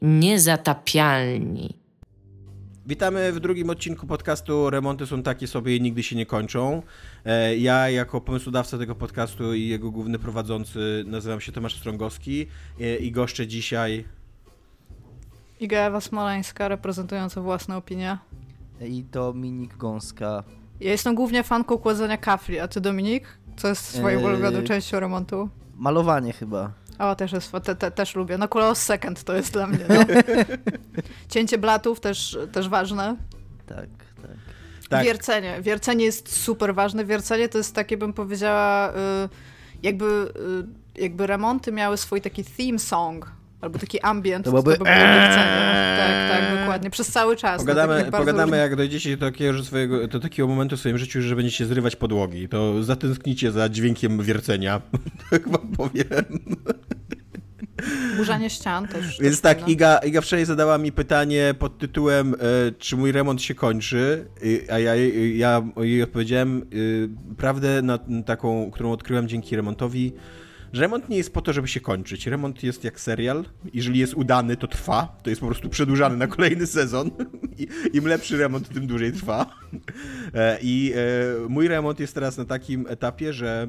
Niezatapialni. Witamy w drugim odcinku podcastu Remonty są takie sobie i nigdy się nie kończą. Ja jako pomysłodawca tego podcastu i jego główny prowadzący nazywam się Tomasz Strągowski i goszczę dzisiaj... Iga Ewa Smoleńska, reprezentująca własne opinie. I Dominik Gąska. Ja jestem głównie fanką kładzenia kafli, a ty, Dominik? Co jest swoją ulubioną częścią remontu? Malowanie chyba. O, też lubię. No Close Second to jest dla mnie, no. Cięcie blatów też ważne. Tak. Wiercenie jest super ważne. Wiercenie to jest takie, bym powiedziała, jakby remonty miały swój taki theme song, albo taki ambient, to by było wiercenie. Tak, dokładnie. Przez cały czas. Pogadamy jak dojdziecie do takiego momentu w swoim życiu, że będziecie zrywać podłogi. To zatęsknicie za dźwiękiem wiercenia. Tak wam powiem. Burzanie ścian też. Więc tak, Iga wczoraj zadała mi pytanie pod tytułem czy mój remont się kończy, a ja jej odpowiedziałem prawdę taką, którą odkryłem dzięki remontowi, że remont nie jest po to, żeby się kończyć. Remont jest jak serial. Jeżeli jest udany, to trwa. To jest po prostu przedłużany na kolejny sezon. Im lepszy remont, tym dłużej trwa. I mój remont jest teraz na takim etapie, że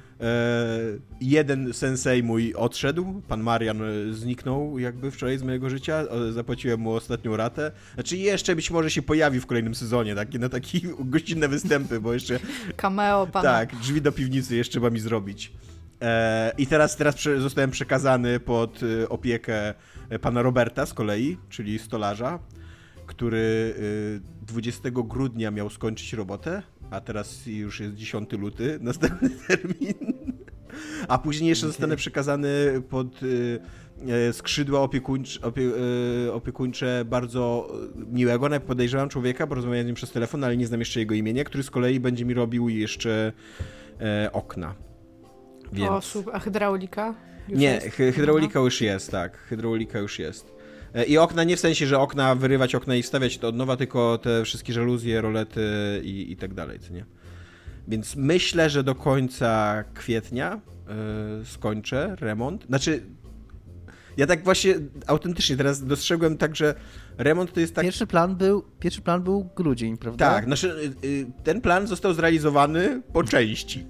jeden sensei mój odszedł, pan Marian zniknął jakby wczoraj z mojego życia, zapłaciłem mu ostatnią ratę. Znaczy jeszcze być może się pojawi w kolejnym sezonie, na takie gościnne występy, bo jeszcze... Cameo pana. Tak, drzwi do piwnicy jeszcze ma mi zrobić. I teraz zostałem przekazany pod opiekę pana Roberta z kolei, czyli stolarza, który 20 grudnia miał skończyć robotę, a teraz już jest 10 luty, następny termin. A później jeszcze zostanę przekazany pod skrzydła opiekuńcze bardzo miłego, nawet podejrzewam człowieka, bo rozmawiałem z nim przez telefon, ale nie znam jeszcze jego imienia, który z kolei będzie mi robił jeszcze okna. Więc... O, super. A hydraulika? Hydraulika już jest, tak. Hydraulika już jest. I okna nie w sensie, że wyrywać okna i wstawiać to od nowa, tylko te wszystkie żaluzje, rolety i tak dalej, co nie? Więc myślę, że do końca kwietnia skończę remont. Znaczy, ja tak właśnie autentycznie teraz dostrzegłem tak, że remont to jest tak... Pierwszy plan był grudzień, prawda? Tak, znaczy ten plan został zrealizowany po części.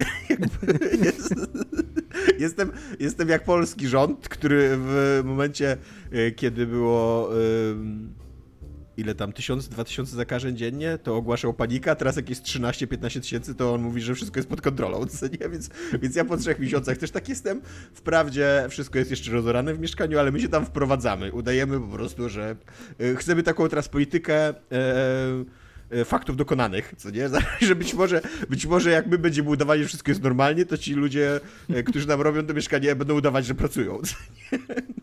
Jestem jak polski rząd, który w momencie, kiedy było ile tam, 1000-2000 zakażeń dziennie, to ogłaszał panikę, a teraz jak jest 13-15 tysięcy, to on mówi, że wszystko jest pod kontrolą. Więc ja po 3 miesiącach też tak jestem. Wprawdzie wszystko jest jeszcze rozorane w mieszkaniu, ale my się tam wprowadzamy. Udajemy po prostu, że chcemy taką teraz politykę faktów dokonanych, co nie? Że być może jak my będziemy udawali, że wszystko jest normalnie, to ci ludzie, którzy nam robią to mieszkanie, będą udawać, że pracują. Co nie?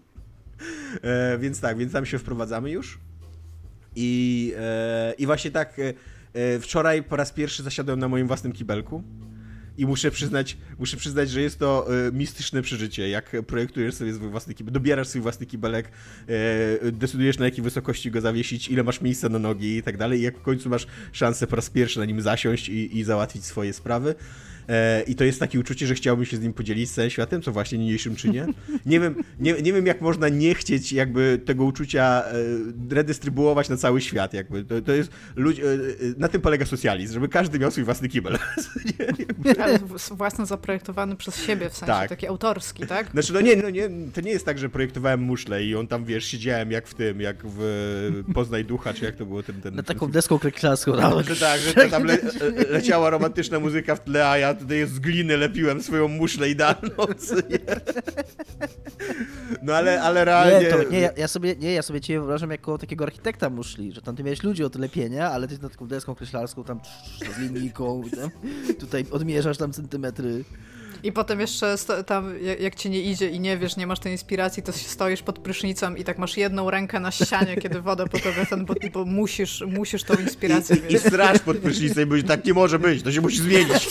Więc tam się wprowadzamy już. I właśnie tak wczoraj po raz pierwszy zasiadłem na moim własnym kibelku i muszę przyznać, że jest to mistyczne przeżycie, jak projektujesz sobie swój własny kibelek, dobierasz swój własny kibelek, decydujesz na jakiej wysokości go zawiesić, ile masz miejsca na nogi i tak dalej i jak w końcu masz szansę po raz pierwszy na nim zasiąść i załatwić swoje sprawy. I to jest takie uczucie, że chciałbym się z nim podzielić z całym światem, co właśnie niniejszym czynię. Nie wiem, jak można nie chcieć jakby tego uczucia redystrybuować na cały świat. Jakby. To jest na tym polega socjalizm, żeby każdy miał swój własny kibel. Ale własny zaprojektowany przez siebie, w sensie tak. Taki autorski, tak? Znaczy, to nie jest tak, że projektowałem muszlę i on tam, wiesz, siedziałem jak w Poznaj Ducha, czy jak to było ten... Na taką deską kreklarską. Tak, że tam leciała romantyczna muzyka w tle, a ja tutaj z gliny lepiłem swoją muszlę idealną. No ale realnie... Ja sobie cię wyobrażam jako takiego architekta muszli, że tam ty miałeś ludzi od lepienia, ale ty na taką deską kreślarską tam z linijką i tam tutaj odmierzasz tam centymetry. I potem jeszcze tam, jak ci nie idzie i nie wiesz, nie masz tej inspiracji, to stoisz pod prysznicem i tak masz jedną rękę na ścianie, kiedy woda po tobie bo musisz tą inspirację mieć. I straż pod prysznicem, bo tak nie może być, to się musi zmienić.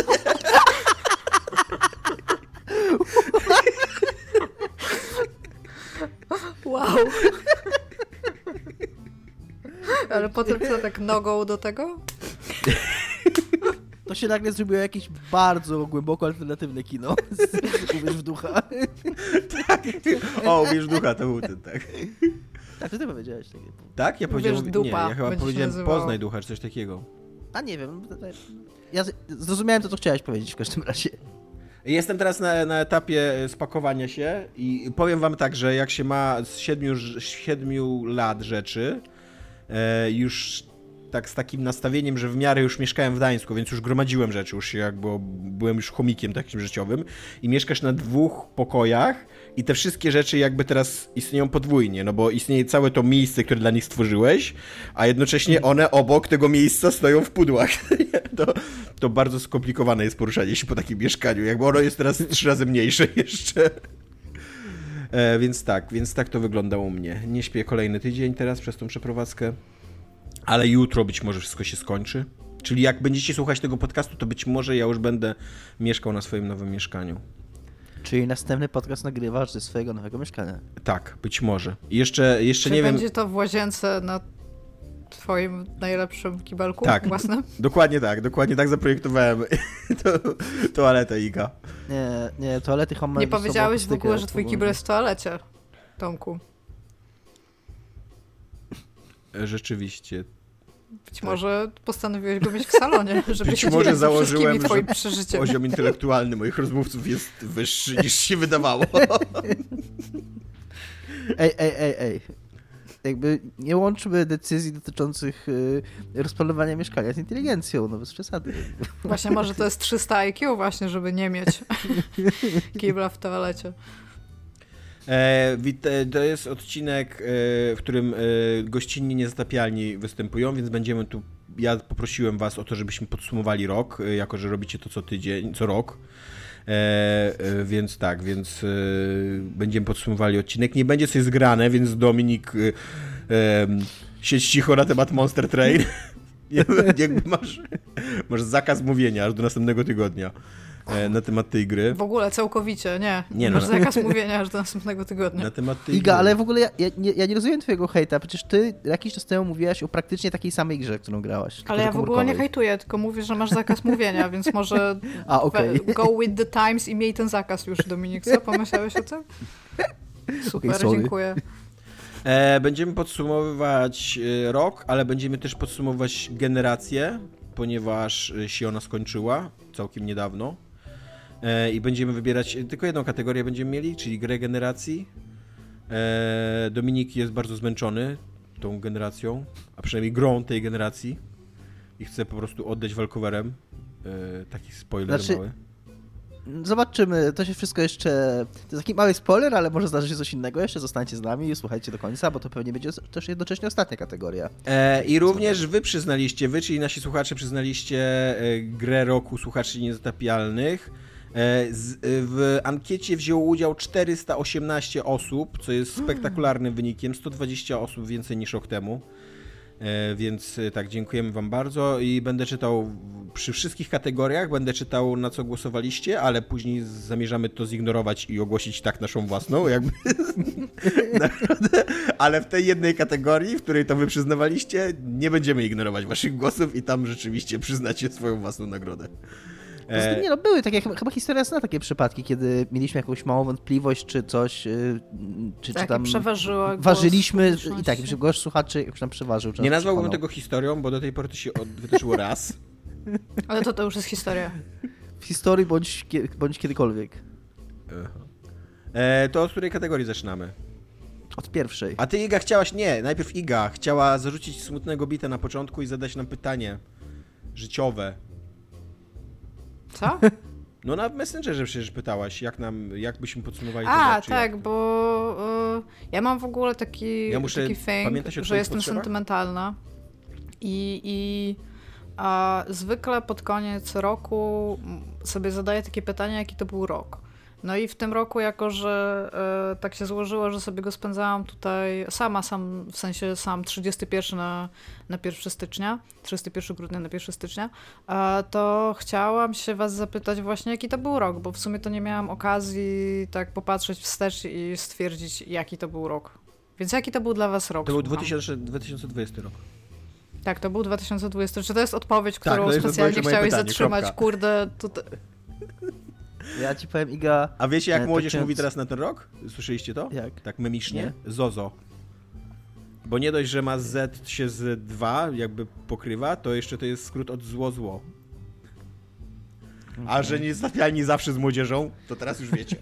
Wow. Ale potem co, tak nogą do tego? To się nagle zrobiło jakieś bardzo głęboko alternatywne kino. Uwierz w ducha. Tak. O, Uwierz w ducha, to był ten, tak. Tak, to ty powiedziałeś. Takie. Tak? Ja powiedziałem, Wiesz, dupa nie, ja chyba będzie się powiedziałem nazywało. Poznaj ducha, czy coś takiego. A nie wiem. Ja zrozumiałem to, co chciałeś powiedzieć w każdym razie. Jestem teraz na etapie spakowania się i powiem wam tak, że jak się ma z 7 lat rzeczy, już tak z takim nastawieniem, że w miarę już mieszkałem w Gdańsku, więc już gromadziłem rzeczy, już jakby byłem już chomikiem takim życiowym i mieszkasz na 2 pokojach i te wszystkie rzeczy jakby teraz istnieją podwójnie, no bo istnieje całe to miejsce, które dla nich stworzyłeś, a jednocześnie one obok tego miejsca stoją w pudłach. To bardzo skomplikowane jest poruszanie się po takim mieszkaniu, jakby ono jest teraz 3 razy mniejsze jeszcze. Więc tak to wygląda u mnie. Nie śpię kolejny tydzień teraz przez tą przeprowadzkę, ale jutro być może wszystko się skończy. Czyli jak będziecie słuchać tego podcastu, to być może ja już będę mieszkał na swoim nowym mieszkaniu. Czyli następny podcast nagrywasz ze swojego nowego mieszkania. Tak, być może. Jeszcze Czy nie wiem. będzie to w łazience na twoim najlepszym kibelku Tak. własnym? Dokładnie tak zaprojektowałem toaletę Iga. Nie, toalety Home Nie powiedziałeś w ogóle, że twój kibel jest w toalecie, Tomku. Rzeczywiście. Być może postanowiłeś go mieć w salonie, żeby Być się może dzielić ze założyłem, wszystkimi że twoim przeżyciem. poziom intelektualny moich rozmówców jest wyższy niż się wydawało. Ej. Jakby nie łączmy decyzji dotyczących rozplanowania mieszkania z inteligencją, no bez przesady. Właśnie może to jest 300 IQ właśnie, żeby nie mieć kibla w toalecie. To jest odcinek, w którym gościnni niezatapialni występują, więc będziemy tu. Ja poprosiłem was o to, żebyśmy podsumowali rok, jako że robicie to co tydzień, co rok. Więc będziemy podsumowali odcinek. Nie będzie coś zgrane, więc Dominik siedź cicho na temat Monster Train. Jakby masz zakaz mówienia aż do następnego tygodnia na temat tej gry. W ogóle całkowicie, nie. No. Masz zakaz mówienia aż do następnego tygodnia. Na temat tej Iga, gry. ale w ogóle ja nie rozumiem twojego hejta, przecież ty jakiś czas temu mówiłaś o praktycznie takiej samej grze, którą grałaś. Ale ja w ogóle nie hejtuję, tylko mówię, że masz zakaz mówienia, więc może okej. go with the times i miej ten zakaz już, Dominik. Co? Pomyślałeś o tym? Super, Okej, sorry. dziękuję. Będziemy podsumowywać rok, ale będziemy też podsumowywać generację, ponieważ się ona skończyła całkiem niedawno. I będziemy wybierać tylko jedną kategorię będziemy mieli, czyli grę generacji. Dominik jest bardzo zmęczony tą generacją, a przynajmniej grą tej generacji i chce po prostu oddać walkowerem. Taki spoiler mały. Zobaczymy, to się wszystko jeszcze... To jest taki mały spoiler, ale może zdarzy się coś innego. Jeszcze zostańcie z nami i słuchajcie do końca, bo to pewnie będzie też jednocześnie ostatnia kategoria. I również wy przyznaliście, czyli nasi słuchacze przyznaliście grę roku słuchaczy niezatapialnych. W ankiecie wzięło udział 418 osób, co jest spektakularnym wynikiem, 120 osób więcej niż rok temu. Więc tak, dziękujemy wam bardzo i będę czytał przy wszystkich kategoriach, będę czytał na co głosowaliście, ale później zamierzamy to zignorować i ogłosić tak naszą własną, jakby nagrodę, ale w tej jednej kategorii, w której to wy przyznawaliście, nie będziemy ignorować waszych głosów i tam rzeczywiście przyznacie swoją własną nagrodę. Nie no, były takie, chyba historia zna takie przypadki, kiedy mieliśmy jakąś małą wątpliwość, czy coś, czy tam przeważyła ważyliśmy i tak, gość słuchaczy jakoś tam przeważył. Nie nazwałbym tego historią, bo do tej pory to się wydarzyło raz. Ale to już jest historia. W historii bądź kiedykolwiek. To od której kategorii zaczynamy? Od pierwszej. A ty, Iga, najpierw Iga chciała zarzucić smutnego bita na początku i zadać nam pytanie życiowe. Co? No na Messengerze przecież pytałaś, jak byśmy podsumowali A, to tak, bo ja mam w ogóle taki thing, że jestem sentymentalna i zwykle pod koniec roku sobie zadaję takie pytania, jaki to był rok. No i w tym roku, jako że tak się złożyło, że sobie go spędzałam tutaj w sensie sam 31 na 1 stycznia, 31 grudnia na 1 stycznia, to chciałam się was zapytać właśnie, jaki to był rok, bo w sumie to nie miałam okazji tak popatrzeć wstecz i stwierdzić, jaki to był rok. Więc jaki to był dla was rok? To był 2020 rok. Tak, to był 2020. Czy to jest odpowiedź, którą jest specjalnie chciałeś pytanie, zatrzymać? kropka. Kurde, tutaj... Ja ci powiem, Iga... A wiecie, jak młodzież mówi teraz na ten rok? Słyszeliście to? Jak? Tak memicznie? Nie. Zozo. Bo nie dość, że ma Z się z 2 jakby pokrywa, to jeszcze to jest skrót od zło. A że niezatapialni zawsze z młodzieżą, to teraz już wiecie.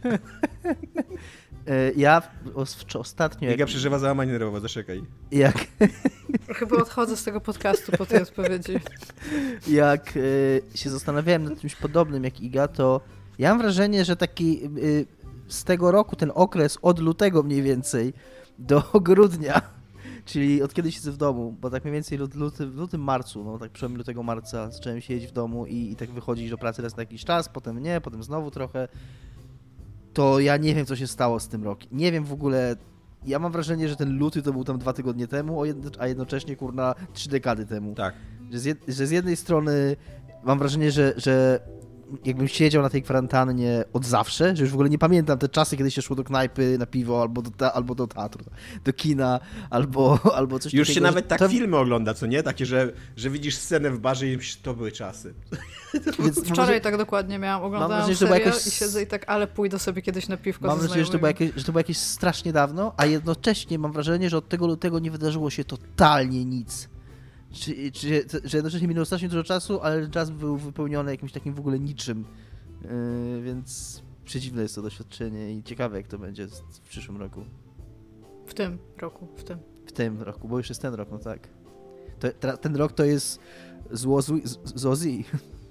Ja ostatnio... Iga przeżywa załamanie nerwowe, zaczekaj. Chyba odchodzę z tego podcastu po tej odpowiedzi. Jak się zastanawiałem nad czymś podobnym jak Iga, to ja mam wrażenie, że taki z tego roku, ten okres od lutego mniej więcej do grudnia, czyli od kiedy siedzę w domu, bo tak mniej więcej w lutym, marcu, no tak przełomie lutego, marca zacząłem siedzieć w domu i tak wychodzić do pracy raz na jakiś czas, potem nie, potem znowu trochę. To ja nie wiem, co się stało z tym rokiem. Nie wiem w ogóle, ja mam wrażenie, że ten luty to był tam 2 tygodnie temu, a jednocześnie, 3 dekady temu. Tak. Że z jednej strony mam wrażenie, że jakbym siedział na tej kwarantannie od zawsze, że już w ogóle nie pamiętam te czasy, kiedy się szło do knajpy na piwo, albo do teatru, do kina, albo coś takiego. Już się nawet tak filmy ogląda, co nie? Takie, że widzisz scenę w barze i myślisz, to były czasy. Więc wczoraj tak dokładnie miałam, oglądałam serial i siedzę i tak, ale pójdę sobie kiedyś na piwko. Mam nadzieję, że to było jakieś strasznie dawno, a jednocześnie mam wrażenie, że od tego lutego nie wydarzyło się totalnie nic. Że jednocześnie minęło strasznie dużo czasu, ale czas był wypełniony jakimś takim w ogóle niczym. Więc przedziwne jest to doświadczenie i ciekawe, jak to będzie w przyszłym roku. W tym roku. W tym roku, bo już jest ten rok, no tak. Ten rok to jest Zozi. Zozi,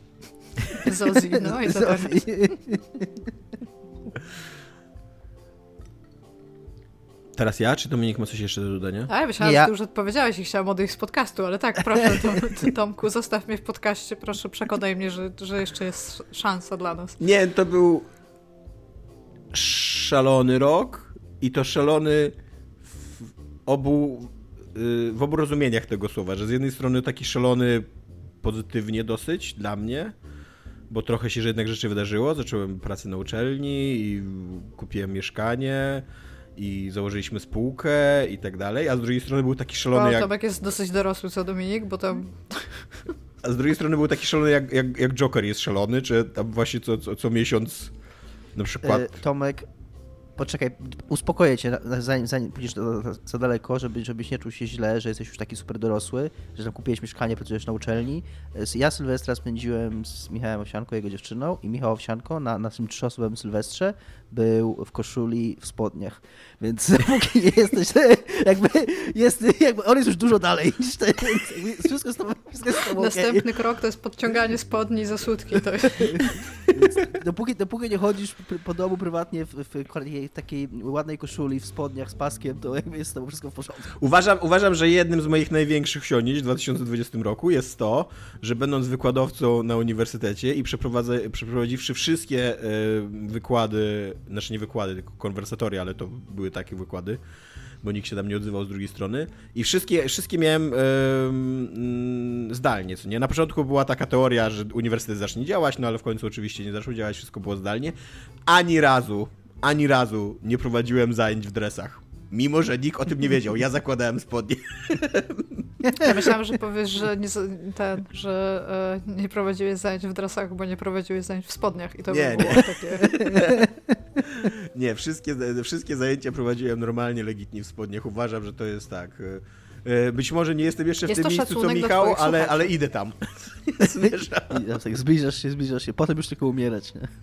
no i to tak. Teraz ja, czy Dominik ma coś jeszcze do dodania? A ja myślałam, że ty już odpowiedziałeś i chciałam odejść z podcastu, ale tak, proszę, Tomku, zostaw mnie w podcaście, proszę, przekonaj mnie, że jeszcze jest szansa dla nas. Nie, to był szalony rok i to szalony w obu rozumieniach tego słowa, że z jednej strony taki szalony pozytywnie dosyć dla mnie, bo trochę się jednak rzeczy wydarzyło, zacząłem pracę na uczelni i kupiłem mieszkanie, i założyliśmy spółkę i tak dalej, a z drugiej strony był taki szalony Tomek jest dosyć dorosły co Dominik, bo tam... A z drugiej strony był taki szalony jak Joker jest szalony, czy tam właśnie co miesiąc na przykład... Tomek, poczekaj, uspokoję cię, zanim pójdziesz za daleko, żebyś nie czuł się źle, że jesteś już taki super dorosły, że tam kupiłeś mieszkanie, pracujesz na uczelni. Ja Sylwestra spędziłem z Michałem Owsianką, jego dziewczyną, i Michał Owsianko na tym 3-osobowym Sylwestrze był w koszuli w spodniach. Więc póki nie jesteś, jakby on jest już dużo dalej niż ten, wszystko jest to Następny krok to jest podciąganie spodni za sutki. To jest. Dopóki nie chodzisz po domu prywatnie w takiej ładnej koszuli, w spodniach z paskiem, to jakby jest z tobą wszystko w porządku. Uważam, że jednym z moich największych osiągnięć w 2020 roku jest to, że będąc wykładowcą na uniwersytecie i przeprowadziwszy wszystkie wykłady, znaczy nie wykłady, tylko konwersatoria, ale to były takie wykłady, bo nikt się tam nie odzywał z drugiej strony. I wszystkie miałem zdalnie, co nie? Na początku była taka teoria, że uniwersytet zacznie działać, no ale w końcu oczywiście nie zaczął działać, wszystko było zdalnie. Ani razu nie prowadziłem zajęć w dresach. Mimo, że nikt o tym nie wiedział. Ja zakładałem spodnie. Ja myślałam, że powiesz, że nie prowadziłeś zajęć w dresach, bo nie prowadziłeś zajęć w spodniach. I to było takie... Nie, wszystkie zajęcia prowadziłem normalnie, legitnie w spodniach. Uważam, że to jest tak. Być może nie jestem jeszcze w tym miejscu, co Michał, ale idę tam. Zbliżasz się. Potem już tylko umierać, nie?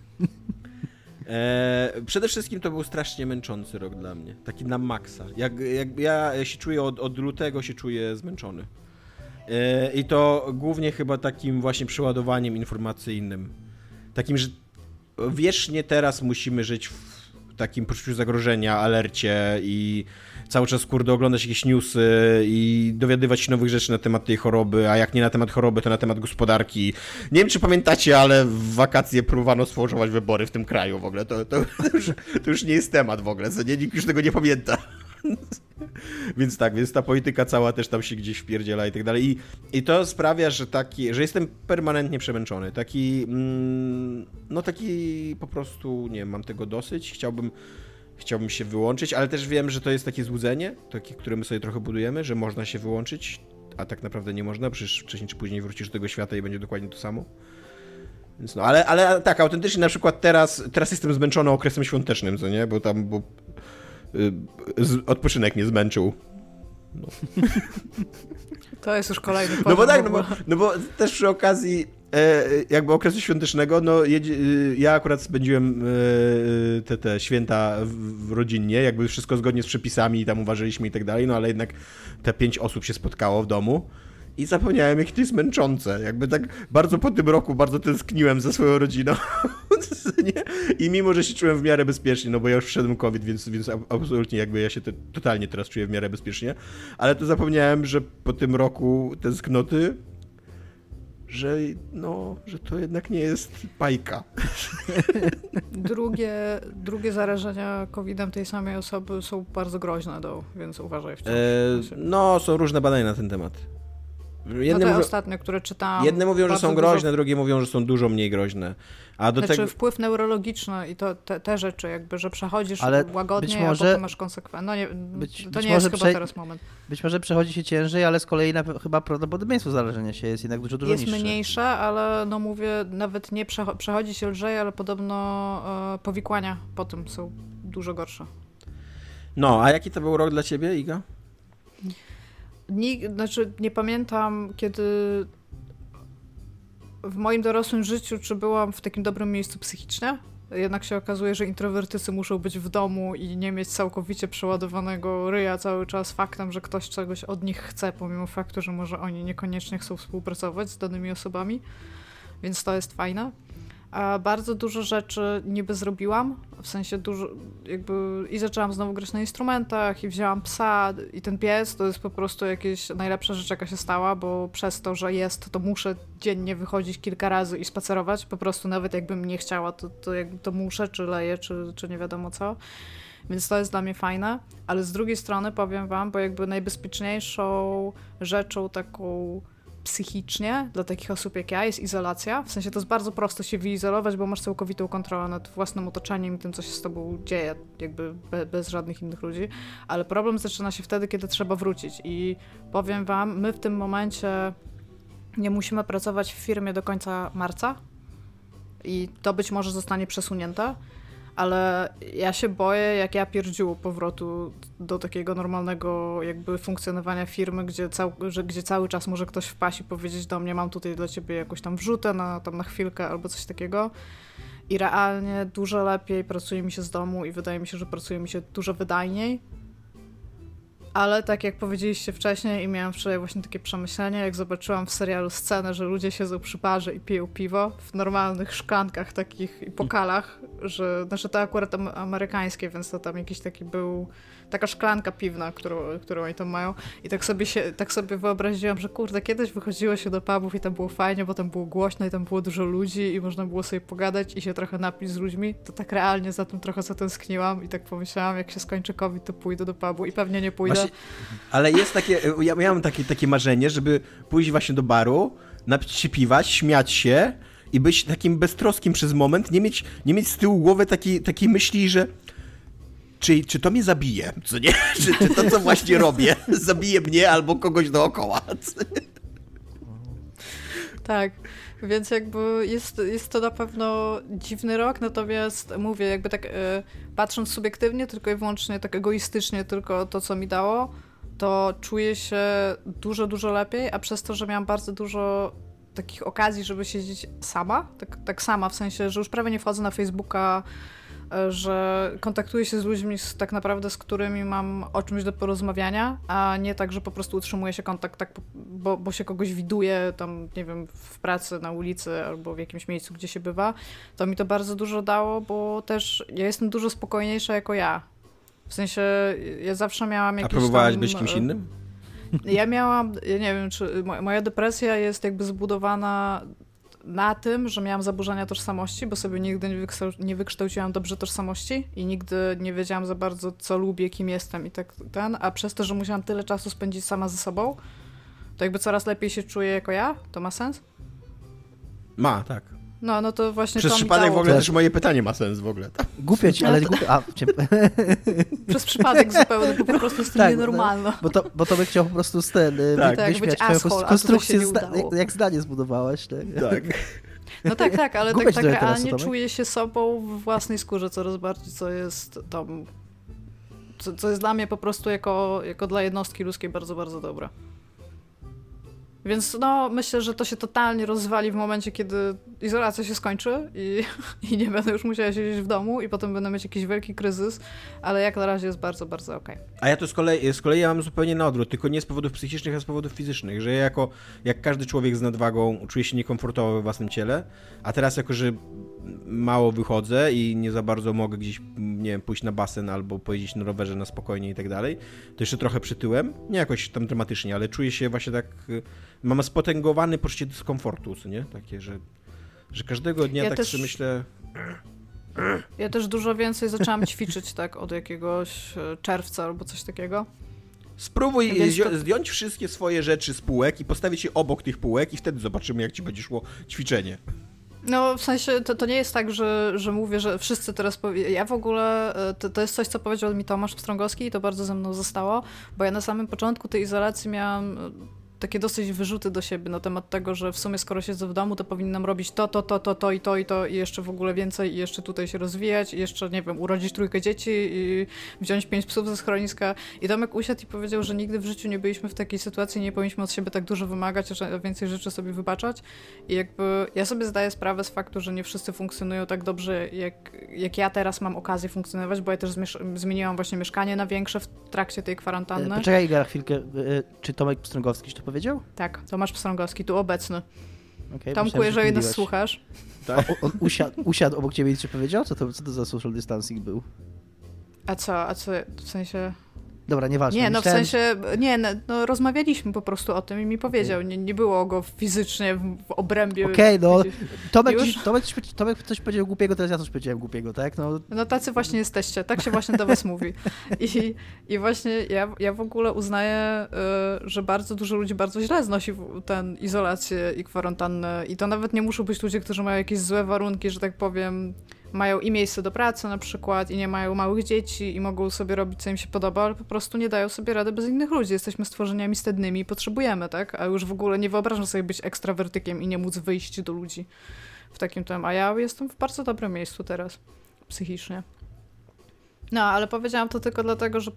Przede wszystkim to był strasznie męczący rok dla mnie. Taki na maksa. Jak ja się czuję od lutego, się czuję zmęczony. I to głównie chyba takim właśnie przeładowaniem informacyjnym. Takim, że wiecznie teraz musimy żyć w takim poczuciu zagrożenia, alercie i cały czas, oglądać jakieś newsy i dowiadywać się nowych rzeczy na temat tej choroby, a jak nie na temat choroby, to na temat gospodarki. Nie wiem, czy pamiętacie, ale w wakacje próbowano sfałszować wybory w tym kraju w ogóle. To już nie jest temat w ogóle, co nie? Nikt już tego nie pamięta. Więc ta polityka cała też tam się gdzieś wpierdziela i tak dalej. I to sprawia, że jestem permanentnie przemęczony. Taki po prostu, nie wiem, mam tego dosyć. Chciałbym się wyłączyć, ale też wiem, że to jest takie złudzenie, takie, które my sobie trochę budujemy, że można się wyłączyć, a tak naprawdę nie można, przecież wcześniej czy później wrócisz do tego świata i będzie dokładnie to samo. Więc ale tak, autentycznie na przykład teraz jestem zmęczony okresem świątecznym, co nie? Bo odpoczynek mnie zmęczył. No. To jest już kolejny poziom. No bo tak, no bo też przy okazji jakby okresu świątecznego, no ja akurat spędziłem te święta rodzinnie, jakby wszystko zgodnie z przepisami, tam uważaliśmy i tak dalej, no ale jednak te 5 osób się spotkało w domu i zapomniałem, jak to jest męczące. Jakby tak bardzo po tym roku bardzo tęskniłem za swoją rodziną. I mimo, że się czułem w miarę bezpiecznie, no bo ja już wszedłem COVID, więc absolutnie jakby ja się totalnie teraz czuję w miarę bezpiecznie, ale to zapomniałem, że po tym roku tęsknoty że to jednak nie jest bajka. Drugie zarażenia COVID-em tej samej osoby są bardzo groźne, więc uważaj wciąż. Są różne badania na ten temat. Ostatnie, które czytałam. Jedne mówią, że są groźne, drugie mówią, że są dużo mniej groźne. A do tego... wpływ neurologiczny i to te rzeczy, jakby, że przechodzisz łagodnie, a potem masz konsekwencje. No nie, to nie jest chyba teraz moment. Być może przechodzi się ciężej, ale z kolei chyba prawdopodobieństwo zarażenia się jest jednak dużo niższe. Jest mniejsze, ale no mówię, nawet nie przechodzi się lżej, ale podobno powikłania po tym są dużo gorsze. No, a jaki to był rok dla ciebie, Iga? Nie pamiętam, kiedy w moim dorosłym życiu, czy byłam w takim dobrym miejscu psychicznie. Jednak się okazuje, że introwertycy muszą być w domu i nie mieć całkowicie przeładowanego ryja cały czas faktem, że ktoś czegoś od nich chce, pomimo faktu, że może oni niekoniecznie chcą współpracować z danymi osobami. Więc to jest fajne. A bardzo dużo rzeczy niby zrobiłam, w sensie dużo, jakby i zaczęłam znowu grać na instrumentach i wzięłam psa i ten pies to jest po prostu jakieś najlepsza rzecz, jaka się stała, bo przez to, że to muszę dziennie wychodzić kilka razy i spacerować, po prostu nawet jakbym nie chciała, to muszę, czy leję, czy nie wiadomo co, więc to jest dla mnie fajne, ale z drugiej strony powiem wam, bo jakby najbezpieczniejszą rzeczą taką psychicznie dla takich osób jak ja jest izolacja. W sensie to jest bardzo prosto się wyizolować, bo masz całkowitą kontrolę nad własnym otoczeniem i tym, co się z tobą dzieje, jakby bez żadnych innych ludzi. Ale problem zaczyna się wtedy, kiedy trzeba wrócić. I powiem wam, my w tym momencie nie musimy pracować w firmie do końca marca i to być może zostanie przesunięte, ale ja się boję, jak ja pierdziu powrotu do takiego normalnego jakby funkcjonowania firmy, gdzie cały czas może ktoś wpaść i powiedzieć do mnie, mam tutaj dla ciebie jakąś tam wrzutę na chwilkę albo coś takiego. I realnie dużo lepiej pracuje mi się z domu i wydaje mi się, że pracuje mi się dużo wydajniej. Ale tak jak powiedzieliście wcześniej i miałam wczoraj właśnie takie przemyślenie, jak zobaczyłam w serialu scenę, że ludzie siedzą przy barze i piją piwo w normalnych szklankach takich i pokalach, że to akurat amerykańskie, więc to tam jakiś taki taka szklanka piwna, którą oni tam mają i tak sobie wyobraziłam, że kurde, kiedyś wychodziło się do pubów i tam było fajnie, bo tam było głośno i tam było dużo ludzi i można było sobie pogadać i się trochę napić z ludźmi, to tak realnie za tym trochę zatęskniłam i tak pomyślałam, jak się skończy COVID, to pójdę do pubu i pewnie nie pójdę. Właśnie, ale jest ja miałam takie marzenie, żeby pójść właśnie do baru, napić się piwa, śmiać się i być takim beztroskim przez moment, nie mieć z tyłu głowy takiej myśli, że czy to mnie zabije, co nie? Czy to, co właśnie robię, zabije mnie albo kogoś dookoła. Tak, więc jakby jest to na pewno dziwny rok, natomiast mówię, jakby tak patrząc subiektywnie, tylko i wyłącznie tak egoistycznie, tylko to, co mi dało, to czuję się dużo, dużo lepiej, a przez to, że miałam bardzo dużo takich okazji, żeby siedzieć sama, tak sama, w sensie, że już prawie nie wchodzę na Facebooka, że kontaktuję się z ludźmi tak naprawdę, z którymi mam o czymś do porozmawiania, a nie tak, że po prostu utrzymuje się kontakt tak, bo się kogoś widuje tam, nie wiem, w pracy, na ulicy albo w jakimś miejscu, gdzie się bywa, to mi to bardzo dużo dało, bo też ja jestem dużo spokojniejsza jako ja. W sensie ja zawsze miałam jakieś. A próbowałaś być kimś innym? Ja nie wiem, czy moja depresja jest jakby zbudowana na tym, że miałam zaburzenia tożsamości, bo sobie nigdy nie wykształciłam dobrze tożsamości i nigdy nie wiedziałam za bardzo, co lubię, kim jestem i a przez to, że musiałam tyle czasu spędzić sama ze sobą, to jakby coraz lepiej się czuję jako ja. To ma sens? Ma, tak. No to właśnie przez to przypadek mi dało. w ogóle też moje pytanie ma sens w ogóle. Głupio ci, ale głupio. Przez przypadek zupełnie, bo po prostu jest to nienormalne. Bo to by chciał po prostu wyśmiać twoją konstrukcję, jak zdanie zbudowałaś. Tak. No tak, ale tak realnie czuję się sobą w własnej skórze coraz bardziej, co jest tam co jest dla mnie po prostu jako dla jednostki ludzkiej bardzo, bardzo dobre. Więc no, myślę, że to się totalnie rozwali w momencie, kiedy izolacja się skończy i nie będę już musiała siedzieć w domu i potem będę mieć jakiś wielki kryzys, ale jak na razie jest bardzo, bardzo okej. A ja to z kolei ja mam zupełnie na odwrót, tylko nie z powodów psychicznych, a z powodów fizycznych, że ja jak każdy człowiek z nadwagą czuję się niekomfortowo we własnym ciele, a teraz jako, że mało wychodzę i nie za bardzo mogę gdzieś, nie wiem, pójść na basen albo pojeździć na rowerze na spokojnie i tak dalej, to jeszcze trochę przytyłem, nie jakoś tam dramatycznie, ale czuję się właśnie tak, mam spotęgowane poczucie dyskomfortu, co nie? Takie, że każdego dnia tak sobie myślę... Ja też dużo więcej zaczęłam ćwiczyć tak od jakiegoś czerwca albo coś takiego. Spróbuj zdjąć wszystkie swoje rzeczy z półek i postawić je obok tych półek i wtedy zobaczymy, jak ci będzie szło ćwiczenie. No, w sensie, to nie jest tak, że mówię, że wszyscy teraz ja w ogóle, to jest coś, co powiedział mi Tomasz Pstrągowski i to bardzo ze mną zostało, bo ja na samym początku tej izolacji miałam takie dosyć wyrzuty do siebie na temat tego, że w sumie skoro siedzę w domu, to powinnam robić to i jeszcze w ogóle więcej i jeszcze tutaj się rozwijać i jeszcze, nie wiem, urodzić 3 dzieci i wziąć 5 psów ze schroniska. I Tomek usiadł i powiedział, że nigdy w życiu nie byliśmy w takiej sytuacji, nie powinniśmy od siebie tak dużo wymagać, że więcej rzeczy sobie wybaczać. I jakby ja sobie zdaję sprawę z faktu, że nie wszyscy funkcjonują tak dobrze, jak ja teraz mam okazję funkcjonować, bo ja też zmieniłam właśnie mieszkanie na większe w trakcie tej kwarantanny. Poczekaj, Iga, chwilkę. Czy Tomek Pstrągowski to powiedział? Tak, Tomasz Pstrągowski, tu obecny. Okay, Tomku, jeżeli nas słuchasz. Tak? On usiadł obok ciebie i ci powiedział? Co to za social distancing był? A co, w sensie... Dobra, nieważne. Nie, no w sensie, no rozmawialiśmy po prostu o tym i mi powiedział, nie było go fizycznie w obrębie. Okej, no, Tomek coś powiedział głupiego, teraz ja coś powiedziałem głupiego, tak? No tacy właśnie jesteście, tak się właśnie do was mówi. I właśnie ja w ogóle uznaję, że bardzo dużo ludzi bardzo źle znosi tę izolację i kwarantannę i to nawet nie muszą być ludzie, którzy mają jakieś złe warunki, że tak powiem, mają i miejsce do pracy na przykład i nie mają małych dzieci i mogą sobie robić, co im się podoba, ale po prostu nie dają sobie rady bez innych ludzi. Jesteśmy stworzeniami stadnymi i potrzebujemy, tak? A już w ogóle nie wyobrażam sobie być ekstrawertykiem i nie móc wyjść do ludzi w takim tym. A ja jestem w bardzo dobrym miejscu teraz, psychicznie. No, ale powiedziałam to tylko dlatego, że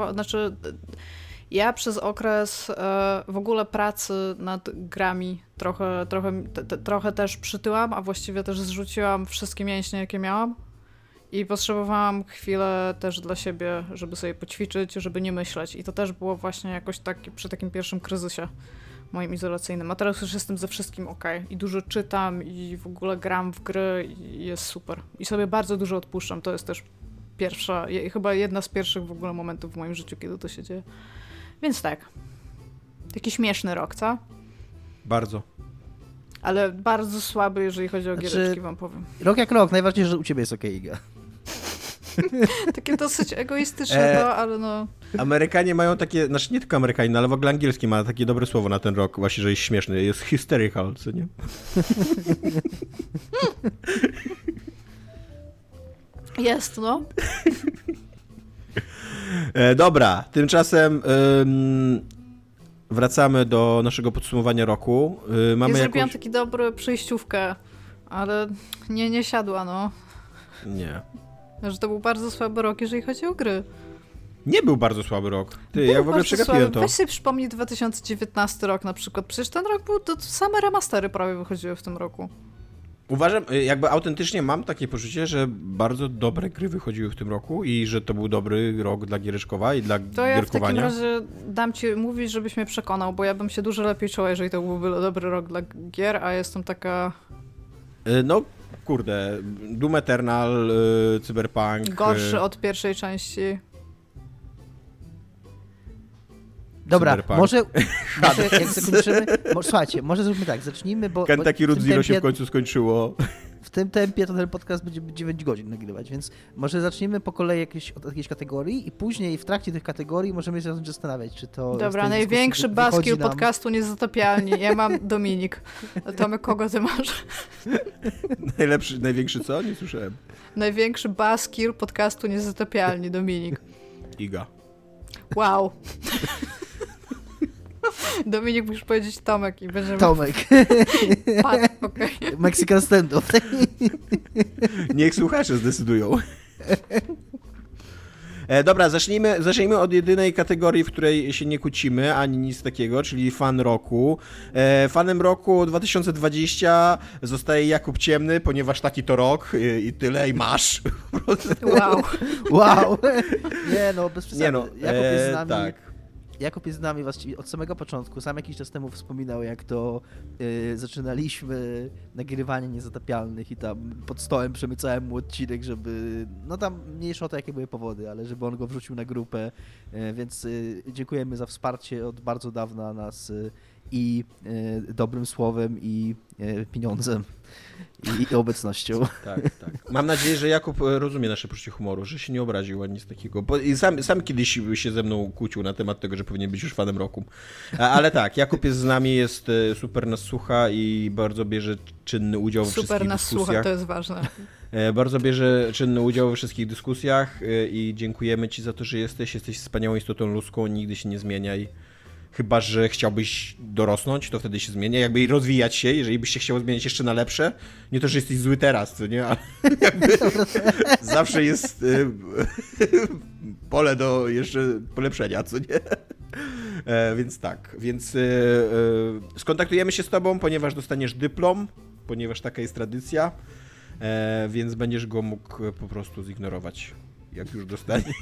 ja przez okres w ogóle pracy nad grami trochę też przytyłam, a właściwie też zrzuciłam wszystkie mięśnie, jakie miałam i potrzebowałam chwilę też dla siebie, żeby sobie poćwiczyć, żeby nie myśleć i to też było właśnie jakoś tak przy takim pierwszym kryzysie moim izolacyjnym, a teraz już jestem ze wszystkim okej. I dużo czytam i w ogóle gram w gry i jest super i sobie bardzo dużo odpuszczam, to jest też chyba jedna z pierwszych w ogóle momentów w moim życiu, kiedy to się dzieje. Więc tak. Taki śmieszny rok, co? Bardzo. Ale bardzo słaby, jeżeli chodzi o giereczki, wam powiem. Rok jak rok, najważniejsze, że u ciebie jest okej, Iga. Takie dosyć egoistyczne ale no... Amerykanie mają takie, znaczy nie tylko Amerykanie, no ale w ogóle angielski ma takie dobre słowo na ten rok, właśnie, że jest śmieszny. Jest hysterical, co nie? Jest, no. Dobra, tymczasem wracamy do naszego podsumowania roku. Ja zrobiłam taki dobry przejściówkę, ale nie siadła, no. Nie. Że to był bardzo słaby rok, jeżeli chodzi o gry. Nie był bardzo słaby rok. Ja w ogóle przegapiłem to. Weź sobie przypomnij 2019 rok na przykład. Przecież ten rok był, to same remastery prawie wychodziły w tym roku. Uważam, jakby autentycznie mam takie poczucie, że bardzo dobre gry wychodziły w tym roku i że to był dobry rok dla Giereczkowa i dla to ja gierkowania. W takim razie dam ci mówić, żebyś mnie przekonał, bo ja bym się dużo lepiej czuła, jeżeli to byłby dobry rok dla gier, a jestem taka... No, kurde, Doom Eternal, Cyberpunk... Gorszy od pierwszej części. Dobra, może jak zakończymy... Słuchajcie, może zróbmy tak, zacznijmy, bo... Kentucky Route Zero się w końcu skończyło. W tym tempie to ten podcast będzie 9 godzin nagrywać, więc może zacznijmy po kolei od jakiejś kategorii i później w trakcie tych kategorii możemy się zacząć zastanawiać, czy to... Dobra, największy baskill podcastu Niezatopialni. Ja mam Dominik. Tomek, kogo ty masz? Największy co? Nie słyszałem. Największy baskill podcastu Niezatopialni, Dominik. Iga. Wow. Dominik, musisz powiedzieć Tomek i będziemy... Tomek. Okay. Mexican stand-up. Niech słuchacze zdecydują. Dobra, zacznijmy od jedynej kategorii, w której się nie kłócimy, ani nic takiego, czyli fan roku. Fanem roku 2020 zostaje Jakub Ciemny, ponieważ taki to rok i tyle, i masz. Wow. Nie no, bez przesady. Jakub jest z nami. Tak. Jakub jest z nami właściwie od samego początku. Sam jakiś czas temu wspominał, jak to zaczynaliśmy nagrywanie Niezatapialnych i tam pod stołem przemycałem mu odcinek, żeby, no tam mniejsza o to, jakie były powody, ale żeby on go wrzucił na grupę, więc dziękujemy za wsparcie od bardzo dawna nas i dobrym słowem, i pieniądzem, i obecnością. Tak. Mam nadzieję, że Jakub rozumie nasze poczucie humoru, że się nie obraził ani nic takiego. Bo sam kiedyś się ze mną kłócił na temat tego, że powinien być już fanem roku. Ale tak, Jakub jest z nami, jest super, nas słucha i bardzo bierze czynny udział we wszystkich dyskusjach. Super nas słucha, to jest ważne. Bardzo bierze czynny udział we wszystkich dyskusjach i dziękujemy ci za to, że jesteś wspaniałą istotą ludzką, nigdy się nie zmieniaj. Chyba że chciałbyś dorosnąć, to wtedy się zmienia, jakby rozwijać się, jeżeli byś się chciał zmieniać jeszcze na lepsze. Nie to, że jesteś zły teraz, co nie? Ale jakby zawsze jest pole do jeszcze polepszenia, co nie? Więc tak, skontaktujemy się z tobą, ponieważ dostaniesz dyplom, ponieważ taka jest tradycja, więc będziesz go mógł po prostu zignorować, jak już dostaniesz.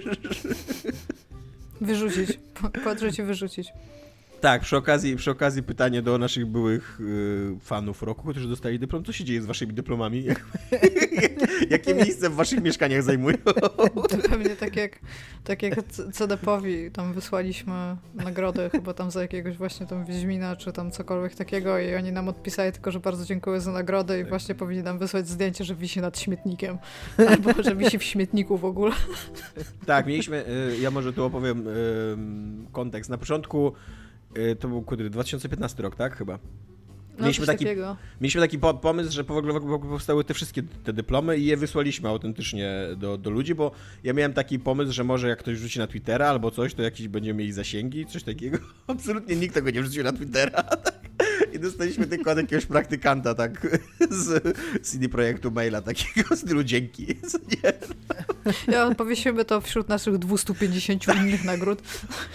Wyrzucić. Patrzeć i wyrzucić. Tak, przy okazji pytanie do naszych byłych fanów roku, którzy dostali dyplom. Co się dzieje z waszymi dyplomami? Jakie miejsce w waszych mieszkaniach zajmują? To pewnie tak jak CDP-owi tam wysłaliśmy nagrodę chyba tam za jakiegoś właśnie tam Wiedźmina, czy tam cokolwiek takiego i oni nam odpisali tylko, że bardzo dziękuję za nagrodę i właśnie powinni nam wysłać zdjęcie, że wisi nad śmietnikiem. Albo że wisi w śmietniku w ogóle. Tak, mieliśmy, ja może tu opowiem kontekst. Na początku to był 2015 rok, tak? Chyba. Mieliśmy taki pomysł, że powstały te wszystkie te dyplomy i je wysłaliśmy autentycznie do ludzi, bo ja miałem taki pomysł, że może jak ktoś wrzuci na Twittera albo coś, to jakieś będziemy mieli zasięgi, coś takiego. Absolutnie nikt tego nie wrzucił na Twittera. Tak? I dostaliśmy tylko od jakiegoś praktykanta, tak, z CD Projektu maila takiego stylu dzięki. Nie? Ja powiesimy to wśród naszych 250 innych nagród.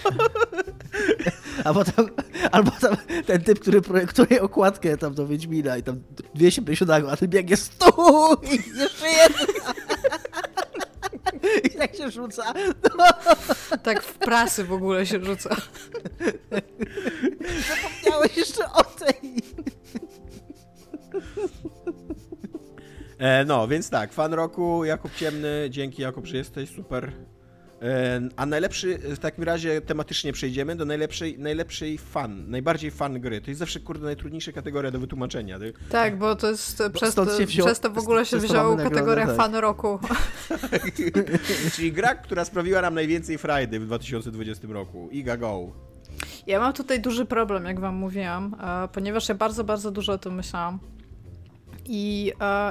Albo tam ten typ, który projektuje okładkę tam do Wiedźmina i tam 250 nagród, a ten biegnie stój! Jeszcze jedna! I tak się rzuca. No. Tak w prasy w ogóle się rzuca. Zapomniałeś jeszcze o tej. No, więc tak, fan roku, Jakub Ciemny, dzięki Jakub, że jesteś, super. A najlepszy, w takim razie tematycznie przejdziemy do najlepszej najbardziej fan gry. To jest zawsze, kurde, najtrudniejsza kategoria do wytłumaczenia. Tak, bo to jest, przez to w ogóle się wzięła kategoria fan roku. Tak. Czyli gra, która sprawiła nam najwięcej frajdy w 2020 roku. Iga, go. Ja mam tutaj duży problem, jak wam mówiłam, ponieważ ja bardzo, bardzo dużo o tym myślałam. I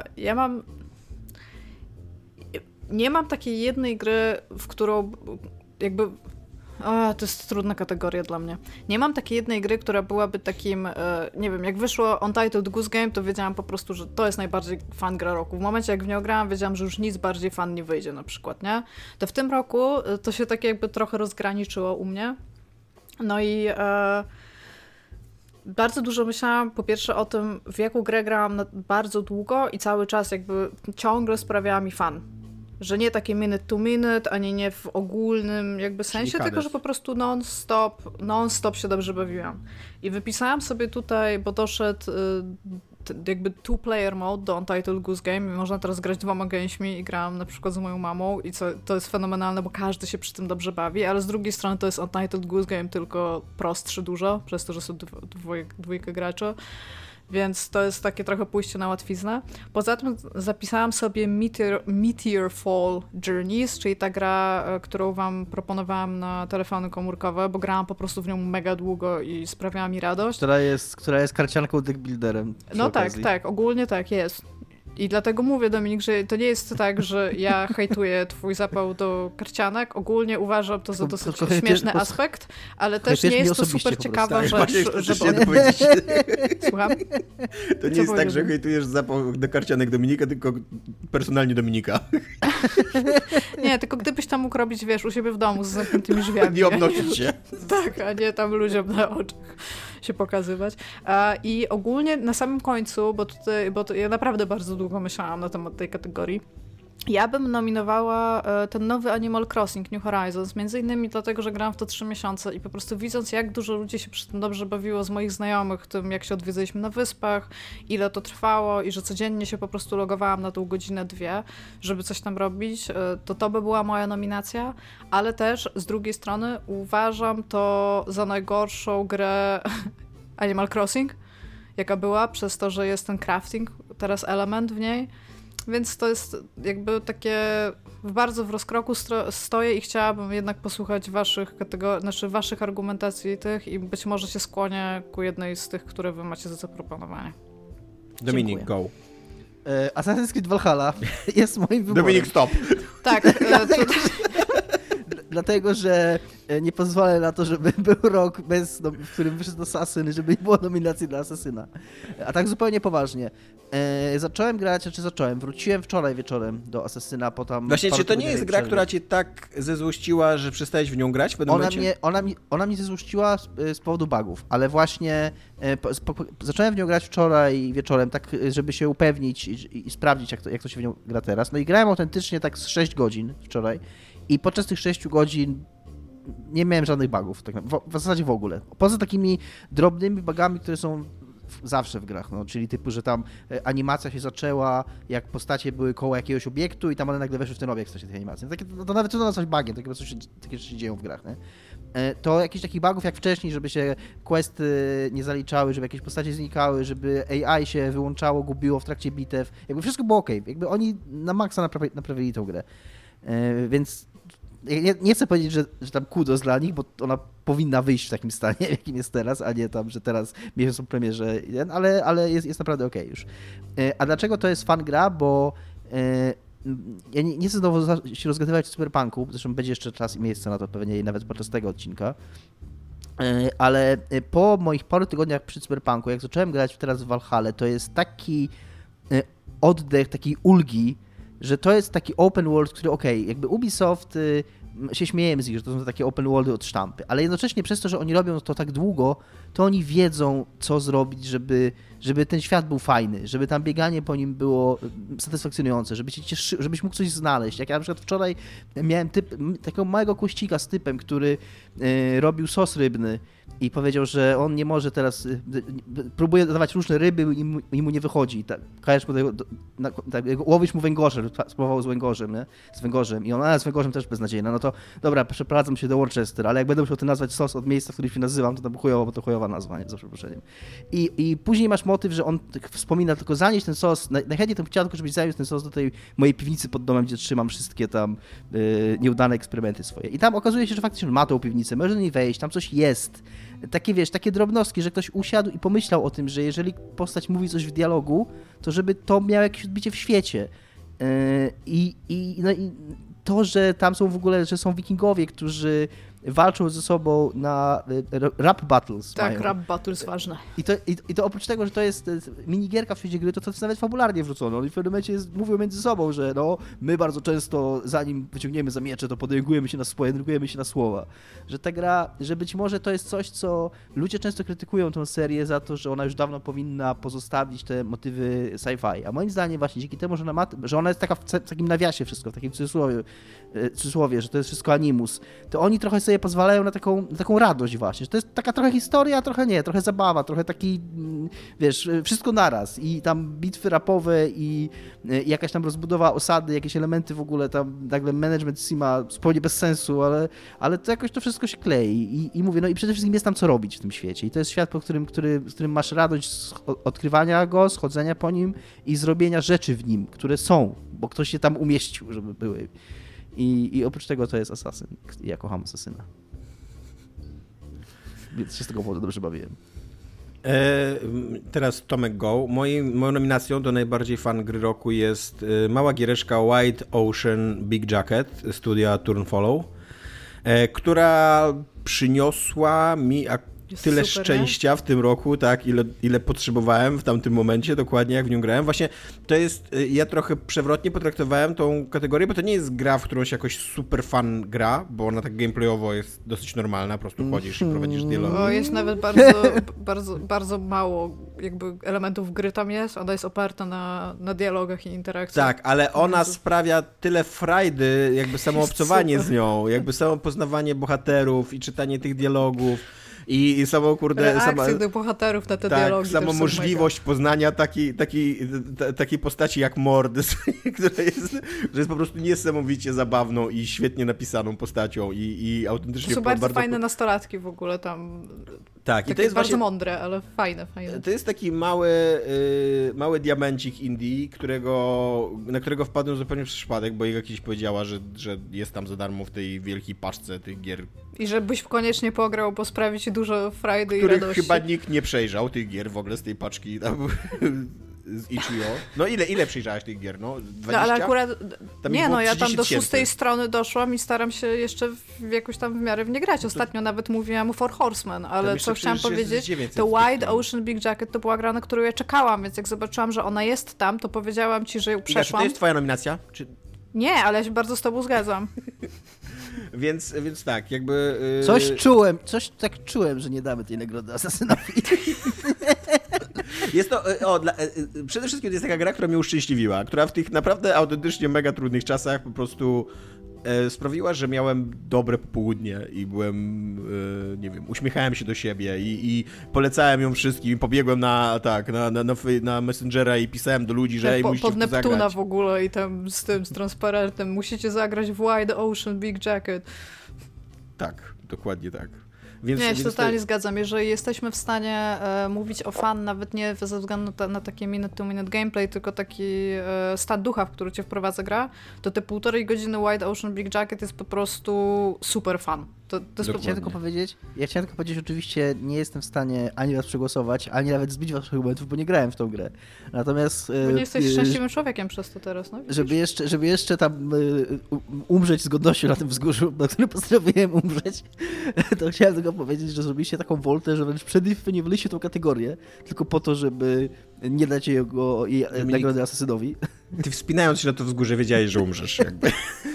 nie mam takiej jednej gry, w którą jakby... to jest trudna kategoria dla mnie. Nie mam takiej jednej gry, która byłaby takim... nie wiem, jak wyszło Untitled Goose Game, to wiedziałam po prostu, że to jest najbardziej fan gra roku. W momencie, jak w nią grałam, wiedziałam, że już nic bardziej fan nie wyjdzie na przykład, nie? To w tym roku to się tak jakby trochę rozgraniczyło u mnie. No i... bardzo dużo myślałam po pierwsze o tym, w jaką grę grałam bardzo długo i cały czas jakby ciągle sprawiała mi fan. Że nie takie minute to minute, ani nie w ogólnym jakby sensie, tylko że po prostu non-stop się dobrze bawiłam. I wypisałam sobie tutaj, bo doszedł jakby two-player mode do Untitled Goose Game i można teraz grać 2 gęśmi i grałam na przykład z moją mamą i to jest fenomenalne, bo każdy się przy tym dobrze bawi, ale z drugiej strony to jest Untitled Goose Game tylko prostszy dużo, przez to, że są dwójkę graczy. Więc to jest takie trochę pójście na łatwiznę. Poza tym zapisałam sobie Meteor Fall Journeys, czyli ta gra, którą wam proponowałam na telefony komórkowe, bo grałam po prostu w nią mega długo i sprawiała mi radość. Która jest karcianką deck builderem. No tak, ogólnie tak jest. I dlatego mówię, Dominik, że to nie jest tak, że ja hejtuję twój zapał do karcianek. Ogólnie uważam to za dosyć śmieszny aspekt, ale też nie jest to super ciekawa rzecz. Słucham? To nie jest tak, że hejtujesz zapał do karcianek Dominika, tylko personalnie Dominika. Nie, tylko gdybyś tam mógł robić, wiesz, u siebie w domu z zamkniętymi drzwiami. Nie obnosić się. Tak, a nie tam ludziom na oczach się pokazywać. I ogólnie na samym końcu, bo ja naprawdę bardzo długo myślałam na temat tej kategorii, ja bym nominowała ten nowy Animal Crossing New Horizons, między innymi dlatego, że grałam w to 3 miesiące i po prostu widząc, jak dużo ludzi się przy tym dobrze bawiło z moich znajomych, tym jak się odwiedzaliśmy na wyspach, ile to trwało i że codziennie się po prostu logowałam na tą godzinę, 2, żeby coś tam robić, to by była moja nominacja, ale też z drugiej strony uważam to za najgorszą grę Animal Crossing, jaka była, przez to, że jest ten crafting, teraz element w niej. Więc to jest jakby takie bardzo w rozkroku stoję i chciałabym jednak posłuchać waszych argumentacji tych i być może się skłonię ku jednej z tych, które wy macie za zaproponowanie. Dominik, go. Assassin's Creed Valhalla jest moim wyborem. Dominik, stop. Tak. Dlatego, że nie pozwolę na to, żeby był rok, w którym wyszedł Assassin, żeby nie było nominacji dla Asasyna. A tak zupełnie poważnie. Wróciłem wczoraj wieczorem do Asasyna, po tam... Właśnie, czy to nie jest gra, która cię tak zezłościła, że przestałeś w nią grać w pewnym momencie? Ona mnie zezłościła z powodu bugów, ale właśnie zacząłem w nią grać wczoraj wieczorem, tak żeby się upewnić i sprawdzić, jak to się w nią gra teraz. No i grałem autentycznie tak z 6 godzin wczoraj i podczas tych 6 godzin nie miałem żadnych bugów, tak w zasadzie w ogóle. Poza takimi drobnymi bugami, które są zawsze w grach, no, czyli typu, że tam animacja się zaczęła, jak postacie były koło jakiegoś obiektu i tam one nagle weszły w ten obiekt w czasie tej animacji. To nawet trudno nazwać bugiem, takie rzeczy się dzieją w grach, nie? To jakichś takich bugów jak wcześniej, żeby się questy nie zaliczały, żeby jakieś postacie znikały, żeby AI się wyłączało, gubiło w trakcie bitew, jakby wszystko było okej. Jakby oni na maksa naprawili tę grę. Więc nie chcę powiedzieć, że tam kudos dla nich, bo ona powinna wyjść w takim stanie, jakim jest teraz, a nie tam, że teraz miesiąc po premierze, ale jest naprawdę okej już. A dlaczego to jest fan gra? Bo ja nie chcę znowu się rozgadywać w Cyberpunku, zresztą będzie jeszcze czas i miejsce na to pewnie nawet podczas tego odcinka, ale po moich paru tygodniach przy Cyberpunku, jak zacząłem grać teraz w Valhalla, to jest taki oddech, takiej ulgi, że to jest taki open world, który jakby Ubisoft, się śmiejemy z nich, że to są takie open worldy od sztampy, ale jednocześnie przez to, że oni robią to tak długo, to oni wiedzą, co zrobić, żeby ten świat był fajny, żeby tam bieganie po nim było satysfakcjonujące, żebyś mógł coś znaleźć. Jak ja na przykład wczoraj miałem takiego małego kościka z typem, który robił sos rybny i powiedział, że on nie może teraz, próbuje dodawać różne ryby i mu nie wychodzi. Każesz mu łowisz mu węgorze, spróbował z węgorzem, nie? Z węgorzem i on, z węgorzem też beznadziejna, no to dobra, przeprowadzam się do Worcester, ale jak będę musiał nazwać sos od miejsca, w którym się nazywam, to tam chujowo, bo to chujowa nazwa, nie? Za przeproszeniem. I później masz motyw, że on wspomina tylko zanieść ten sos, najchętniej to chciał tylko, żebyś zaniósł ten sos do tej mojej piwnicy pod domem, gdzie trzymam wszystkie tam nieudane eksperymenty swoje. I tam okazuje się, że faktycznie ma tą piwnicę, może do niej wejść, tam coś jest. Takie drobnostki, że ktoś usiadł i pomyślał o tym, że jeżeli postać mówi coś w dialogu, to żeby to miało jakieś odbicie w świecie. I to, że tam są w ogóle, że są wikingowie, którzy walczą ze sobą na rap battles. Tak, mają. rap battles ważne. I to oprócz tego, że to jest minigierka w świecie gry, to jest nawet fabularnie wrzucone. Oni w pewnym momencie mówią między sobą, że no, my bardzo często, zanim wyciągniemy za miecze, to podejmujemy się na słowa. Że ta gra, że być może to jest coś, co ludzie często krytykują tę serię za to, że ona już dawno powinna pozostawić te motywy sci-fi. A moim zdaniem właśnie dzięki temu, że ona jest taka w takim nawiasie wszystko, w takim cudzysłowie, że to jest wszystko animus, to oni trochę sobie pozwalają na taką radość właśnie, że to jest taka trochę historia, trochę nie, trochę zabawa, trochę taki, wiesz, wszystko naraz i tam bitwy rapowe i jakaś tam rozbudowa osady, jakieś elementy w ogóle tam, nagle management sima zupełnie bez sensu, ale to jakoś to wszystko się klei i mówię, no i przede wszystkim jest tam co robić w tym świecie i to jest świat, z którym masz radość z odkrywania go, schodzenia po nim i zrobienia rzeczy w nim, które są, bo ktoś się tam umieścił, żeby były. I oprócz tego to jest Assassin. Ja kocham Assassina. Więc się z tego powodu dobrze bawiłem. Teraz Tomek Go. Moją nominacją do najbardziej fan gry roku jest mała giereczka White Ocean Big Jacket studia Turn Follow, która przyniosła mi tyle super, szczęścia nie? W tym roku, tak, ile potrzebowałem w tamtym momencie, dokładnie jak w nią grałem. Właśnie to jest, ja trochę przewrotnie potraktowałem tą kategorię, bo to nie jest gra, w którą się jakoś super fan gra, bo ona tak gameplayowo jest dosyć normalna, po prostu chodzisz i prowadzisz dialog. Jest nawet bardzo mało jakby elementów gry tam jest, ona jest oparta na dialogach i interakcjach. Tak, ale ona sprawia tyle frajdy, jakby samo obcowanie z nią, jakby samo poznawanie bohaterów i czytanie tych dialogów. I samą, reakcje do bohaterów na te dialogi. Samą możliwość poznania takiej postaci jak Mordys, która jest po prostu niesamowicie zabawną i świetnie napisaną postacią i autentycznie... To są bardzo fajne nastolatki w ogóle tam. Tak, i to jest bardzo właśnie, mądre, ale fajne. To jest taki mały diamencik indie, na którego wpadłem zupełnie przez przypadek, bo Iga kiedyś powiedziała, że jest tam za darmo w tej wielkiej paczce tych gier. I żebyś koniecznie pograł, bo sprawi ci dużo frajdy i radości. Których chyba nikt nie przejrzał tych gier w ogóle z tej paczki tam, z Itch.io. No ile przejrzałeś tych gier? No 20? No ale akurat... ja tam do 6 000. strony doszłam i staram się jeszcze jakoś tam w miarę w nie grać. Ostatnio nawet mówiłam o Four Horsemen, ale co chciałam powiedzieć, to Wide Ocean Big Jacket to była gra, na którą ja czekałam, więc jak zobaczyłam, że ona jest tam, to powiedziałam ci, że ją przeszłam. To jest twoja nominacja? Nie, ale ja się bardzo z tobą zgadzam. Więc tak, jakby... Coś tak czułem, że nie damy tej nagrody Asasynowi. Jest to, przede wszystkim to jest taka gra, która mnie uszczęśliwiła, która w tych naprawdę autentycznie mega trudnych czasach po prostu sprawiła, że miałem dobre popołudnie i byłem, nie wiem, uśmiechałem się do siebie i polecałem ją wszystkim, pobiegłem na Messengera i pisałem do ludzi, że musicie pod Neptuna zagrać. W ogóle i tam z transparentem, musicie zagrać w Wide Ocean Big Jacket. Tak, dokładnie tak. Ja się totalnie zgadzam. Jeżeli jesteśmy w stanie mówić o fan, nawet nie ze względu na takie minute-to-minute gameplay, tylko taki stan ducha, w który cię wprowadza gra, to te 1,5 godziny Wide Ocean Big Jacket jest po prostu super fan. To jest chciałem tylko powiedzieć, oczywiście nie jestem w stanie ani raz przegłosować, ani nawet zbić waszych argumentów, bo nie grałem w tą grę. Natomiast... Bo nie jesteś szczęśliwym człowiekiem przez to teraz, no? Żeby jeszcze tam umrzeć z godnością na tym wzgórzu, na którym postanowiłem umrzeć, to chciałem tylko powiedzieć, że zrobiliście taką woltę, że wręcz przedefiniowaliście tą kategorię, tylko po to, żeby nie dać jej nagrody Asasynowi. Ty wspinając się na to wzgórze wiedziałeś, że umrzesz jakby.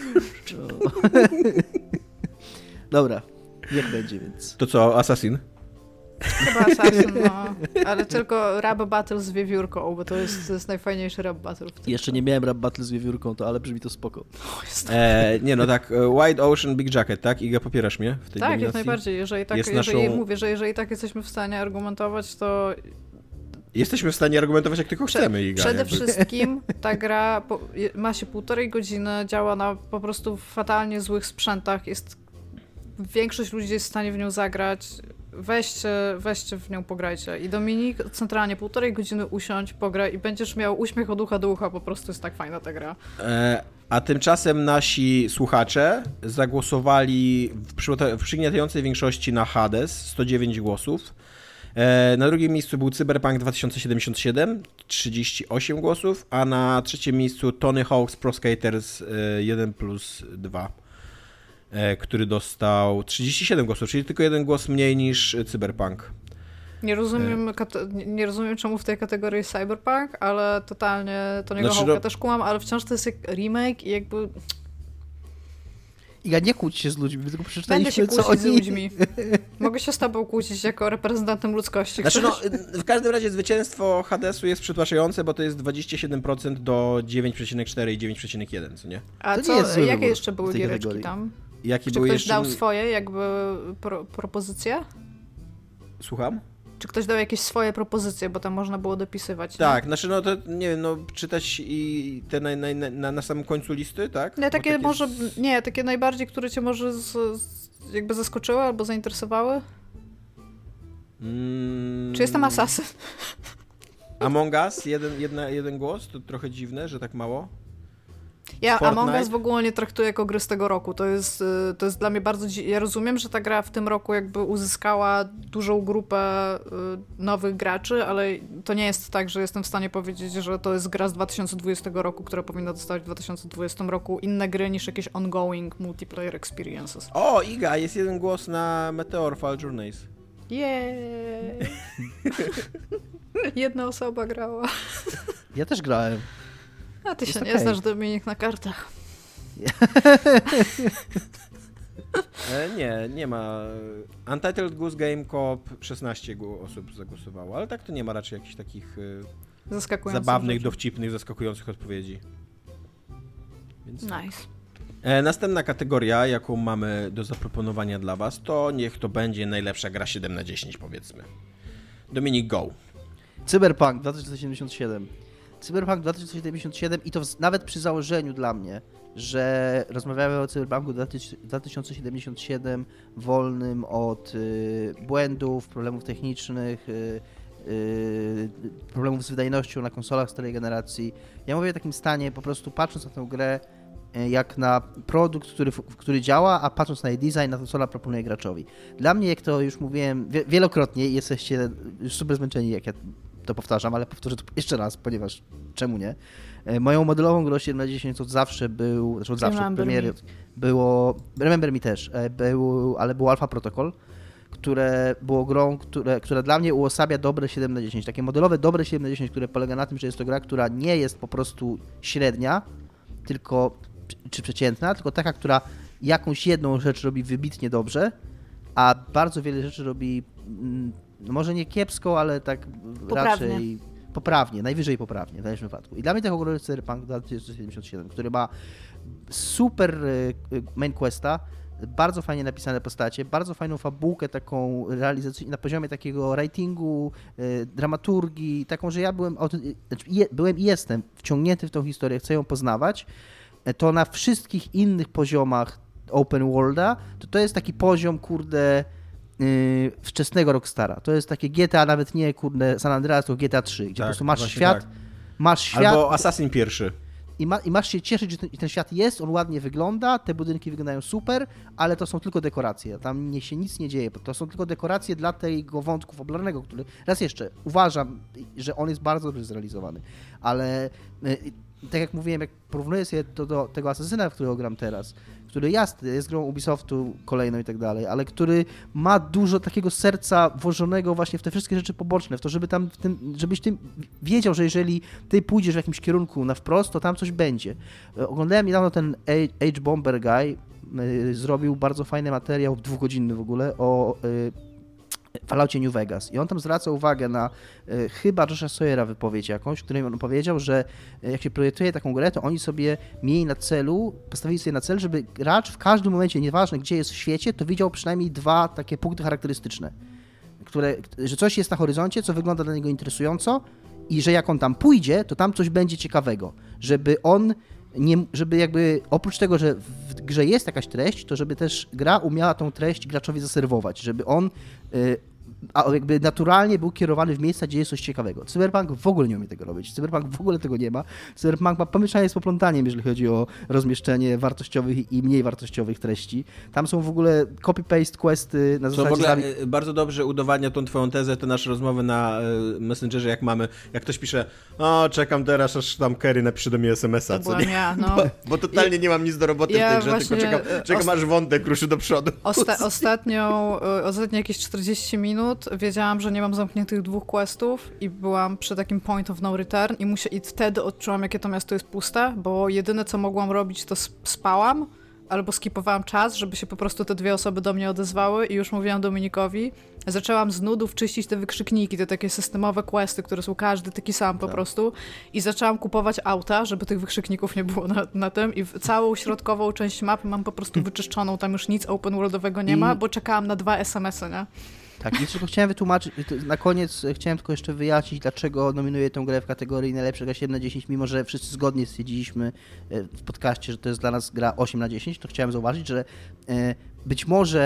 Dobra, niech będzie, więc. To co, Assassin? Chyba Assassin, no. Ale tylko Rap Battle z wiewiórką, bo to jest najfajniejszy Rap Battle. Jeszcze nie miałem Rap Battle z wiewiórką, ale brzmi to spoko. Nie no tak, Wide Ocean Big Jacket, tak? Iga, popierasz mnie w tej nominacji? Jak najbardziej. Jeżeli tak jesteśmy w stanie argumentować, to... Jesteśmy w stanie argumentować, jak tylko chcemy, Iga. Przede wszystkim ta gra ma się 1,5 godziny, działa na po prostu fatalnie złych sprzętach, większość ludzi jest w stanie w nią zagrać. Weźcie w nią, pograjcie. I Dominik, centralnie 1,5 godziny usiądź, pograj i będziesz miał uśmiech od ucha do ucha, po prostu jest tak fajna ta gra. A tymczasem nasi słuchacze zagłosowali w przygniatającej większości na Hades, 109 głosów. Na drugim miejscu był Cyberpunk 2077, 38 głosów, a na trzecim miejscu Tony Hawk's Pro Skaters 1+2. Który dostał 37 głosów, czyli tylko jeden głos mniej niż Cyberpunk. Nie rozumiem, czemu w tej kategorii jest Cyberpunk, ale totalnie Tony'ego Hawk'a też kumam, ale wciąż to jest remake i jakby... Iga, nie kłóć się z ludźmi, tylko przeczytaliśmy, co oni... z ludźmi. Mogę się z tobą kłócić jako reprezentantem ludzkości. W każdym razie zwycięstwo Hadesu jest przytłaczające, bo to jest 27% do 9,4 i 9,1, co nie? A jakie jeszcze były giereczki tam? Czy ktoś dał swoje jakby propozycje? Słucham? Czy ktoś dał jakieś swoje propozycje, bo tam można było dopisywać? Tak, znaczy no to nie wiem, no czytać i te na samym końcu listy, tak? Nie, takie najbardziej, które cię może jakby zaskoczyły albo zainteresowały? Czy jestem Assassin? Among Us, jeden głos, to trochę dziwne, że tak mało. Ja Among Us w ogóle nie traktuję jako gry z tego roku. To jest dla mnie bardzo... Ja rozumiem, że ta gra w tym roku jakby uzyskała dużą grupę nowych graczy, ale to nie jest tak, że jestem w stanie powiedzieć, że to jest gra z 2020 roku, która powinna dostać w 2020 roku inne gry niż jakieś ongoing multiplayer experiences. O, Iga, jest jeden głos na Meteor Fall Journeys. Jej! Jedna osoba grała. Ja też grałem. A ty się nie znasz, Dominik, na kartach. Nie ma. Untitled Goose Game Coop 16 osób zagłosowało, ale tak to nie ma raczej jakichś takich zabawnych, rzeczy. Dowcipnych, zaskakujących odpowiedzi. Więc nice. Następna kategoria, jaką mamy do zaproponowania dla was, to niech to będzie najlepsza gra 7/10, powiedzmy. Dominik, go. Cyberpunk 2077. Cyberpunk 2077 i to nawet przy założeniu dla mnie, że rozmawiamy o Cyberpunku 2077 wolnym od błędów, problemów technicznych, problemów z wydajnością na konsolach starej generacji. Ja mówię w takim stanie, po prostu patrząc na tę grę jak na produkt, który działa, a patrząc na jej design, na to, co ona proponuje graczowi. Dla mnie, jak to już mówiłem wielokrotnie, jesteście już super zmęczeni, jak ja to powtarzam, ale powtórzę to jeszcze raz, ponieważ czemu nie? Moją modelową grą 7/10 od zawsze był, znaczy od zawsze, od premiery było, Remember Me też, ale był Alpha Protocol, które było grą, która dla mnie uosabia dobre 7/10. Takie modelowe dobre 7/10, które polega na tym, że jest to gra, która nie jest po prostu średnia, tylko czy przeciętna, tylko taka, która jakąś jedną rzecz robi wybitnie dobrze, a bardzo wiele rzeczy robi może nie kiepsko, ale tak raczej poprawnie, najwyżej poprawnie w danym wypadku. I dla mnie tego jest Cyberpunk 2077, który ma super main questa, bardzo fajnie napisane postacie, bardzo fajną fabułkę taką realizacyjną na poziomie takiego writingu, dramaturgii, taką, że ja byłem i jestem wciągnięty w tą historię, chcę ją poznawać, to na wszystkich innych poziomach open worlda, to jest taki poziom, wczesnego Rockstara. To jest takie GTA, nawet nie, San Andreas, to GTA 3, gdzie po prostu masz świat... Albo Assassin pierwszy. I masz się cieszyć, że ten świat jest, on ładnie wygląda, te budynki wyglądają super, ale to są tylko dekoracje, tam się nic nie dzieje, to są tylko dekoracje dla tego wątku fabularnego, który, raz jeszcze, uważam, że on jest bardzo dobrze zrealizowany, ale tak jak mówiłem, jak porównuję sobie to do tego Asasyna, w którego gram teraz, który jest grą Ubisoftu kolejną i tak dalej, ale który ma dużo takiego serca włożonego właśnie w te wszystkie rzeczy poboczne, w to, żebyś ty wiedział, że jeżeli ty pójdziesz w jakimś kierunku na wprost, to tam coś będzie. Oglądałem niedawno ten Age Bomber Guy, zrobił bardzo fajny materiał, 2-godzinny w ogóle, o Falloutie New Vegas. I on tam zwraca uwagę na chyba Josha Sawyera wypowiedź jakąś, w której on powiedział, że jak się projektuje taką grę, to oni sobie postawili sobie na cel, żeby gracz w każdym momencie, nieważne gdzie jest w świecie, to widział przynajmniej 2 takie punkty charakterystyczne, że coś jest na horyzoncie, co wygląda dla niego interesująco i że jak on tam pójdzie, to tam coś będzie ciekawego, żeby jakby oprócz tego, że w grze jest jakaś treść, to żeby też gra umiała tą treść graczowi zaserwować, żeby on jakby naturalnie był kierowany w miejsca, gdzie jest coś ciekawego. Cyberpunk w ogóle nie umie tego robić. Cyberpunk w ogóle tego nie ma. Cyberpunk ma pomieszanie z poplątaniem, jeżeli chodzi o rozmieszczenie wartościowych i mniej wartościowych treści. Tam są w ogóle copy-paste questy na zasadzie... Co w ogóle bardzo dobrze udowadnia tą twoją tezę, te nasze rozmowy na Messengerze, jak ktoś pisze, czekam teraz, aż tam Kerry napisze do mnie SMS-a, co nie? Ja, no. Bo totalnie nie mam nic do roboty w tej grze, tylko czekam aż wątek ruszy do przodu. Ostatnio jakieś 40 minut wiedziałam, że nie mam zamkniętych 2 questów i byłam przy takim point of no return i wtedy odczułam, jakie to miasto jest puste, bo jedyne, co mogłam robić, to spałam albo skipowałam czas, żeby się po prostu te 2 osoby do mnie odezwały i już mówiłam Dominikowi. Zaczęłam z nudów czyścić te wykrzykniki, te takie systemowe questy, które są każdy taki sam po prostu i zaczęłam kupować auta, żeby tych wykrzykników nie było na tym i całą środkową część mapy mam po prostu wyczyszczoną, tam już nic open worldowego nie ma, bo czekałam na 2 SMS-y, nie? Tak, i tylko chciałem wytłumaczyć, na koniec chciałem tylko jeszcze wyjaśnić, dlaczego nominuję tę grę w kategorii najlepsza gra 7/10, mimo że wszyscy zgodnie stwierdziliśmy w podcaście, że to jest dla nas gra 8/10, to chciałem zauważyć, że być może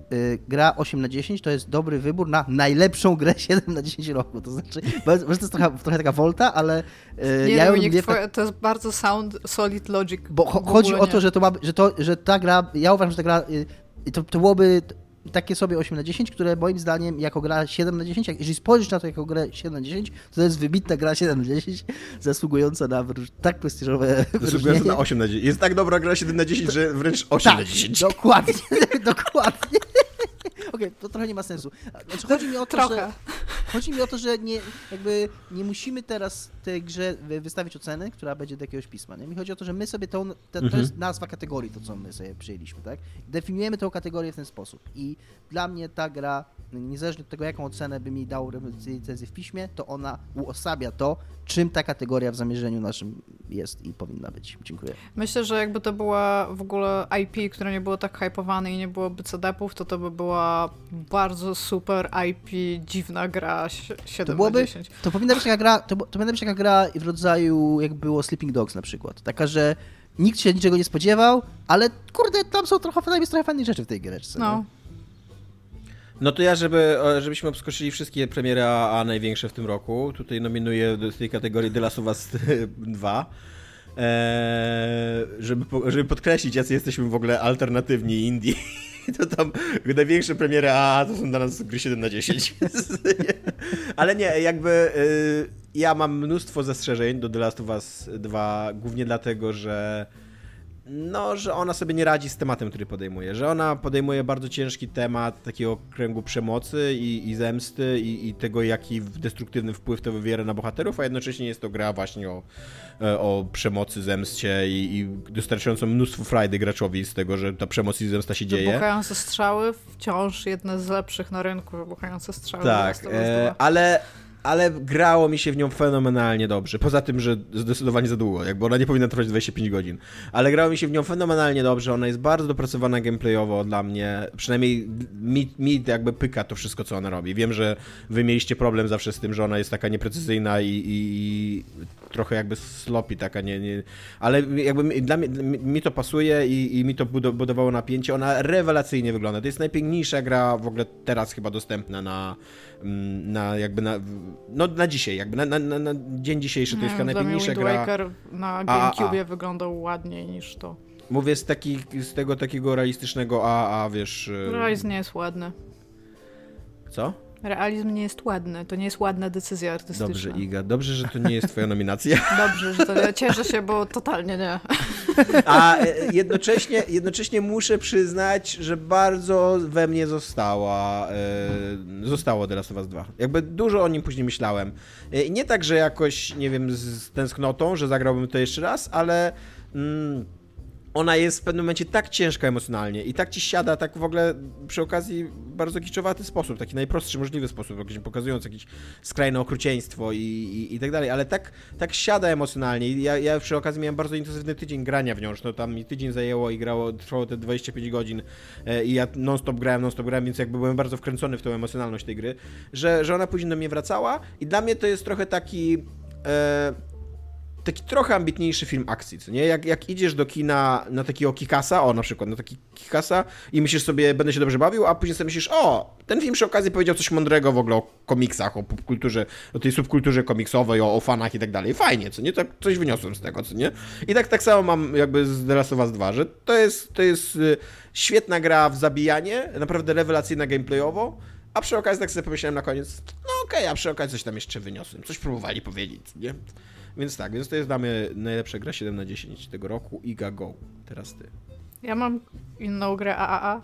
gra 8/10 to jest dobry wybór na najlepszą grę 7/10 roku. To znaczy, może to jest trochę taka wolta, ale to jest bardzo solid logic. Bo chodzi o to, że ta gra, ja uważam, że ta gra, to byłoby takie sobie 8/10, które moim zdaniem jako gra 7/10, jeżeli spojrzysz na to jako grę 7/10, to jest wybitna gra 7/10, zasługująca na tak prestiżowe zasługująca na 8/10. Jest tak dobra gra 7/10, że wręcz 8/10. Tak, dokładnie. Okej, to trochę nie ma sensu. Znaczy, chodzi mi o to, że nie musimy teraz tej grze wystawić oceny, która będzie do jakiegoś pisma. Nie? Mi chodzi o to, że my sobie to jest nazwa kategorii, to co my sobie przyjęliśmy, tak? Definiujemy tę kategorię w ten sposób. I dla mnie ta gra, niezależnie od tego, jaką ocenę by mi dał recenzję w piśmie, to ona uosabia to, czym ta kategoria w zamierzeniu naszym jest i powinna być. Dziękuję. Myślę, że jakby to była w ogóle IP, które nie było tak hypowane i nie byłoby CD-ów, to by była bardzo super IP, dziwna gra 7/10. To powinna być taka gra, to powinna być taka gra w rodzaju, jak było Sleeping Dogs na przykład. Taka, że nikt się niczego nie spodziewał, ale kurde, tam są trochę fajnych rzeczy w tej giereczce. No. No to ja, żebyśmy obskoczyli wszystkie premiery AAA największe w tym roku, tutaj nominuję do tej kategorii The Last of Us 2, żeby podkreślić, jacy jesteśmy w ogóle alternatywni indie. To tam największe premiery AAA to są dla nas gry 7/10. Ale nie, jakby ja mam mnóstwo zastrzeżeń do The Last of Us 2, głównie dlatego, że ona sobie nie radzi z tematem, który podejmuje, że ona podejmuje bardzo ciężki temat takiego kręgu przemocy i zemsty i tego, jaki destruktywny wpływ to wywiera na bohaterów, a jednocześnie jest to gra właśnie o przemocy, zemstie i dostarczającą mnóstwo frajdy graczowi z tego, że ta przemoc i zemsta się dzieje. Wybuchające strzały, wciąż jedne z lepszych na rynku, wybuchające strzały. Tak, ale grało mi się w nią fenomenalnie dobrze. Poza tym, że zdecydowanie za długo, jakby ona nie powinna trwać 25 godzin. Ale grało mi się w nią fenomenalnie dobrze, ona jest bardzo dopracowana gameplayowo dla mnie. Przynajmniej mi jakby pyka to wszystko, co ona robi. Wiem, że wy mieliście problem zawsze z tym, że ona jest taka nieprecyzyjna i trochę jakby sloppy, taka nie. Ale jakby dla mnie mi to pasuje i mi to budowało napięcie. Ona rewelacyjnie wygląda. To jest najpiękniejsza gra w ogóle teraz chyba dostępna na dzisiaj, jakby na dzień dzisiejszy to jest chyba najpiękniejsza gra. Wind Waker na GameCube wyglądał ładniej niż to. Mówię z tego takiego realistycznego wiesz... Realizm nie jest ładny. Co? Realizm nie jest ładny, to nie jest ładna decyzja artystyczna. Dobrze, Iga, dobrze, że to nie jest twoja nominacja. Dobrze, że to ja cieszę się, bo totalnie nie. A jednocześnie muszę przyznać, że bardzo we mnie zostało The Last of Us 2. Jakby dużo o nim później myślałem. Nie tak, że jakoś, nie wiem, z tęsknotą, że zagrałbym to jeszcze raz, ale... ona jest w pewnym momencie tak ciężka emocjonalnie i tak ci siada, tak w ogóle przy okazji bardzo kiczowaty sposób, taki najprostszy możliwy sposób, pokazując jakieś skrajne okrucieństwo i tak dalej, ale tak siada emocjonalnie i ja przy okazji miałem bardzo intensywny tydzień grania w nią, no tam mi tydzień zajęło i trwało te 25 godzin i ja non-stop grałem, więc jakby byłem bardzo wkręcony w tą emocjonalność tej gry, że ona później do mnie wracała i dla mnie to jest trochę taki trochę ambitniejszy film akcji, co nie? Jak idziesz do kina na takiego Kikasa, na przykład na taki Kikasa i myślisz sobie, będę się dobrze bawił, a później sobie myślisz, ten film przy okazji powiedział coś mądrego w ogóle o komiksach, o popkulturze, o tej subkulturze komiksowej, o fanach i tak dalej. Fajnie, co nie? Tak coś wyniosłem z tego, co nie? I tak samo mam jakby z The Last of Us 2, że to jest świetna gra w zabijanie, naprawdę rewelacyjna gameplayowo, a przy okazji tak sobie pomyślałem na koniec, a przy okazji coś tam jeszcze wyniosłem, coś próbowali powiedzieć, nie? Więc to jest dla mnie najlepsza gra 7/10 tego roku. Iga, go. Teraz ty. Ja mam inną grę AAA.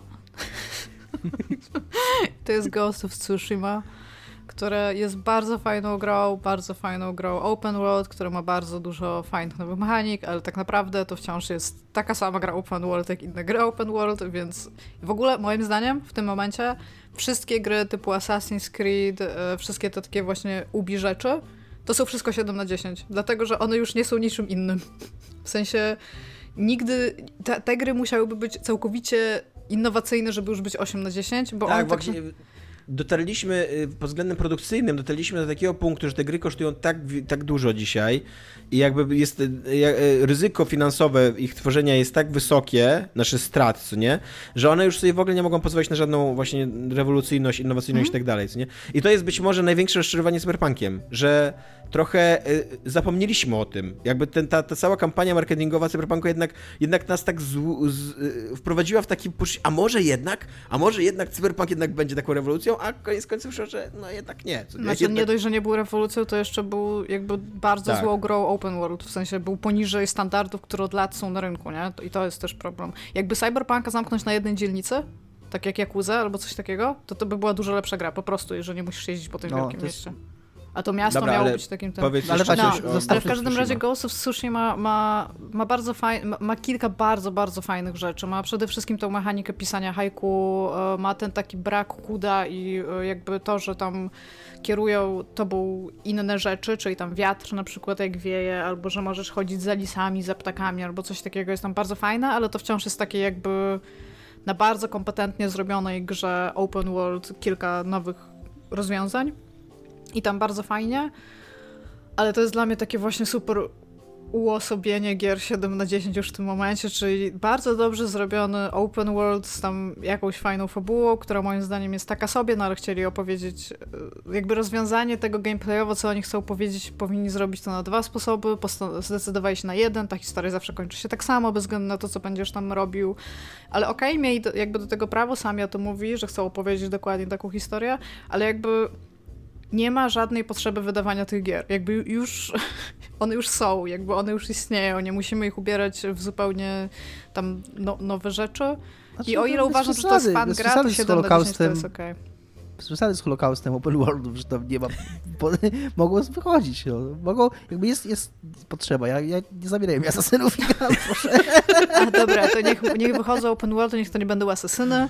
To jest Ghost of Tsushima, które jest bardzo fajną grą open world, która ma bardzo dużo fajnych nowych mechanik, ale tak naprawdę to wciąż jest taka sama gra open world, jak inne gry open world, więc w ogóle moim zdaniem w tym momencie wszystkie gry typu Assassin's Creed, wszystkie te takie właśnie Ubi rzeczy, to są wszystko 7/10, dlatego że one już nie są niczym innym. W sensie nigdy te gry musiałyby być całkowicie innowacyjne, żeby już być 8/10, bo tak, one właśnie... dotarliśmy pod względem produkcyjnym, dotarliśmy do takiego punktu, że te gry kosztują tak dużo dzisiaj i jakby jest ryzyko finansowe ich tworzenia jest tak wysokie, nasze straty, co nie, że one już sobie w ogóle nie mogą pozwolić na żadną właśnie rewolucyjność, innowacyjność i tak dalej, co nie. I to jest być może największe rozczarowanie Cyberpunkiem, że trochę zapomnieliśmy o tym. Jakby ta cała kampania marketingowa Cyberpunku jednak nas tak wprowadziła w taki push, a może jednak Cyberpunk jednak będzie taką rewolucją, a koniec końców wyszło, że no jednak nie. Znaczy nie dość, że nie był rewolucją, to jeszcze był jakby bardzo złą grą open world, w sensie był poniżej standardów, które od lat są na rynku, nie? I to jest też problem. Jakby Cyberpunka zamknąć na jednej dzielnicy, tak jak Yakuzę albo coś takiego, to by była dużo lepsza gra, po prostu, jeżeli nie musisz jeździć po tym wielkim mieście. A to miasto miało być takim... Ale w każdym razie Ghost of Tsushima ma bardzo ma kilka bardzo, bardzo fajnych rzeczy. Ma przede wszystkim tą mechanikę pisania haiku, ma ten taki brak kuda i jakby to, że tam kierują tobą inne rzeczy, czyli tam wiatr na przykład jak wieje, albo że możesz chodzić za lisami, za ptakami, albo coś takiego jest tam bardzo fajne, ale to wciąż jest takie jakby na bardzo kompetentnie zrobionej grze open world kilka nowych rozwiązań. I tam bardzo fajnie, ale to jest dla mnie takie właśnie super uosobienie gier 7/10 już w tym momencie, czyli bardzo dobrze zrobiony open world z tam jakąś fajną fabułą, która moim zdaniem jest taka sobie, no ale chcieli opowiedzieć, jakby rozwiązanie tego gameplayowo, co oni chcą powiedzieć, powinni zrobić to na 2 sposoby, zdecydowali się na jeden, ta historia zawsze kończy się tak samo, bez względu na to, co będziesz tam robił, ale okej, mieli jakby do tego prawo, sami o tym mówi, że chcą opowiedzieć dokładnie taką historię, ale jakby nie ma żadnej potrzeby wydawania tych gier. Jakby już one już są, jakby one już istnieją, nie musimy ich ubierać w zupełnie tam nowe rzeczy. Znaczy, i o ile uważam, że to jest fan gra, to 7/10 to jest okej. Bez przesady z Holokaustem open worldów, że tam nie ma... mogą wychodzić. No. Mogą... Jakby jest potrzeba. Ja nie zabierałem asasynów. Proszę. A dobra, to niech wychodzą open world, to niech to nie będą asasyny.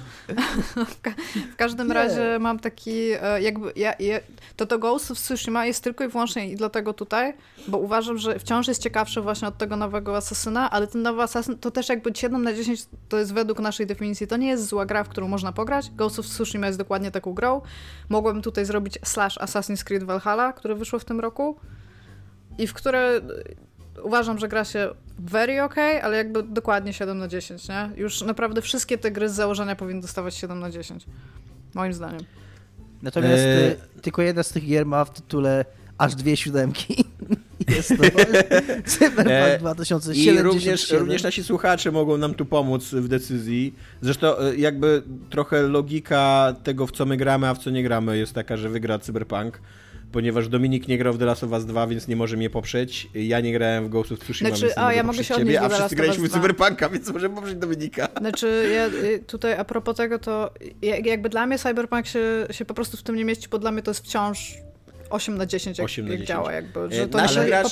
W każdym razie mam taki... jakby to Ghost of Tsushima jest tylko i wyłącznie i dlatego tutaj, bo uważam, że wciąż jest ciekawszy właśnie od tego nowego asasyna, ale ten nowy asasyn to też jakby 7/10 to jest według naszej definicji. To nie jest zła gra, w którą można pograć. Ghost of Tsushima jest dokładnie taką grą. Mogłem tutaj zrobić /Assassin's Creed Valhalla, które wyszło w tym roku i w które uważam, że gra się very okay, ale jakby dokładnie 7/10, nie? Już naprawdę wszystkie te gry z założenia powinny dostawać 7/10. Moim zdaniem. Natomiast tylko jedna z tych gier ma w tytule aż 2 siódemki. Jest to Cyberpunk 2077. I również nasi słuchacze mogą nam tu pomóc w decyzji. Zresztą jakby trochę logika tego, w co my gramy, a w co nie gramy jest taka, że wygra Cyberpunk. Ponieważ Dominik nie grał w The Last of Us 2, więc nie może mnie poprzeć. Ja nie grałem w Ghost of Tsushima, więc nie mogę poprzeć ciebie, a wszyscy graliśmy w Cyberpunka, więc możemy poprzeć Dominika. Znaczy, ja tutaj a propos tego, to jakby dla mnie Cyberpunk się po prostu w tym nie mieści, bo dla mnie to jest wciąż 8/10, jak działa. Jakby, że to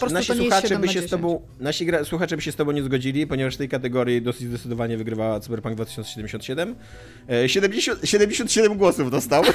nasi słuchacze by się z tobą nie zgodzili, ponieważ w tej kategorii dosyć zdecydowanie wygrywała Cyberpunk 2077. 77 głosów dostał.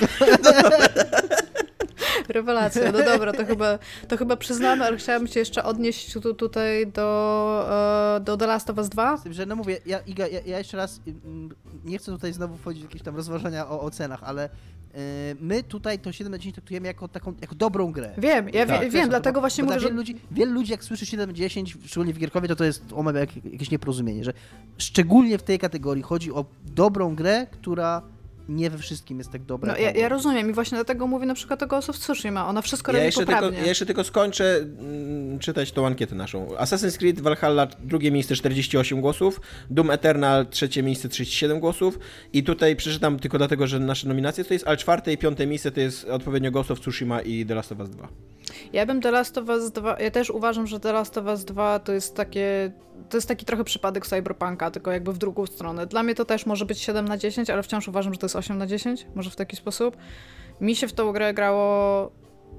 Rewelacja, no dobra, to chyba przyznamy, ale chciałabym się jeszcze odnieść tutaj do The Last of Us 2. Z tym, że no mówię, ja jeszcze raz nie chcę tutaj znowu wchodzić w jakieś tam rozważania o ocenach, ale my tutaj to 7/10 traktujemy jako dobrą grę. Wiem, wiem, dlatego właśnie mówię, że... Wielu ludzi jak słyszy 7/10, szczególnie w gierkowie, to jest omawia jakieś nieporozumienie, że szczególnie w tej kategorii chodzi o dobrą grę, która nie we wszystkim jest tak dobra. No, ja rozumiem i właśnie dlatego mówię na przykład o Ghost of Tsushima. Ona wszystko robi poprawnie. Ja jeszcze tylko skończę czytać tą ankietę naszą. Assassin's Creed Valhalla 2. miejsce 48 głosów, Doom Eternal 3. miejsce 37 głosów i tutaj przeczytam tylko dlatego, że nasze nominacje to jest, ale 4. i 5. miejsce to jest odpowiednio Ghost of Tsushima i The Last of Us 2. Ja bym The Last of Us 2, ja też uważam, że The Last of Us 2 to jest taki trochę przypadek Cyberpunka, tylko jakby w drugą stronę. Dla mnie to też może być 7/10, ale wciąż uważam, że to jest 8/10, może w taki sposób. Mi się w tą grę grało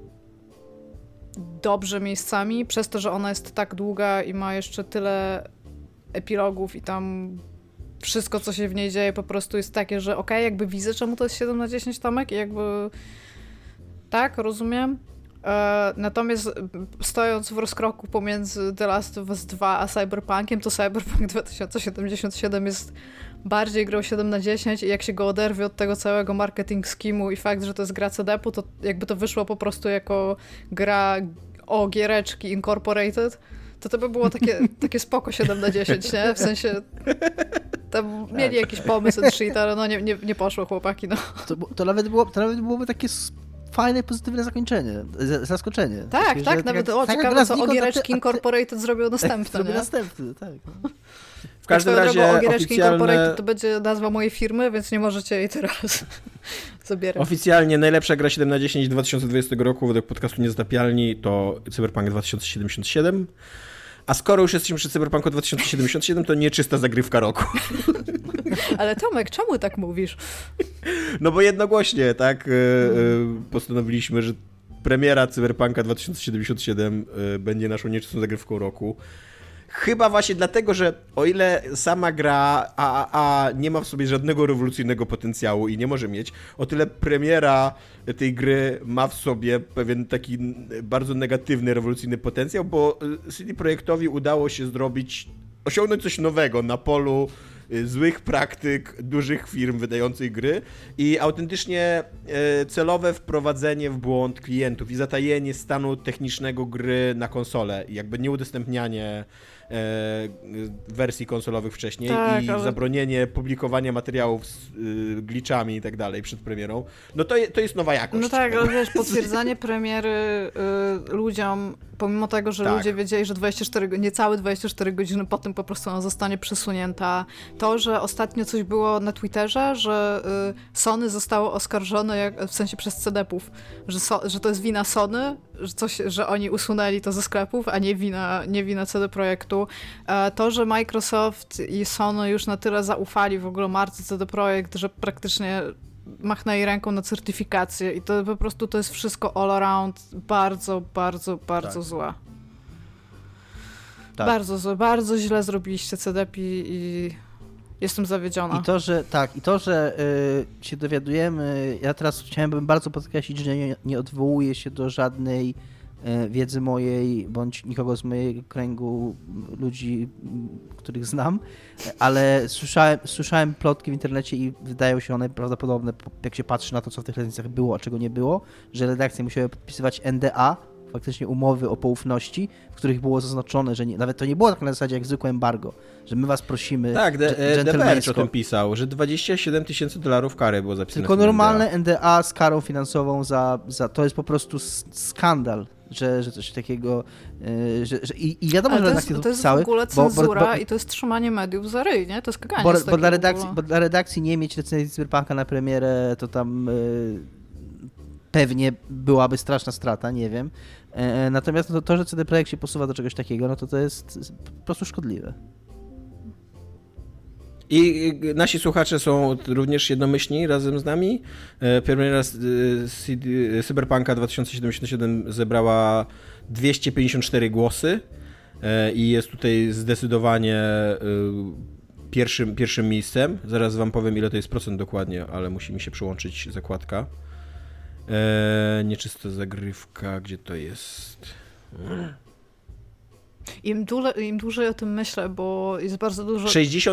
dobrze miejscami, przez to, że ona jest tak długa i ma jeszcze tyle epilogów i tam wszystko, co się w niej dzieje, po prostu jest takie, że okej, jakby widzę, czemu to jest 7/10, Tomek, i jakby tak, rozumiem. Natomiast stojąc w rozkroku pomiędzy The Last of Us 2 a Cyberpunkiem, to Cyberpunk 2077 jest bardziej grą 7/10 i jak się go oderwie od tego całego marketing scheme'u i fakt, że to jest gra CD-pu, to jakby to wyszło po prostu jako gra o giereczki Incorporated, to by było takie spoko 7/10, nie? W sensie tam mieli jakiś pomysł and shit, ale no nie poszło, chłopaki, no. To nawet byłoby takie fajne, pozytywne zaskoczenie. Tak, nawet ciekawe, co Ogiereczki Incorporated zrobił następne, nie? Następny, tak. No. W każdym razie Ogiereczki Incorporated to będzie nazwa mojej firmy, więc nie możecie jej teraz zabierać. Oficjalnie najlepsza gra 7/10 2020 roku według podcastu Niezatapialni to Cyberpunk 2077. A skoro już jesteśmy przy Cyberpunku 2077, to nieczysta zagrywka roku. Ale Tomek, czemu tak mówisz? No bo jednogłośnie, tak, postanowiliśmy, że premiera Cyberpunka 2077 będzie naszą nieczystą zagrywką roku. Chyba właśnie dlatego, że o ile sama gra nie ma w sobie żadnego rewolucyjnego potencjału i nie może mieć, o tyle premiera tej gry ma w sobie pewien taki bardzo negatywny, rewolucyjny potencjał, bo CD Projektowi udało się osiągnąć coś nowego na polu złych praktyk dużych firm wydających gry i autentycznie celowe wprowadzenie w błąd klientów i zatajenie stanu technicznego gry na konsolę i jakby nieudostępnianie wersji konsolowych wcześniej tak, zabronienie publikowania materiałów z glitchami i tak dalej przed premierą, no to jest nowa jakość. No tak, ale wiesz, potwierdzanie premiery ludziom, pomimo tego, że ludzie wiedzieli, że niecałe 24 godziny po tym po prostu ona zostanie przesunięta. To, że ostatnio coś było na Twitterze, że Sony zostało oskarżone w sensie przez CD-ów, że to jest wina Sony, że oni usunęli to ze sklepów, a nie wina CD Projektu. To, że Microsoft i Sony już na tyle zaufali w ogóle marce CD Projekt, że praktycznie machnęli ręką na certyfikację i to po prostu to jest wszystko all around bardzo, bardzo, bardzo złe. Tak. Bardzo złe, bardzo źle zrobiliście CDP i jestem zawiedziona. I to, że się dowiadujemy, ja teraz chciałem bardzo podkreślić, że nie odwołuję się do żadnej wiedzy mojej, bądź nikogo z mojego kręgu ludzi, których znam, ale słyszałem plotki w internecie i wydają się one prawdopodobne, jak się patrzy na to, co w tych recenzjach było, a czego nie było, że redakcje musiały podpisywać NDA, faktycznie umowy o poufności, w których było zaznaczone, że nawet to nie było tak na zasadzie jak zwykłe embargo, że my was prosimy. Tak, The Verge o tym pisał, że $27,000 kary było zapisane. Tylko normalne NDA z karą finansową za to jest po prostu skandal, że coś takiego, i wiadomo, że redakcje to jest w ogóle cenzura i to jest trzymanie mediów za ryj, nie? To jest kaganie z tego bo dla redakcji nie mieć recenzji Cyberpunka na premierę, to tam pewnie byłaby straszna strata, nie wiem. Natomiast to, że CD Projekt się posuwa do czegoś takiego, no to jest po prostu szkodliwe. I nasi słuchacze są również jednomyślni razem z nami. Premiera Cyberpunka 2077 zebrała 254 głosy i jest tutaj zdecydowanie pierwszym miejscem. Zaraz wam powiem, ile to jest procent dokładnie, ale musi mi się przyłączyć zakładka. Nieczysta zagrywka, gdzie to jest? Im dłużej o tym myślę, bo jest bardzo dużo...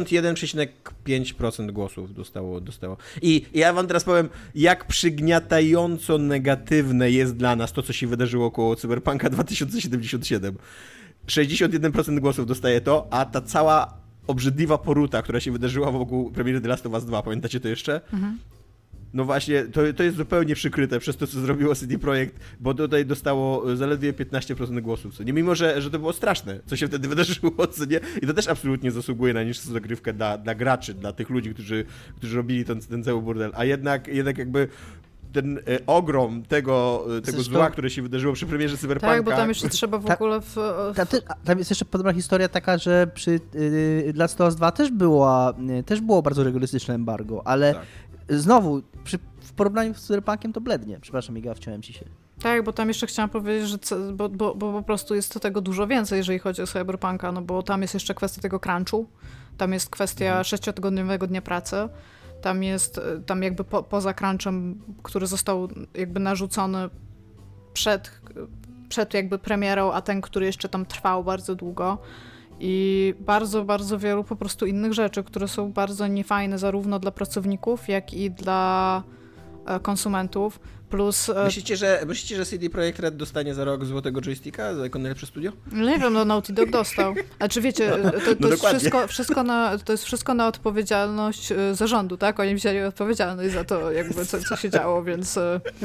61,5% głosów dostało. I ja wam teraz powiem, jak przygniatająco negatywne jest dla nas to, co się wydarzyło około Cyberpunka 2077. 61% głosów dostaje to, a ta cała obrzydliwa poruta, która się wydarzyła wokół premiery The Last of Us 2, pamiętacie to jeszcze? Mhm. No właśnie, to jest zupełnie przykryte przez to, co zrobiło CD Projekt, bo tutaj dostało zaledwie 15% głosów, co nie? Mimo, że to było straszne, co się wtedy wydarzyło, co nie? I to też absolutnie zasługuje na niższą zagrywkę dla graczy, dla tych ludzi, którzy robili ten cały burdel, a jednak jakby ten ogrom tego zła, które się wydarzyło przy premierze Cyberpunka. Tak, bo tam jeszcze trzeba w ogóle... Tam jest jeszcze podobna historia taka, że przy Last of Us 2 też było bardzo rygorystyczne embargo, ale znowu, w porównaniu z Cyberpunkiem to blednie. Przepraszam, Iga, wciąłem ci się. Tak, bo tam jeszcze chciałam powiedzieć, że bo po prostu jest tego dużo więcej, jeżeli chodzi o Cyberpunka, no bo tam jest jeszcze kwestia tego crunchu, tam jest kwestia 6-tygodniowego dnia pracy, tam jakby poza crunchem, który został jakby narzucony przed jakby premierą, a ten, który jeszcze tam trwał bardzo długo. i bardzo, bardzo wielu po prostu innych rzeczy, które są bardzo niefajne zarówno dla pracowników, jak i dla konsumentów. Plus... Myślicie, że CD Projekt Red dostanie za rok złotego joysticka jako najlepsze studio? Nie wiem, Naughty Dog dostał. A czy wiecie, to jest to jest wszystko na odpowiedzialność zarządu, tak? Oni wzięli odpowiedzialność za to, jakby co się działo, więc...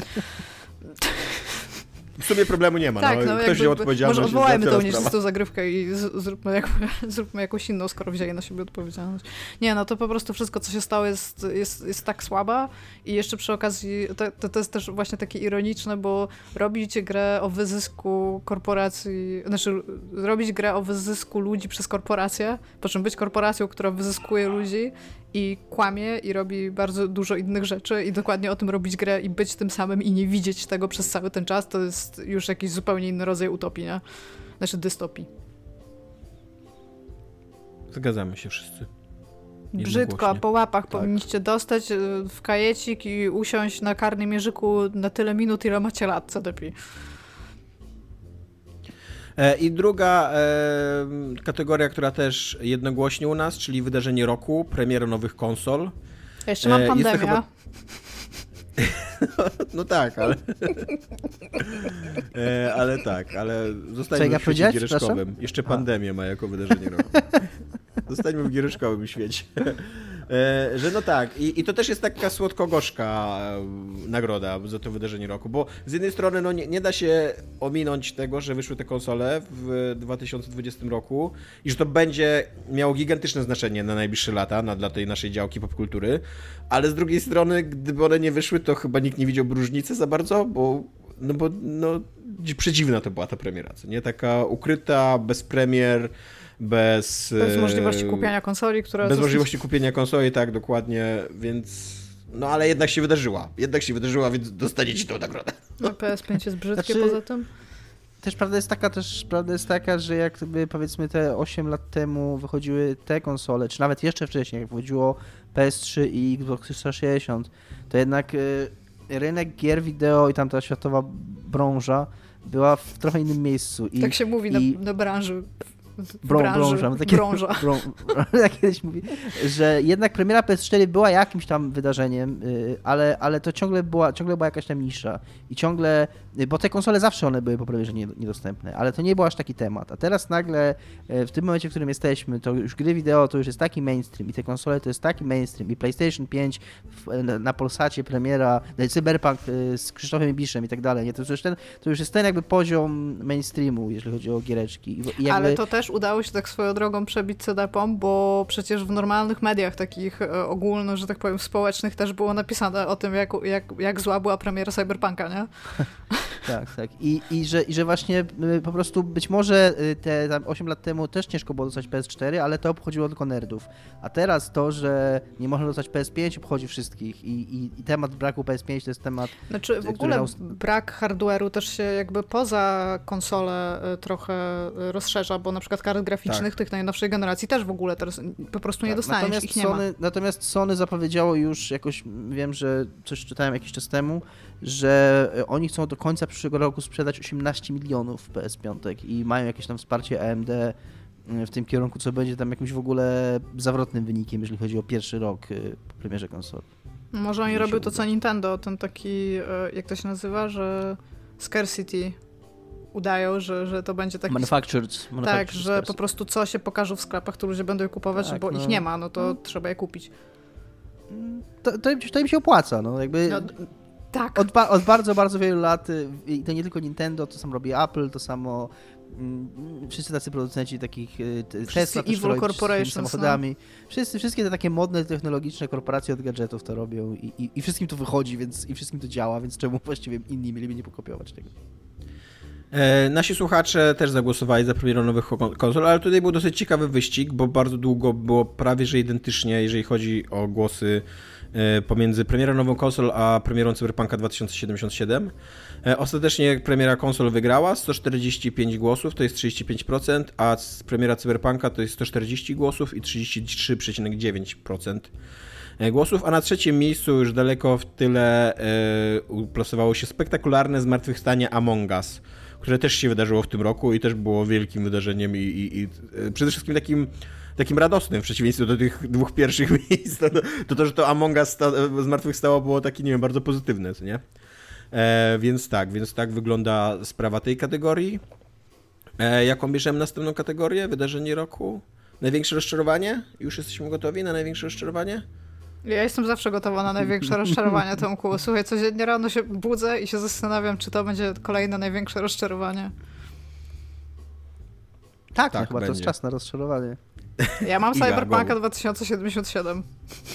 W sumie problemu nie ma. Tak, ktoś wziął odpowiedzialność. Może odwołajmy tą nieczystą zagrywkę i zróbmy jakąś inną, skoro wzięli na siebie odpowiedzialność. Nie, to po prostu wszystko, co się stało jest tak słaba i jeszcze przy okazji to jest też właśnie takie ironiczne, bo robić grę o wyzysku korporacji, robić grę o wyzysku ludzi przez korporację, po czym być korporacją, która wyzyskuje ludzi i kłamie i robi bardzo dużo innych rzeczy i dokładnie o tym robić grę i być tym samym i nie widzieć tego przez cały ten czas, to jest już jakiś zupełnie inny rodzaj utopii, nie? Dystopii. Zgadzamy się wszyscy. Brzydko, a po łapach powinniście dostać w kajecik i usiąść na karnym mierzyku na tyle minut, ile macie lat, co lepiej. I druga kategoria, która też jednogłośnie u nas, czyli wydarzenie roku, premiera nowych konsol. Ja jeszcze mam pandemię. Chyba... No tak, ale zostańmy w świecie giereczkowym. Jeszcze pandemię ma jako wydarzenie roku. Zostańmy w giereczkowym świecie. Że i to też jest taka słodko-gorzka nagroda za to wydarzenie roku, bo z jednej strony nie da się ominąć tego, że wyszły te konsole w 2020 roku i że to będzie miało gigantyczne znaczenie na najbliższe lata dla tej naszej działki popkultury, ale z drugiej strony, gdyby one nie wyszły, to chyba nikt nie widział różnicy za bardzo, bo przedziwna to była ta premiera, co nie? Taka ukryta, bez premier, bez możliwości kupienia konsoli, bez możliwości kupienia konsoli, tak, dokładnie, więc... ale jednak się wydarzyła, więc dostaniecie tą nagrodę. PS5 jest brzydkie poza tym? Też prawda jest taka, że jak powiedzmy te 8 lat temu wychodziły te konsole, czy nawet jeszcze wcześniej, jak wychodziło PS3 i Xbox 360, to jednak rynek gier wideo i tamta światowa branża była w trochę innym miejscu. Tak się mówi na branży. Brąża. Jak kiedyś mówi, że jednak premiera PS4 była jakimś tam wydarzeniem, ale to ciągle była jakaś tam nisza i ciągle, bo te konsole zawsze one były po premierze niedostępne, ale to nie był aż taki temat, a teraz nagle w tym momencie, w którym jesteśmy, to już gry wideo to już jest taki mainstream i te konsole to jest taki mainstream i PlayStation 5 na Polsacie premiera, Cyberpunk z Krzysztofem Ibiszem i tak dalej, to już jest ten jakby poziom mainstreamu, jeżeli chodzi o giereczki. Ale to też udało się tak swoją drogą przebić CD-pom, bo przecież w normalnych mediach takich ogólno, że tak powiem społecznych też było napisane o tym, jak zła była premiera Cyberpunka, nie? Tak. I że właśnie po prostu być może te tam 8 lat temu też ciężko było dostać PS4, ale to obchodziło tylko nerdów. A teraz to, że nie można dostać PS5 obchodzi wszystkich i temat braku PS5 to jest temat... Znaczy w ogóle brak hardware'u też się jakby poza konsolę trochę rozszerza, bo na przykład kart graficznych tych najnowszej generacji też w ogóle teraz po prostu nie dostajesz, ich nie ma. Natomiast Sony zapowiedziało już jakoś, wiem, że coś czytałem jakiś czas temu, że oni chcą do końca przyszłego roku sprzedać 18 milionów PS5 i mają jakieś tam wsparcie AMD w tym kierunku, co będzie tam jakimś w ogóle zawrotnym wynikiem, jeżeli chodzi o pierwszy rok po premierze konsoli. Może oni robią to co Nintendo, ten taki, jak to się nazywa, że scarcity udają, że to będzie taki... Manufactured tak, że po prostu co się pokaże w sklepach, to ludzie będą je kupować, bo ich nie ma, to trzeba je kupić. To im się opłaca, jakby... Tak. Od bardzo, bardzo wielu lat, i to nie tylko Nintendo, to samo robi Apple, to samo wszyscy tacy producenci takich Tesla też Evil Corporation z samochodami. Wszystkie te takie modne, technologiczne korporacje od gadżetów to robią i wszystkim to wychodzi, i wszystkim to działa, więc czemu właściwie inni mieliby nie pokopiować tego? Nasi słuchacze też zagłosowali za premierą nowych konsol, ale tutaj był dosyć ciekawy wyścig, bo bardzo długo było prawie że identycznie, jeżeli chodzi o głosy pomiędzy premierą nową konsol a premierą Cyberpunka 2077. Ostatecznie premiera konsol wygrała, 145 głosów, to jest 35%, a premiera Cyberpunka to jest 140 głosów i 33,9% głosów, a na trzecim miejscu już daleko w tyle uplasowało się spektakularne zmartwychwstanie Among Us, które też się wydarzyło w tym roku i też było wielkim wydarzeniem i przede wszystkim takim radosnym, w przeciwieństwie do tych dwóch pierwszych miejsc, to, że to Among Us zmartwychwstało, było takie, nie wiem, bardzo pozytywne, co nie? Więc tak wygląda sprawa tej kategorii. Jaką bierzemy następną kategorię? Wydarzenie roku? Największe rozczarowanie? Już jesteśmy gotowi na największe rozczarowanie? Ja jestem zawsze gotowa na największe rozczarowanie, Tomku. Słuchaj, codziennie rano się budzę i się zastanawiam, czy to będzie kolejne największe rozczarowanie. Tak, chyba będzie. To jest czas na rozczarowanie. Ja mam Cyberpunka 2077.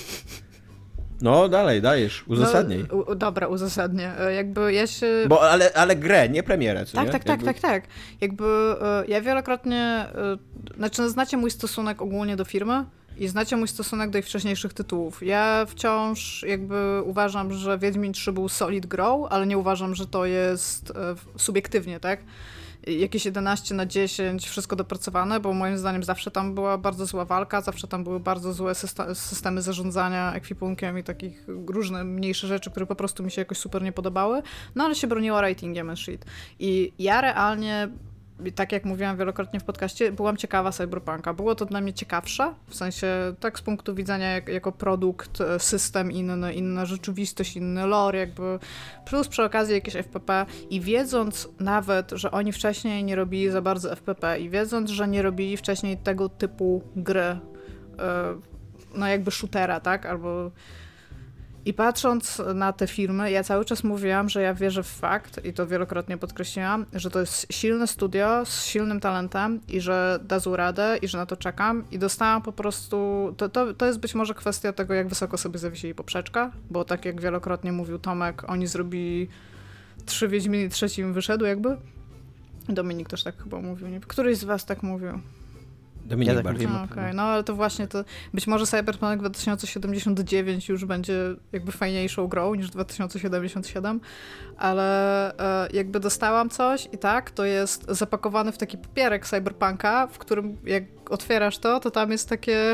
No dalej, dajesz, uzasadnij. No, dobra, uzasadnię. Jakby ja się... Ale grę, nie premierę, co nie? Tak. Jakby ja wielokrotnie... Znaczy, znacie mój stosunek ogólnie do firmy i znacie mój stosunek do ich wcześniejszych tytułów. Ja wciąż jakby uważam, że Wiedźmin 3 był solid grą, ale nie uważam, że to jest subiektywnie, tak? Jakieś 11/10, wszystko dopracowane, bo moim zdaniem zawsze tam była bardzo zła walka, zawsze tam były bardzo złe systemy zarządzania ekwipunkiem i takich różne mniejsze rzeczy, które po prostu mi się jakoś super nie podobały, no ale się broniło ratingiem and shit. I ja realnie, tak jak mówiłam wielokrotnie w podcaście, byłam ciekawa Cyberpunka. Było to dla mnie ciekawsze, w sensie tak z punktu widzenia jako produkt, system inny, inna rzeczywistość, inny lore, jakby plus przy okazji jakieś FPP i wiedząc nawet, że oni wcześniej nie robili za bardzo FPP i wiedząc, że nie robili wcześniej tego typu gry, no jakby shootera, tak, albo... I patrząc na te filmy, ja cały czas mówiłam, że ja wierzę w fakt, i to wielokrotnie podkreśliłam, że to jest silne studio z silnym talentem i że dadzą radę i że na to czekam. I dostałam po prostu... To jest być może kwestia tego, jak wysoko sobie zawiesili poprzeczkę, bo tak jak wielokrotnie mówił Tomek, oni zrobili 3 Wiedźminy, trzeci im wyszedł jakby. Dominik też tak chyba mówił, nie? Któryś z was tak mówił? Dominik ja bardziej. Okej, no ale to właśnie to... Być może Cyberpunk 2079 już będzie jakby fajniejszą grą niż 2077, ale jakby dostałam coś i tak, to jest zapakowany w taki papierek Cyberpunka, w którym jak otwierasz to tam jest takie...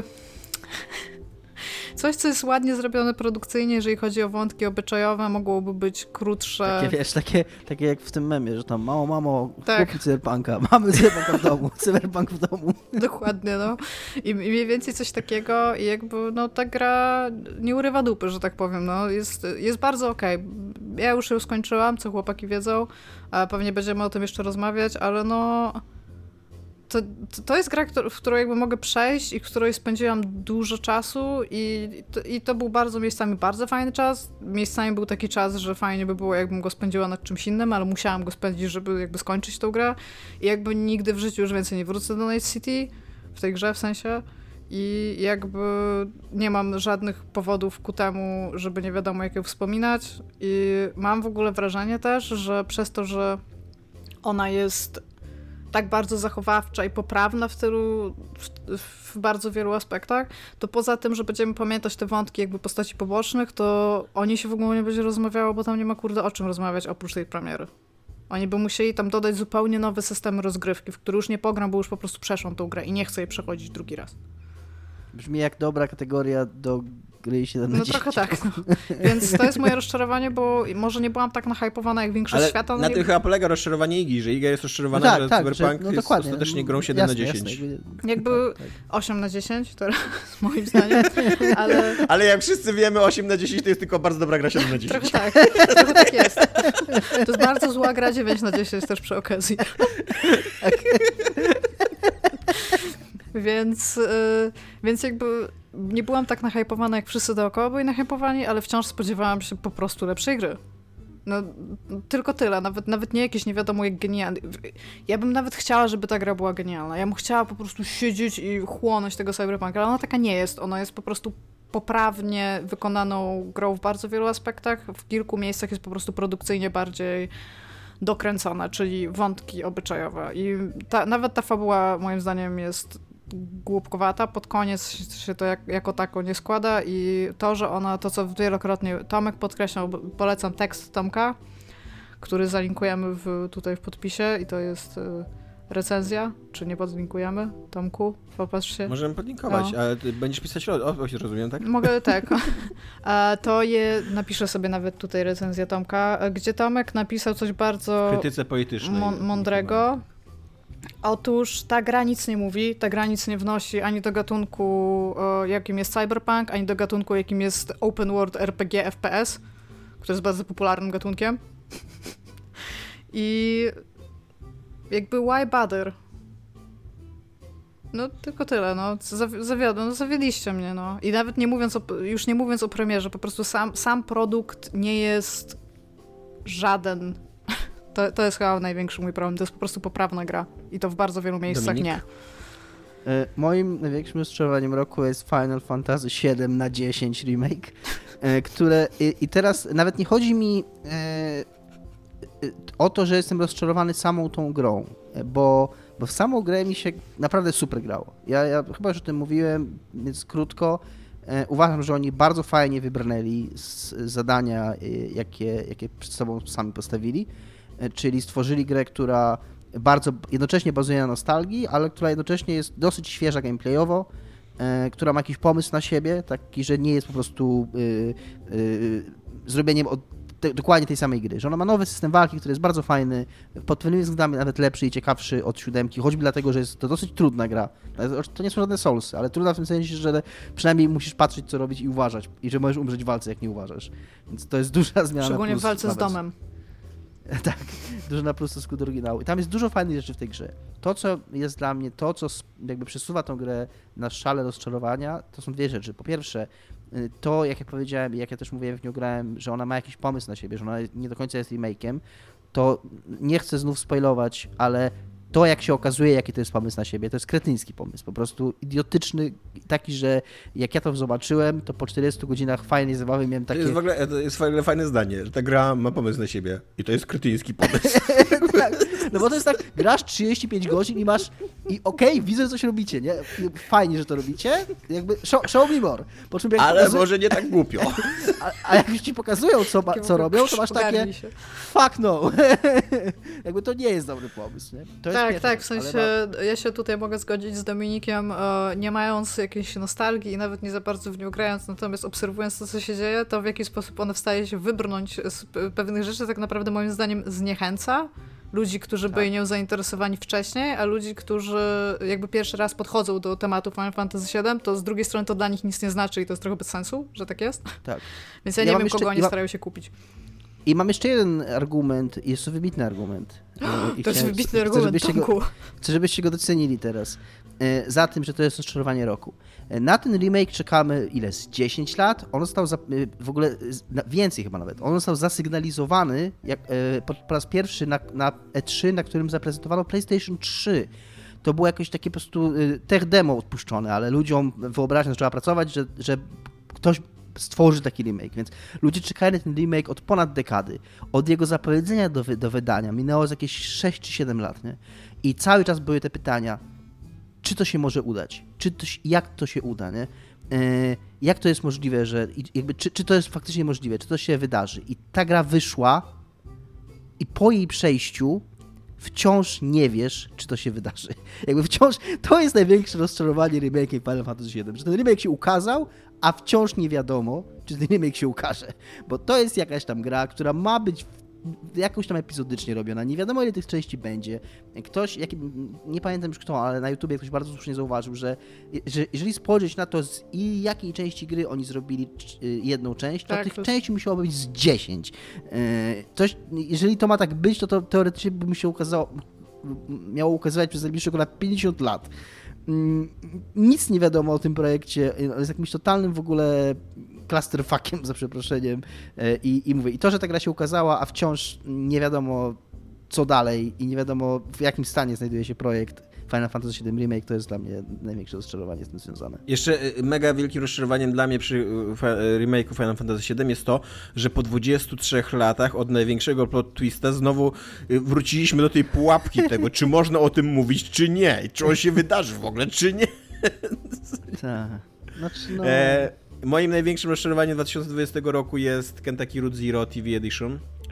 Coś, co jest ładnie zrobione produkcyjnie, jeżeli chodzi o wątki obyczajowe, mogłoby być krótsze. Takie, wiesz, takie jak w tym memie, że tam mamo, tak. Kupi Cyberpunka, mamy Cyberpunka w domu, Cyberpunk w domu. Dokładnie, no. I mniej więcej coś takiego i jakby, no ta gra nie urywa dupy, że tak powiem, no. Jest bardzo okej. Ja już ją skończyłam, co chłopaki wiedzą, a pewnie będziemy o tym jeszcze rozmawiać, ale no... To jest gra, w którą jakby mogę przejść i w której spędziłam dużo czasu i to był miejscami bardzo fajny czas. Miejscami był taki czas, że fajnie by było, jakbym go spędziła nad czymś innym, ale musiałam go spędzić, żeby jakby skończyć tą grę. I jakby nigdy w życiu już więcej nie wrócę do Night City, w tej grze w sensie. I jakby nie mam żadnych powodów ku temu, żeby nie wiadomo jak ją wspominać. I mam w ogóle wrażenie też, że przez to, że ona jest tak bardzo zachowawcza i poprawna w bardzo wielu aspektach, to poza tym, że będziemy pamiętać te wątki jakby postaci pobocznych, to o niej się w ogóle nie będzie rozmawiało, bo tam nie ma o czym rozmawiać oprócz tej premiery. Oni by musieli tam dodać zupełnie nowe systemy rozgrywki, w które już nie pogram, bo już po prostu przeszłam tą grę i nie chcę jej przechodzić drugi raz. Brzmi jak dobra kategoria do gry 7/10. No trochę tak. Więc to jest moje rozczarowanie, bo może nie byłam tak nahypowana jak większość ale świata. Na tym chyba polega rozczarowanie Igi, że Iga jest rozczarowana, że Cyberpunk jest ostatecznie grą 7/10. Jakby 8/10, to moim zdaniem. Ale jak wszyscy wiemy, 8/10 to jest tylko bardzo dobra gra 7/10. Trochę tak jest. To jest bardzo zła gra 9/10 też przy okazji. Więc jakby nie byłam tak nahypowana, jak wszyscy dookoła byli nahypowani, ale wciąż spodziewałam się po prostu lepszej gry. No, tylko tyle. Nawet nie jakieś nie wiadomo jak genialne. Ja bym nawet chciała, żeby ta gra była genialna. Ja bym chciała po prostu siedzieć i chłonąć tego Cyberpunka, ale ona taka nie jest. Ona jest po prostu poprawnie wykonaną grą w bardzo wielu aspektach. W kilku miejscach jest po prostu produkcyjnie bardziej dokręcona, czyli wątki obyczajowe. I nawet ta fabuła moim zdaniem jest głupkowata, pod koniec się to jako tako nie składa i to, że ona, to co wielokrotnie Tomek podkreślał, polecam tekst Tomka, który zalinkujemy tutaj w podpisie i to jest recenzja, czy nie podlinkujemy? Tomku, popatrz się. Możemy podlinkować, ale ty będziesz pisać rozumiem, tak? Mogę, tak. To napiszę sobie nawet tutaj recenzję Tomka, gdzie Tomek napisał coś bardzo... W krytyce politycznej. Mądrego. Otóż ta gra nic nie mówi, ta gra nic nie wnosi ani do gatunku, jakim jest Cyberpunk, ani do gatunku, jakim jest Open World RPG FPS, który jest bardzo popularnym gatunkiem. I jakby why bother? No tylko tyle, no. Zawiedliście mnie, no. I nawet już nie mówiąc o premierze, po prostu sam produkt nie jest żaden. To jest chyba największy mój problem. To jest po prostu poprawna gra. I to w bardzo wielu miejscach Dominik? nie. Moim największym rozczarowaniem roku jest Final Fantasy 7/10 remake, które... I teraz nawet nie chodzi mi o to, że jestem rozczarowany samą tą grą, bo w samą grę mi się naprawdę super grało. Ja chyba już o tym mówiłem, więc krótko. Uważam, że oni bardzo fajnie wybrnęli z zadania, jakie przed sobą sami postawili, czyli stworzyli grę, która bardzo jednocześnie bazuje na nostalgii, ale która jednocześnie jest dosyć świeża gameplayowo, która ma jakiś pomysł na siebie, taki, że nie jest po prostu zrobieniem dokładnie tej samej gry, że ona ma nowy system walki, który jest bardzo fajny, pod pewnymi względami nawet lepszy i ciekawszy od 7, choćby dlatego, że jest to dosyć trudna gra. To nie są żadne Soulsy, ale trudna w tym sensie, że przynajmniej musisz patrzeć, co robić i uważać, i że możesz umrzeć w walce, jak nie uważasz. Więc to jest duża zmiana. Szczególnie w walce z domem. Tak, dużo na plus w stosunku do oryginału. I tam jest dużo fajnych rzeczy w tej grze. To, co jest dla mnie, to, co jakby przesuwa tą grę na szale rozczarowania, to są dwie rzeczy. Po pierwsze, to, jak ja powiedziałem i jak ja też mówiłem, w nią grałem, że ona ma jakiś pomysł na siebie, że ona nie do końca jest remake'iem, to nie chcę znów spoilować, ale to, jak się okazuje, jaki to jest pomysł na siebie, to jest kretyński pomysł, po prostu idiotyczny, taki, że jak ja to zobaczyłem, to po 40 godzinach fajnej zabawy miałem takie... To jest w ogóle fajne zdanie, że ta gra ma pomysł na siebie i to jest kretyński pomysł. Tak, no bo to jest tak, grasz 35 godzin i masz... I okej, widzę, coś robicie, nie? Fajnie, że to robicie, jakby show me more. Po czym jak ale może nie tak głupio. A jak już ci pokazują, co robią, to masz takie fuck no. Jakby to nie jest dobry pomysł, nie? To jest tak, w sensie ja się tutaj mogę zgodzić z Dominikiem, nie mając jakiejś nostalgii i nawet nie za bardzo w nią grając, natomiast obserwując to, co się dzieje, to w jaki sposób one wstaje się wybrnąć z pewnych rzeczy, tak naprawdę moim zdaniem zniechęca ludzi, którzy byli nią zainteresowani wcześniej, a ludzi, którzy jakby pierwszy raz podchodzą do tematu Final Fantasy VII, to z drugiej strony to dla nich nic nie znaczy i to jest trochę bez sensu, że tak jest. Tak. Więc ja nie wiem, kogo oni starają się kupić. I mam jeszcze jeden argument, jest to wybitny argument. To jest wybitny argument, Tomku. Chcę, żebyście go docenili teraz. Za tym, że to jest rozczarowanie roku. Na ten remake czekamy z 10 lat. On został w ogóle więcej chyba nawet. On został zasygnalizowany po raz pierwszy na E3, na którym zaprezentowano PlayStation 3. To było jakoś takie po prostu tech demo odpuszczone, ale ludziom wyobraźnia zaczęła pracować, że ktoś stworzy taki remake, więc ludzie czekają na ten remake od ponad dekady. Od jego zapowiedzenia do wydania minęło z jakieś 6 czy 7 lat, nie? I cały czas były te pytania, czy to się może udać? Jak to się uda, nie? Jak to jest możliwe, że czy to jest faktycznie możliwe, czy to się wydarzy? I ta gra wyszła i po jej przejściu wciąż nie wiesz, czy to się wydarzy. Jakby wciąż, to jest największe rozczarowanie remake'iem Final Fantasy VII, że ten remake się ukazał, a wciąż nie wiadomo, czy ten remake się ukaże. Bo to jest jakaś tam gra, która ma być jakoś tam epizodycznie robiona. Nie wiadomo, ile tych części będzie. Ktoś, nie pamiętam już kto, ale na YouTubie ktoś bardzo słusznie zauważył, że jeżeli spojrzeć na to, z jakiej części gry oni zrobili jedną część, to tych części musiało być z 10. Jeżeli to ma tak być, to teoretycznie by mu się miało ukazywać przez najbliższe około 50 lat. Nic nie wiadomo o tym projekcie. Jest jakimś totalnym w ogóle clusterfuckiem, za przeproszeniem. I mówię, i to, że ta gra się ukazała, a wciąż nie wiadomo co dalej i nie wiadomo w jakim stanie znajduje się projekt Final Fantasy VII Remake, to jest dla mnie największe rozczarowanie z tym związane. Jeszcze mega wielkim rozczarowaniem dla mnie przy remake'u Final Fantasy VII jest to, że po 23 latach od największego plot twista znowu wróciliśmy do tej pułapki tego, czy można o tym mówić, czy nie, czy on się wydarzy w ogóle, czy nie. Tak. Znaczy, no... Moim największym rozczarowaniem 2020 roku jest Kentucky Route Zero TV Edition,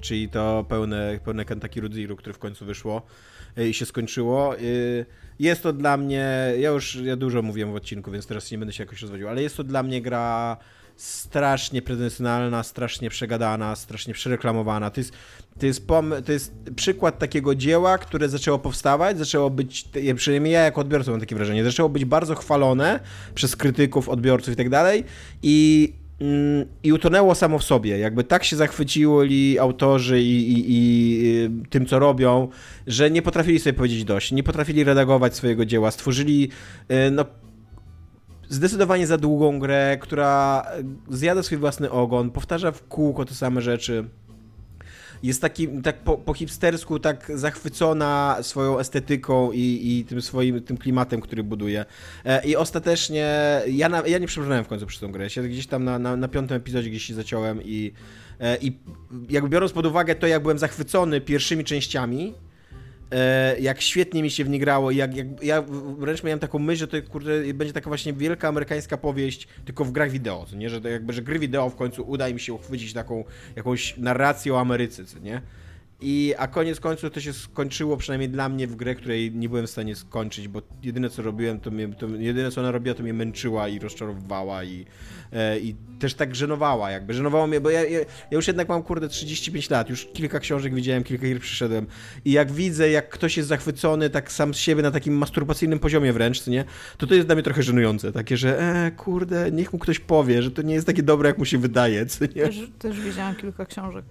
czyli to pełne Kentucky Route Zero, które w końcu wyszło i się skończyło. Jest to dla mnie, ja dużo mówiłem w odcinku, więc teraz nie będę się jakoś rozwodził, ale jest to dla mnie gra strasznie pretensjonalna, strasznie przegadana, strasznie przereklamowana. To jest przykład takiego dzieła, które zaczęło powstawać, zaczęło być, przynajmniej ja jako odbiorca mam takie wrażenie, zaczęło być bardzo chwalone przez krytyków, odbiorców i tak dalej i utonęło samo w sobie. Jakby tak się zachwycili autorzy i tym, co robią, że nie potrafili sobie powiedzieć dość, nie potrafili redagować swojego dzieła, stworzyli zdecydowanie za długą grę, która zjada swój własny ogon, powtarza w kółko te same rzeczy. Jest tak po hipstersku tak zachwycona swoją estetyką i tym klimatem, który buduje. I ostatecznie ja nie przebrnąłem w końcu przez tą grę. Ja gdzieś tam na 5. epizodzie gdzieś się zaciąłem i jakby biorąc pod uwagę to, jak byłem zachwycony pierwszymi częściami, jak świetnie mi się w nie grało i ja wręcz miałem taką myśl, że to będzie taka właśnie wielka amerykańska powieść, tylko w grach wideo, co nie? Że że gry wideo w końcu uda im się uchwycić taką jakąś narrację o Ameryce, co nie? A koniec końców to się skończyło przynajmniej dla mnie w grę, której nie byłem w stanie skończyć, bo jedyne co robiłem, jedyne co ona robiła, to mnie męczyła i rozczarowywała i też tak żenowała jakby. Żenowało mnie, bo ja już jednak mam 35 lat, już kilka książek widziałem, kilka gier przyszedłem i jak widzę, jak ktoś jest zachwycony tak sam z siebie na takim masturbacyjnym poziomie wręcz, co nie? To jest dla mnie trochę żenujące, takie, że niech mu ktoś powie, że to nie jest takie dobre, jak mu się wydaje, co nie? Też widziałem kilka książek.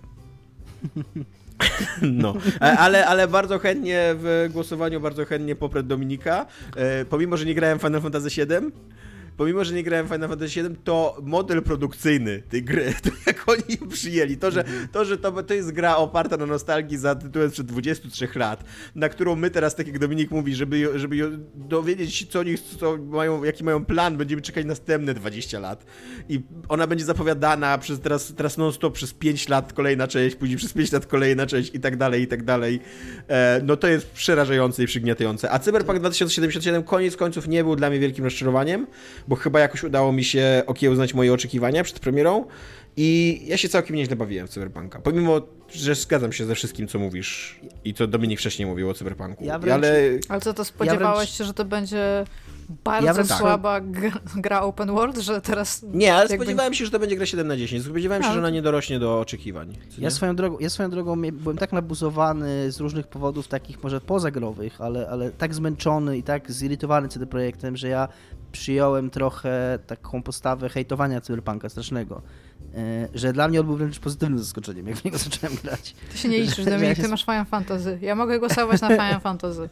No, ale bardzo chętnie w głosowaniu poprę Dominika, pomimo, że nie grałem w Final Fantasy VII. To model produkcyjny tej gry, to jak oni ją przyjęli, to jest gra oparta na nostalgii za tytułem sprzed 23 lat, na którą my teraz, tak jak Dominik mówi, żeby dowiedzieć się, jaki mają plan, będziemy czekać następne 20 lat. I ona będzie zapowiadana teraz non-stop przez 5 lat kolejna część, później przez 5 lat kolejna część i tak dalej. No to jest przerażające i przygniatające. A Cyberpunk 2077 koniec końców nie był dla mnie wielkim rozczarowaniem, bo chyba jakoś udało mi się okiełznać moje oczekiwania przed premierą i ja się całkiem nieźle bawiłem w Cyberpunka. Pomimo, że zgadzam się ze wszystkim, co mówisz i co Dominik wcześniej mówił o Cyberpunku. Ale co, to spodziewałeś się, że to będzie bardzo słaba gra open world, że teraz... Nie, ale spodziewałem się, że to będzie gra 7/10. Spodziewałem się, że ona nie dorośnie do oczekiwań. Ja swoją drogą byłem tak nabuzowany z różnych powodów, takich może pozagrowych, ale tak zmęczony i tak zirytowany CD Projektem, że ja przyjąłem trochę taką postawę hejtowania Cyberpunka strasznego, że dla mnie on był wręcz pozytywnym zaskoczeniem, jak w niego zacząłem grać. Ty się nie liczysz, Dominik, ty masz Final Fantasy. Ja mogę głosować na Final Fantasy.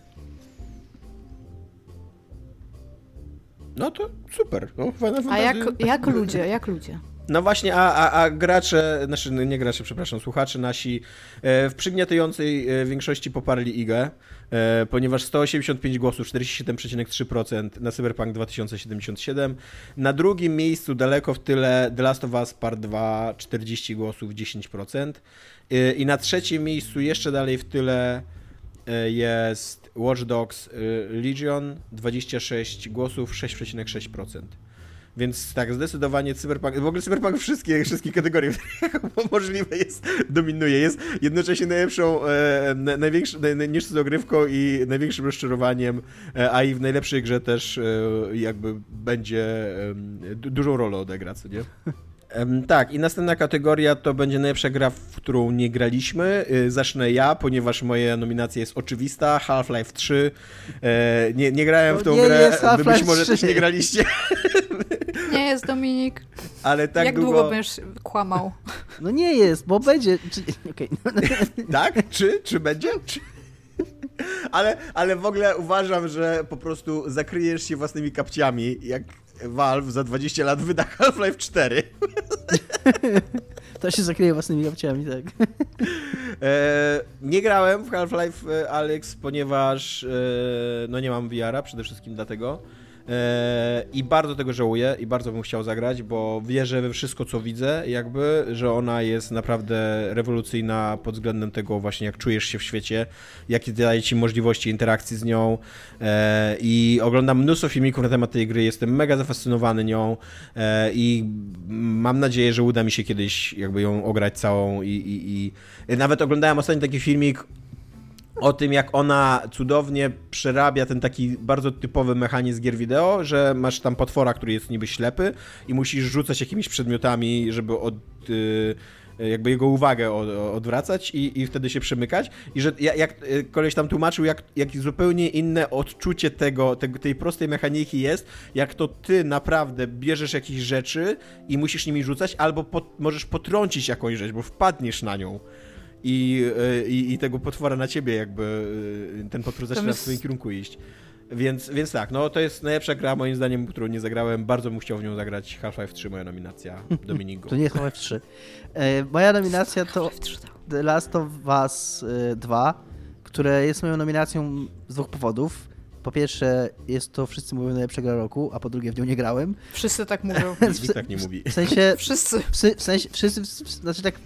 No to super. No, a jak ludzie? No właśnie, a gracze, nie gracze, przepraszam, słuchacze nasi w przygniatającej większości poparli IGę, ponieważ 185 głosów, 47,3% na Cyberpunk 2077. Na drugim miejscu, daleko w tyle, The Last of Us Part 2, 40 głosów, 10%. I na trzecim miejscu, jeszcze dalej w tyle, jest Watch Dogs Legion, 26 głosów, 6,6%. Więc tak, zdecydowanie Cyberpunk, w ogóle Cyberpunk wszystkie kategorie możliwe dominuje, jest jednocześnie największą dogrywką i największym rozczarowaniem, a i w najlepszej grze też jakby będzie dużą rolę odegra, co nie? Tak, i następna kategoria to będzie najlepsza gra, w którą nie graliśmy. Zacznę ja, ponieważ moja nominacja jest oczywista. Half-Life 3. Nie grałem w tą grę, wy być może też nie graliście. Nie jest, Dominik. Ale tak jak długo będziesz kłamał? No nie jest, bo będzie... Okay. Tak? Czy będzie? Ale w ogóle uważam, że po prostu zakryjesz się własnymi kapciami, jak Valve za 20 lat wyda Half-Life 4. To się zakryje własnymi kapciami, tak. Nie grałem w Half-Life Alyx, ponieważ no nie mam VR-a, przede wszystkim dlatego. I bardzo tego żałuję i bardzo bym chciał zagrać, bo wierzę we wszystko, co widzę, jakby, że ona jest naprawdę rewolucyjna pod względem tego właśnie, jak czujesz się w świecie, jakie daje ci możliwości interakcji z nią i oglądam mnóstwo filmików na temat tej gry, jestem mega zafascynowany nią i mam nadzieję, że uda mi się kiedyś jakby ją ograć całą i nawet oglądałem ostatnio taki filmik o tym, jak ona cudownie przerabia ten taki bardzo typowy mechanizm gier wideo, że masz tam potwora, który jest niby ślepy i musisz rzucać jakimiś przedmiotami, żeby jakby jego uwagę odwracać i wtedy się przemykać. I że jak koleś tam tłumaczył, jak zupełnie inne odczucie tej prostej mechaniki jest, jak to ty naprawdę bierzesz jakieś rzeczy i musisz nimi rzucać, albo możesz potrącić jakąś rzecz, bo wpadniesz na nią. I tego potwora na ciebie jakby ten potwór zaczyna w swoim kierunku iść. Więc tak, no to jest najlepsza gra moim zdaniem, którą nie zagrałem. Bardzo bym chciał w nią zagrać. Half-Life 3 moja nominacja. Dominik. To nie jest Half-Life 3. Moja nominacja to The Last of Us 2, które jest moją nominacją z 2 powodów. Po pierwsze, jest to wszyscy mówią najlepsza gra roku, a po drugie w nią nie grałem. Wszyscy tak mówią. Nikt tak nie mówi. W sensie... Wszyscy. Wszyscy, znaczy tak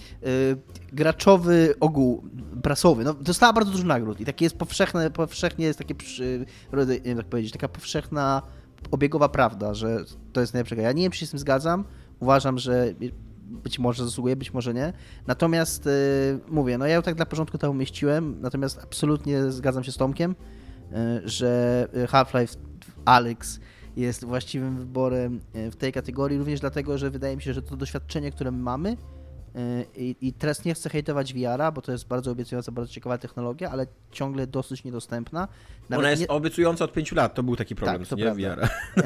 graczowy ogół prasowy. No, dostała bardzo dużo nagród i takie jest powszechnie jest takie, jak tak powiedzieć, taka powszechna obiegowa prawda, że to jest najlepsza gra. Ja nie wiem, czy się z tym zgadzam. Uważam, że być może zasługuje, być może nie. Natomiast mówię, no ja ją tak dla porządku tam umieściłem, natomiast absolutnie zgadzam się z Tomkiem, że Half-Life Alyx jest właściwym wyborem w tej kategorii, również dlatego, że wydaje mi się, że to doświadczenie, które my mamy i teraz nie chcę hejtować VR-a, bo to jest bardzo obiecująca, bardzo ciekawa technologia, ale ciągle dosyć niedostępna. Ona jest obiecująca od 5 lat, to był taki problem, tak, nie VR-a.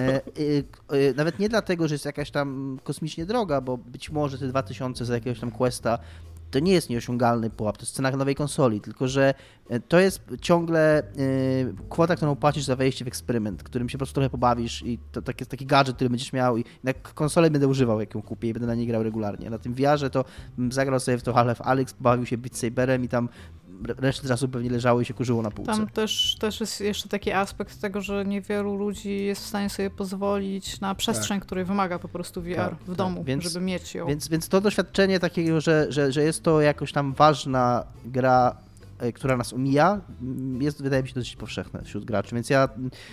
Nawet nie dlatego, że jest jakaś tam kosmicznie droga, bo być może te 2000 za jakiegoś tam Questa to nie jest nieosiągalny pułap, to jest cena nowej konsoli, tylko że to jest ciągle kwota, którą płacisz za wejście w eksperyment, którym się po prostu trochę pobawisz i to taki gadżet, który będziesz miał i na konsolę będę używał, jak ją kupię i będę na niej grał regularnie. Na tym VR-ze to zagrał sobie w to Half-Life Alyx, bawił się Beat Saberem i tam resztę czasu pewnie leżało i się kurzyło na półce. Tam też jest jeszcze taki aspekt tego, że niewielu ludzi jest w stanie sobie pozwolić na przestrzeń, której wymaga po prostu VR w domu, żeby mieć ją. Więc to doświadczenie takiego, że jest to jakoś tam ważna gra, która nas omija, jest, wydaje mi się, dosyć powszechne wśród graczy. Więc ja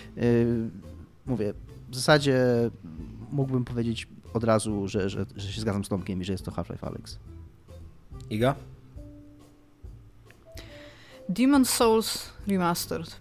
mówię, w zasadzie mógłbym powiedzieć od razu, że się zgadzam z Tomkiem i że jest to Half-Life Alyx. Iga? Demon's Souls Remastered.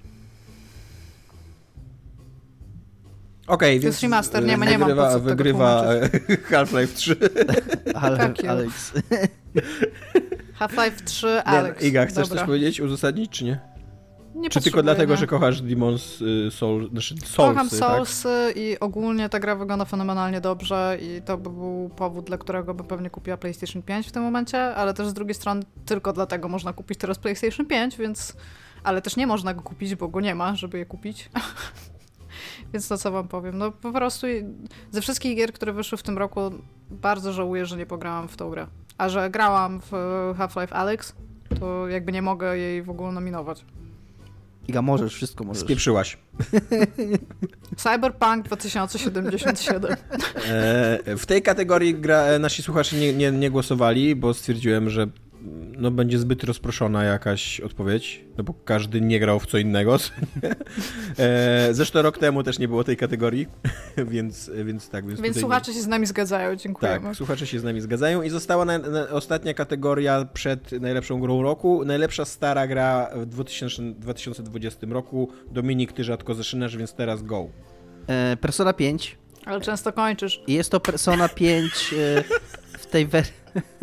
Okej, to jest remaster, nie ma wygrywa Half-Life 3. Alyx. Half-Life 3 Alyx. Iga, chcesz coś powiedzieć, uzasadnić, czy nie? Nie czy tylko dlatego, że kochasz Demon's Souls? Kocham Soulsy i ogólnie ta gra wygląda fenomenalnie dobrze i to by był powód, dla którego bym pewnie kupiła PlayStation 5 w tym momencie, ale też z drugiej strony tylko dlatego można kupić teraz PlayStation 5, więc... Ale też nie można go kupić, bo go nie ma, żeby je kupić. Więc to co wam powiem, no po prostu ze wszystkich gier, które wyszły w tym roku, bardzo żałuję, że nie pograłam w tą grę. A że grałam w Half-Life Alyx, to jakby nie mogę jej w ogóle nominować. Iga, możesz, wszystko możesz. Spieprzyłaś. Cyberpunk 2077. W tej kategorii nasi słuchacze nie głosowali, bo stwierdziłem, że będzie zbyt rozproszona jakaś odpowiedź, no bo każdy nie grał w co innego. Zresztą rok temu też nie było tej kategorii, więc tak. Więc słuchacze się z nami zgadzają, dziękujemy. Tak, słuchacze się z nami zgadzają i została ostatnia kategoria przed najlepszą grą roku. Najlepsza stara gra w 2020 roku. Dominik, ty rzadko zaczynasz, więc teraz go. Persona 5. Ale często kończysz. Jest to Persona 5 w tej wersji...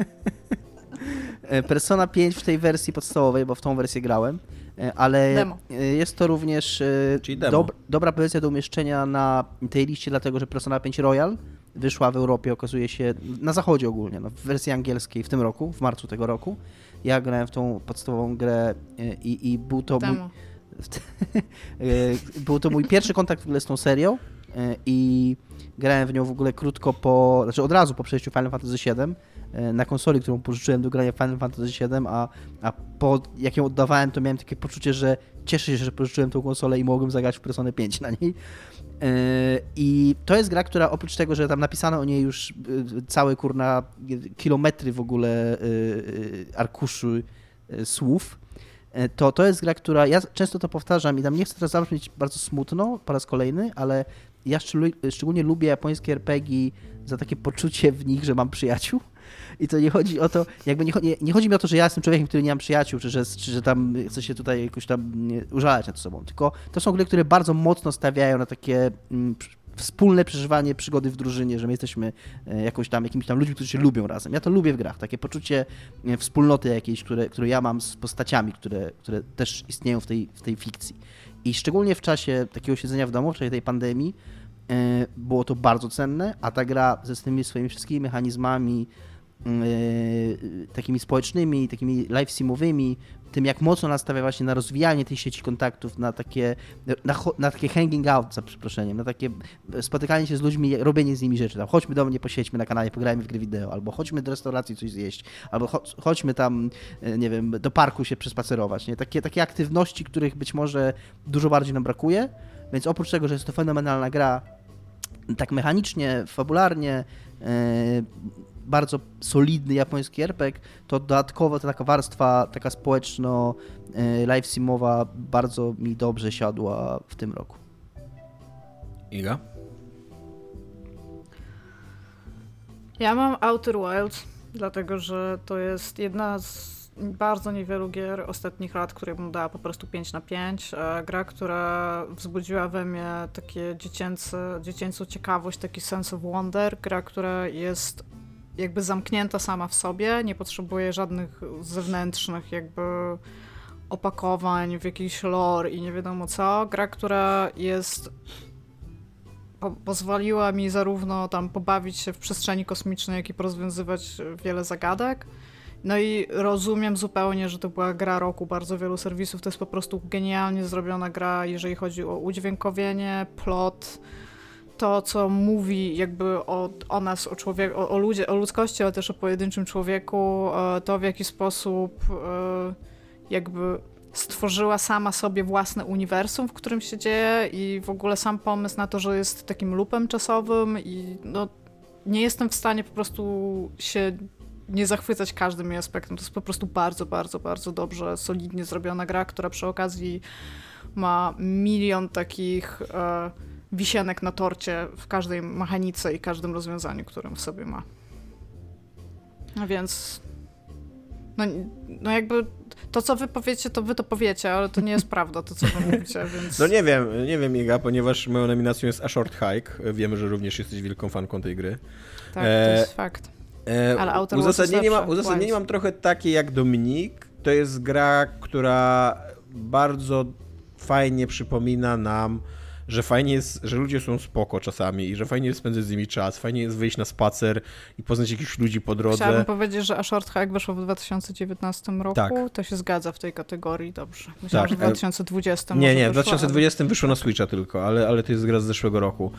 Persona 5 w tej wersji podstawowej, bo w tą wersję grałem, ale demo. Jest to również dobra pozycja do umieszczenia na tej liście, dlatego że Persona 5 Royal wyszła w Europie, okazuje się, na zachodzie ogólnie, w wersji angielskiej w tym roku, w marcu tego roku. Ja grałem w tą podstawową grę i był to był to mój pierwszy kontakt w ogóle z tą serią i grałem w nią w ogóle krótko od razu po przejściu Final Fantasy VII, na konsoli, którą pożyczyłem do grania Final Fantasy VII, jak ją oddawałem, to miałem takie poczucie, że cieszę się, że pożyczyłem tą konsolę i mogłem zagrać w Personę 5 na niej. I to jest gra, która oprócz tego, że tam napisano o niej już całe kilometry w ogóle arkuszy słów, to jest gra, która, ja często to powtarzam i tam nie chcę teraz zabrzmieć bardzo smutno po raz kolejny, ale ja szczególnie lubię japońskie RPG za takie poczucie w nich, że mam przyjaciół. I to nie chodzi o to, jakby nie chodzi mi o to, że ja jestem człowiekiem, który nie mam przyjaciół, czy że tam chcę się tutaj jakoś tam użalać nad sobą, tylko to są gry, które bardzo mocno stawiają na takie wspólne przeżywanie przygody w drużynie, że my jesteśmy jakimiś tam ludźmi, którzy się lubią razem. Ja to lubię w grach, takie poczucie wspólnoty jakiejś, które ja mam z postaciami, które też istnieją w tej fikcji. I szczególnie w czasie takiego siedzenia w domu, w czasie tej pandemii, było to bardzo cenne, a ta gra ze tymi swoimi wszystkimi mechanizmami takimi społecznymi, takimi live simowymi, tym jak mocno nastawia właśnie na rozwijanie tej sieci kontaktów, na takie hanging out, za przeproszeniem, na takie spotykanie się z ludźmi, robienie z nimi rzeczy. Tam, chodźmy do mnie, posiedźmy na kanale, pograjmy w gry wideo, albo chodźmy do restauracji coś zjeść, albo chodźmy tam, nie wiem, do parku się przespacerować. Nie? Takie aktywności, których być może dużo bardziej nam brakuje, więc oprócz tego, że jest to fenomenalna gra, tak mechanicznie, fabularnie, bardzo solidny japoński RPG, to dodatkowo taka warstwa, taka społeczno live simowa bardzo mi dobrze siadła w tym roku. Iga? Ja mam Outer Wilds, dlatego że to jest jedna z bardzo niewielu gier ostatnich lat, której bym dała po prostu 5/5. Gra, która wzbudziła we mnie takie dziecięcą ciekawość, taki sense of wonder. Gra, która jest jakby zamknięta sama w sobie, nie potrzebuje żadnych zewnętrznych jakby opakowań w jakiś lore i nie wiadomo co. Gra, która pozwoliła mi zarówno tam pobawić się w przestrzeni kosmicznej, jak i porozwiązywać wiele zagadek. No i rozumiem zupełnie, że to była gra roku bardzo wielu serwisów. To jest po prostu genialnie zrobiona gra, jeżeli chodzi o udźwiękowienie, plot, to, co mówi jakby o nas, o człowieku, o ludzkości, ale też o pojedynczym człowieku, to w jaki sposób jakby stworzyła sama sobie własne uniwersum, w którym się dzieje i w ogóle sam pomysł na to, że jest takim loopem czasowym i no, nie jestem w stanie po prostu się nie zachwycać każdym jej aspektem. To jest po prostu bardzo, bardzo, bardzo dobrze, solidnie zrobiona gra, która przy okazji ma milion takich wisienek na torcie w każdej mechanice i każdym rozwiązaniu, którym w sobie ma. A więc no jakby to, co wy powiecie, to wy to powiecie, ale to nie jest prawda, to, co wy mówicie, więc... No nie wiem, Iga, ponieważ moją nominacją jest A Short Hike. Wiemy, że również jesteś wielką fanką tej gry. Tak, to jest fakt. Ale uzasadnienie mam trochę takie jak Dominik. To jest gra, która bardzo fajnie przypomina nam, że fajnie jest, że ludzie są spoko czasami i że fajnie jest spędzać z nimi czas, fajnie jest wyjść na spacer i poznać jakichś ludzi po drodze. Chciałabym powiedzieć, że A Short Hike wyszło w 2019 roku. Tak. To się zgadza w tej kategorii, dobrze. Myślałam, że w 2020 Nie, w 2020 wyszło na Switcha tylko, ale to jest gra z zeszłego roku.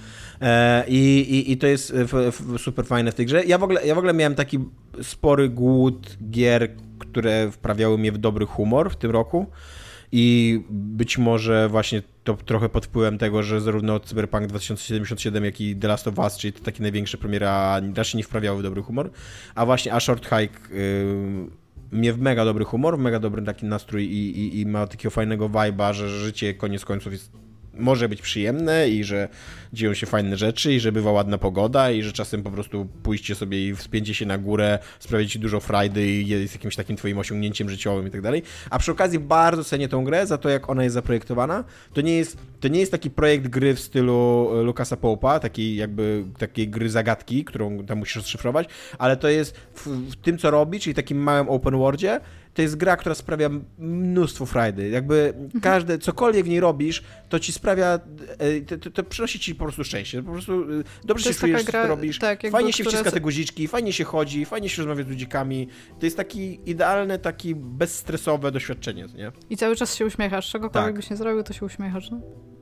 I to jest super fajne w tej grze. Ja w ogóle miałem taki spory głód gier, które wprawiały mnie w dobry humor w tym roku. I być może właśnie to trochę pod wpływem tego, że zarówno Cyberpunk 2077, jak i The Last of Us, czyli te takie największe premiera, raczej nie wprawiały w dobry humor, a właśnie A Short Hike mnie w mega dobry humor, w mega dobry taki nastrój i ma takiego fajnego vibe'a, że życie koniec końców może być przyjemne i że dzieją się fajne rzeczy i że bywa ładna pogoda i że czasem po prostu pójście sobie i wspięcie się na górę sprawia ci dużo frajdy i jest jakimś takim twoim osiągnięciem życiowym i tak dalej. A przy okazji bardzo cenię tą grę za to, jak ona jest zaprojektowana. To nie jest taki projekt gry w stylu Lucasa Pope'a, takiej gry zagadki, którą tam musisz rozszyfrować, ale to jest w tym, co robi, czyli takim małym open worldzie, to jest gra, która sprawia mnóstwo frajdy. Jakby cokolwiek w niej robisz, to ci sprawia, to przynosi ci po prostu szczęście. Po prostu dobrze się czujesz, co robisz, tak, fajnie się wciska te guziczki, fajnie się chodzi, fajnie się rozmawia z ludzikami. To jest taki idealne, taki bezstresowe doświadczenie, nie? I cały czas się uśmiechasz. Czegokolwiek byś nie zrobił, to się uśmiechasz, no?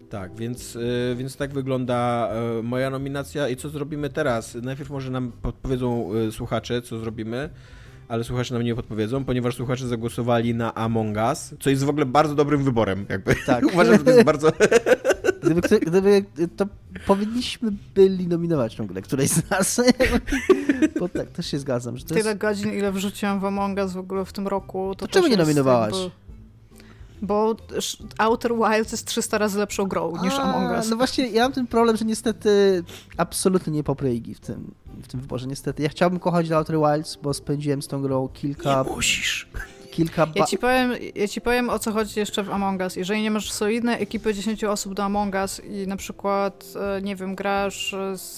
Tak, więc tak wygląda moja nominacja i co zrobimy teraz? Najpierw może nam podpowiedzą słuchacze, co zrobimy, ale słuchacze nam nie podpowiedzą, ponieważ słuchacze zagłosowali na Among Us, co jest w ogóle bardzo dobrym wyborem, jakby. Tak. Uważam, że to jest bardzo... Gdyby to powinniśmy byli nominować ciągle którejś z nas. Bo tak, też się zgadzam. Że to tyle godzin, ile wrzuciłam w Among Us w ogóle w tym roku. To czemu nie nominowałaś? Bo Outer Wilds jest 300 razy lepszą grą niż Among Us. No właśnie, ja mam ten problem, że niestety absolutnie nie poprę Igi w tym wyborze, niestety. Ja chciałbym kochać do Outer Wilds, bo spędziłem z tą grą kilka... Nie musisz! Ja ci powiem, o co chodzi jeszcze w Among Us. Jeżeli nie masz solidnej ekipy 10 osób do Among Us i na przykład, nie wiem, grasz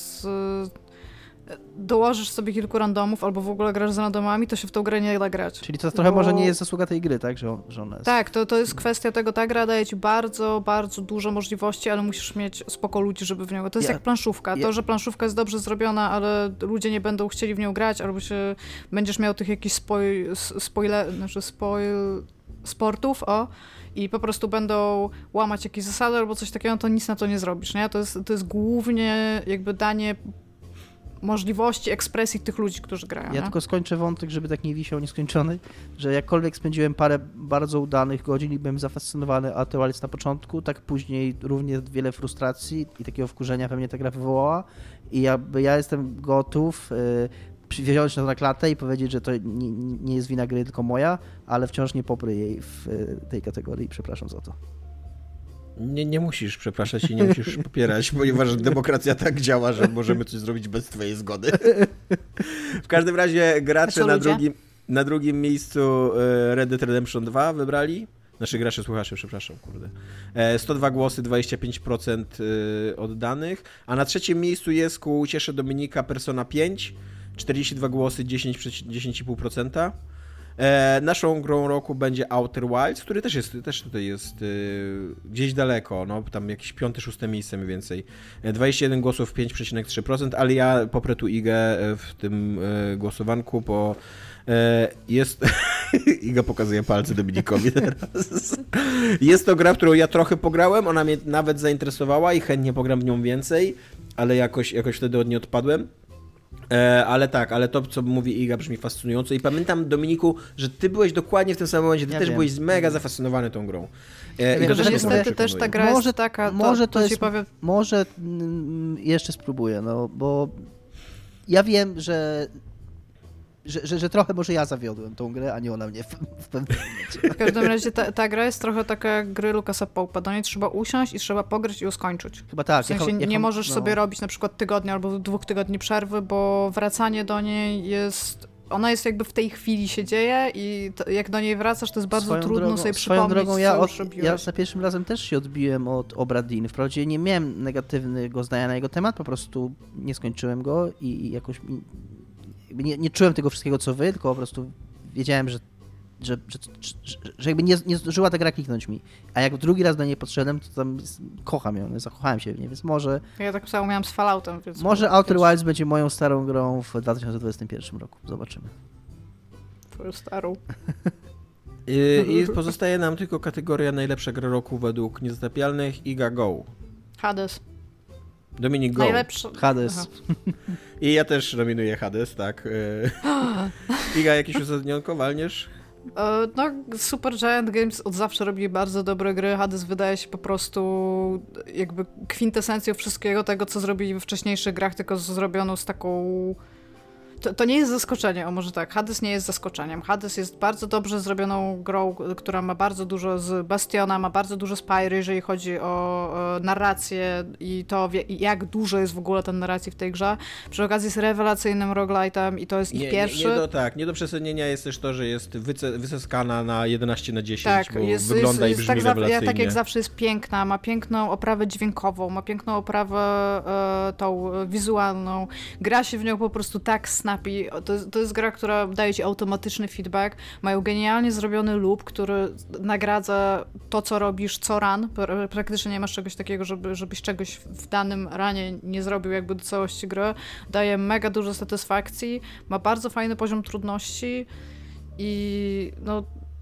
dołożysz sobie kilku randomów albo w ogóle grasz z randomami, to się w tą grę nie da grać. Czyli to trochę może nie jest zasługa tej gry, tak? Że ona jest... Tak, to jest kwestia tego, ta gra daje ci bardzo, bardzo dużo możliwości, ale musisz mieć spoko ludzi, żeby w nią... To jest jak planszówka. To, że planszówka jest dobrze zrobiona, ale ludzie nie będą chcieli w nią grać, albo będziesz miał tych jakichś sportów, i po prostu będą łamać jakieś zasady albo coś takiego, to nic na to nie zrobisz, nie? To jest głównie jakby danie możliwości ekspresji tych ludzi, którzy grają. Ja tylko skończę wątek, żeby tak nie wisiał nieskończony, że jakkolwiek spędziłem parę bardzo udanych godzin i byłem zafascynowany Outer Wilds na początku, tak później również wiele frustracji i takiego wkurzenia we mnie ta gra wywołała i ja jestem gotów wziąć na klatę i powiedzieć, że to nie jest wina gry, tylko moja, ale wciąż nie poprę jej w tej kategorii. Przepraszam za to. Nie musisz przepraszać i nie musisz popierać, ponieważ demokracja tak działa, że możemy coś zrobić bez twojej zgody. W każdym razie gracze na drugim miejscu Red Dead Redemption 2 wybrali. Gracze, słuchacze, przepraszam, kurde. 102 głosy, 25% oddanych. A na trzecim miejscu jest ku uciesze Dominika Persona 5, 42 głosy, 10,5%. Naszą grą roku będzie Outer Wilds, który też tutaj jest gdzieś daleko, no tam jakieś 5-6 miejsce mniej więcej. 21 głosów, 5,3%, ale ja poprę tu Igę w tym głosowanku, bo jest... Iga pokazuje palce Dominikowi teraz. Jest to gra, w którą ja trochę pograłem, ona mnie nawet zainteresowała i chętnie pogram w nią więcej, ale jakoś wtedy od niej odpadłem. Ale to, co mówi Iga, brzmi fascynująco i pamiętam, Dominiku, że ty byłeś dokładnie w tym samym momencie, ty też byłeś mega zafascynowany tą grą. I to też niestety też ta gra jest taka, może jeszcze spróbuję, no bo ja wiem, że trochę może ja zawiodłem tą grę, a nie ona mnie w pewnym momencie. W każdym razie ta gra jest trochę taka jak gry Lucasa Pope'a. Do niej trzeba usiąść i trzeba pograć i ją skończyć. Chyba tak. W sensie nie możesz sobie robić na przykład tygodnia albo 2 tygodni przerwy, bo wracanie do niej ona jest jakby w tej chwili się dzieje i jak do niej wracasz, to jest bardzo trudno sobie przypomnieć, co już robiłeś. Ja za pierwszym razem też się odbiłem od Obra Dinn. Wprawdzie nie miałem negatywnego zdania na jego temat, po prostu nie skończyłem go i jakoś nie czułem tego wszystkiego, co wy, tylko po prostu wiedziałem, że jakby nie zdążyła ta gra kliknąć mi. A jak drugi raz do niej podszedłem, to tam kocham ją, zakochałem się w niej, więc może... Ja tak samo miałam z Falloutem, więc... Może Outer Wilds będzie moją starą grą w 2021 roku. Zobaczymy. Twoją starą. I pozostaje nam tylko kategoria najlepsza gra roku według Niezatapialnych. Iga, go. Hades. Dominik, go. Hades. Aha. I ja też nominuję Hades, tak. Iga, jakieś uzasadnionko walniesz? No, Supergiant Games od zawsze robi bardzo dobre gry. Hades wydaje się po prostu jakby kwintesencją wszystkiego tego, co zrobili we wcześniejszych grach, tylko zrobioną z taką... To nie jest zaskoczenie, może tak. Hades nie jest zaskoczeniem. Hades jest bardzo dobrze zrobioną grą, która ma bardzo dużo z Bastiona, ma bardzo dużo z Pyry, jeżeli chodzi o narrację i to, jak dużo jest w ogóle tej narracji w tej grze. Przy okazji jest rewelacyjnym roguelite'em i to jest ich pierwszy. Nie do przesunięcia jest też to, że jest wysyskana na 11/10, tak, bo wygląda i brzmi tak rewelacyjnie. Tak jak zawsze jest piękna, ma piękną oprawę dźwiękową, ma piękną oprawę tą wizualną. Gra się w nią po prostu tak snappy. To jest gra, która daje ci automatyczny feedback. Mają genialnie zrobiony loop, który nagradza to, co robisz co run. Praktycznie nie masz czegoś takiego, żebyś czegoś w danym ranie nie zrobił jakby do całości gry. Daje mega dużo satysfakcji. Ma bardzo fajny poziom trudności i no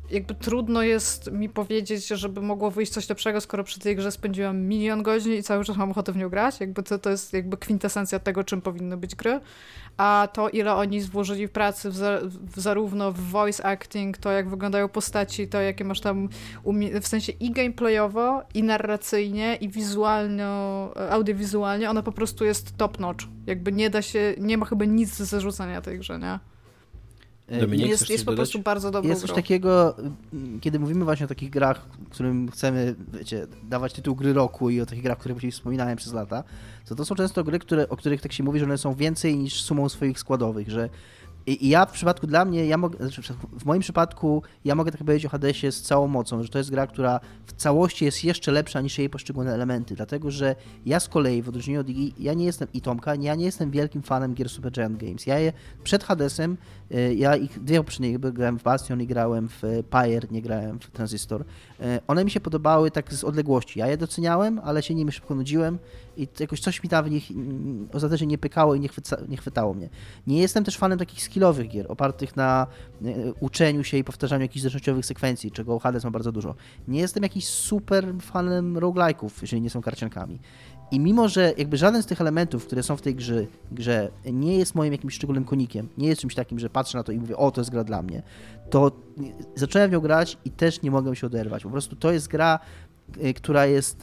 jakby trudno jest mi powiedzieć, żeby mogło wyjść coś lepszego, skoro przy tej grze spędziłam 1 000 000 godzin i cały czas mam ochotę w nią grać. Jakby to jest jakby kwintesencja tego, czym powinny być gry. A to, ile oni włożyli w pracy zarówno w voice acting, to jak wyglądają postaci, to jakie masz tam w sensie i gameplayowo, i narracyjnie, i wizualnie, audiowizualnie, ona po prostu jest top notch. Jakby nie ma chyba nic do zarzucenia tej grze, nie? Dominik, jest po prostu bardzo dobrą Jest coś takiego, kiedy mówimy właśnie o takich grach, którym chcemy, wiecie, dawać tytuł gry roku i o takich grach, o których dzisiaj wspominałem przez lata, to są często gry, o których tak się mówi, że one są więcej niż sumą swoich składowych, że i ja w przypadku dla mnie, w moim przypadku ja mogę tak powiedzieć o Hadesie z całą mocą, że to jest gra, która w całości jest jeszcze lepsza niż jej poszczególne elementy, dlatego że ja z kolei, w odróżnieniu od Iggy, ja nie jestem wielkim fanem gier Supergiant Games. Przed Hadesem, ja ich dwie poprzednie grałem w Bastion i grałem w Pyre, nie grałem w Transistor. One mi się podobały tak z odległości. Ja je doceniałem, ale się nimi szybko nudziłem i jakoś coś mi tam w nich ostatecznie nie pykało i nie chwytało mnie. Nie jestem też fanem takich skillowych gier, opartych na uczeniu się i powtarzaniu jakichś zręcznościowych sekwencji, czego Hades ma bardzo dużo. Nie jestem jakiś super fanem roguelike'ów, jeżeli nie są karciankami. I mimo, że jakby żaden z tych elementów, które są w tej grze nie jest moim jakimś szczególnym konikiem, nie jest czymś takim, że patrzę na to i mówię, to jest gra dla mnie, to zacząłem w nią grać i też nie mogłem się oderwać. Po prostu to jest gra, która jest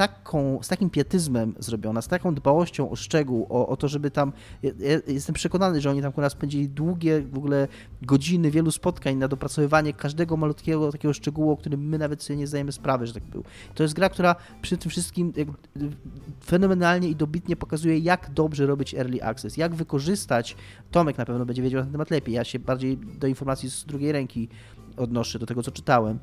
z takim pietyzmem zrobiona, z taką dbałością o szczegół, o to, żeby tam... Jestem przekonany, że oni tam u nas spędzili długie w ogóle godziny, wielu spotkań na dopracowywanie każdego malutkiego takiego szczegółu, o którym my nawet sobie nie zdajemy sprawy, że tak był. To jest gra, która przy tym wszystkim fenomenalnie i dobitnie pokazuje, jak dobrze robić early access, jak wykorzystać... Tomek na pewno będzie wiedział na ten temat lepiej, ja się bardziej do informacji z drugiej ręki odnoszę, do tego, co czytałem.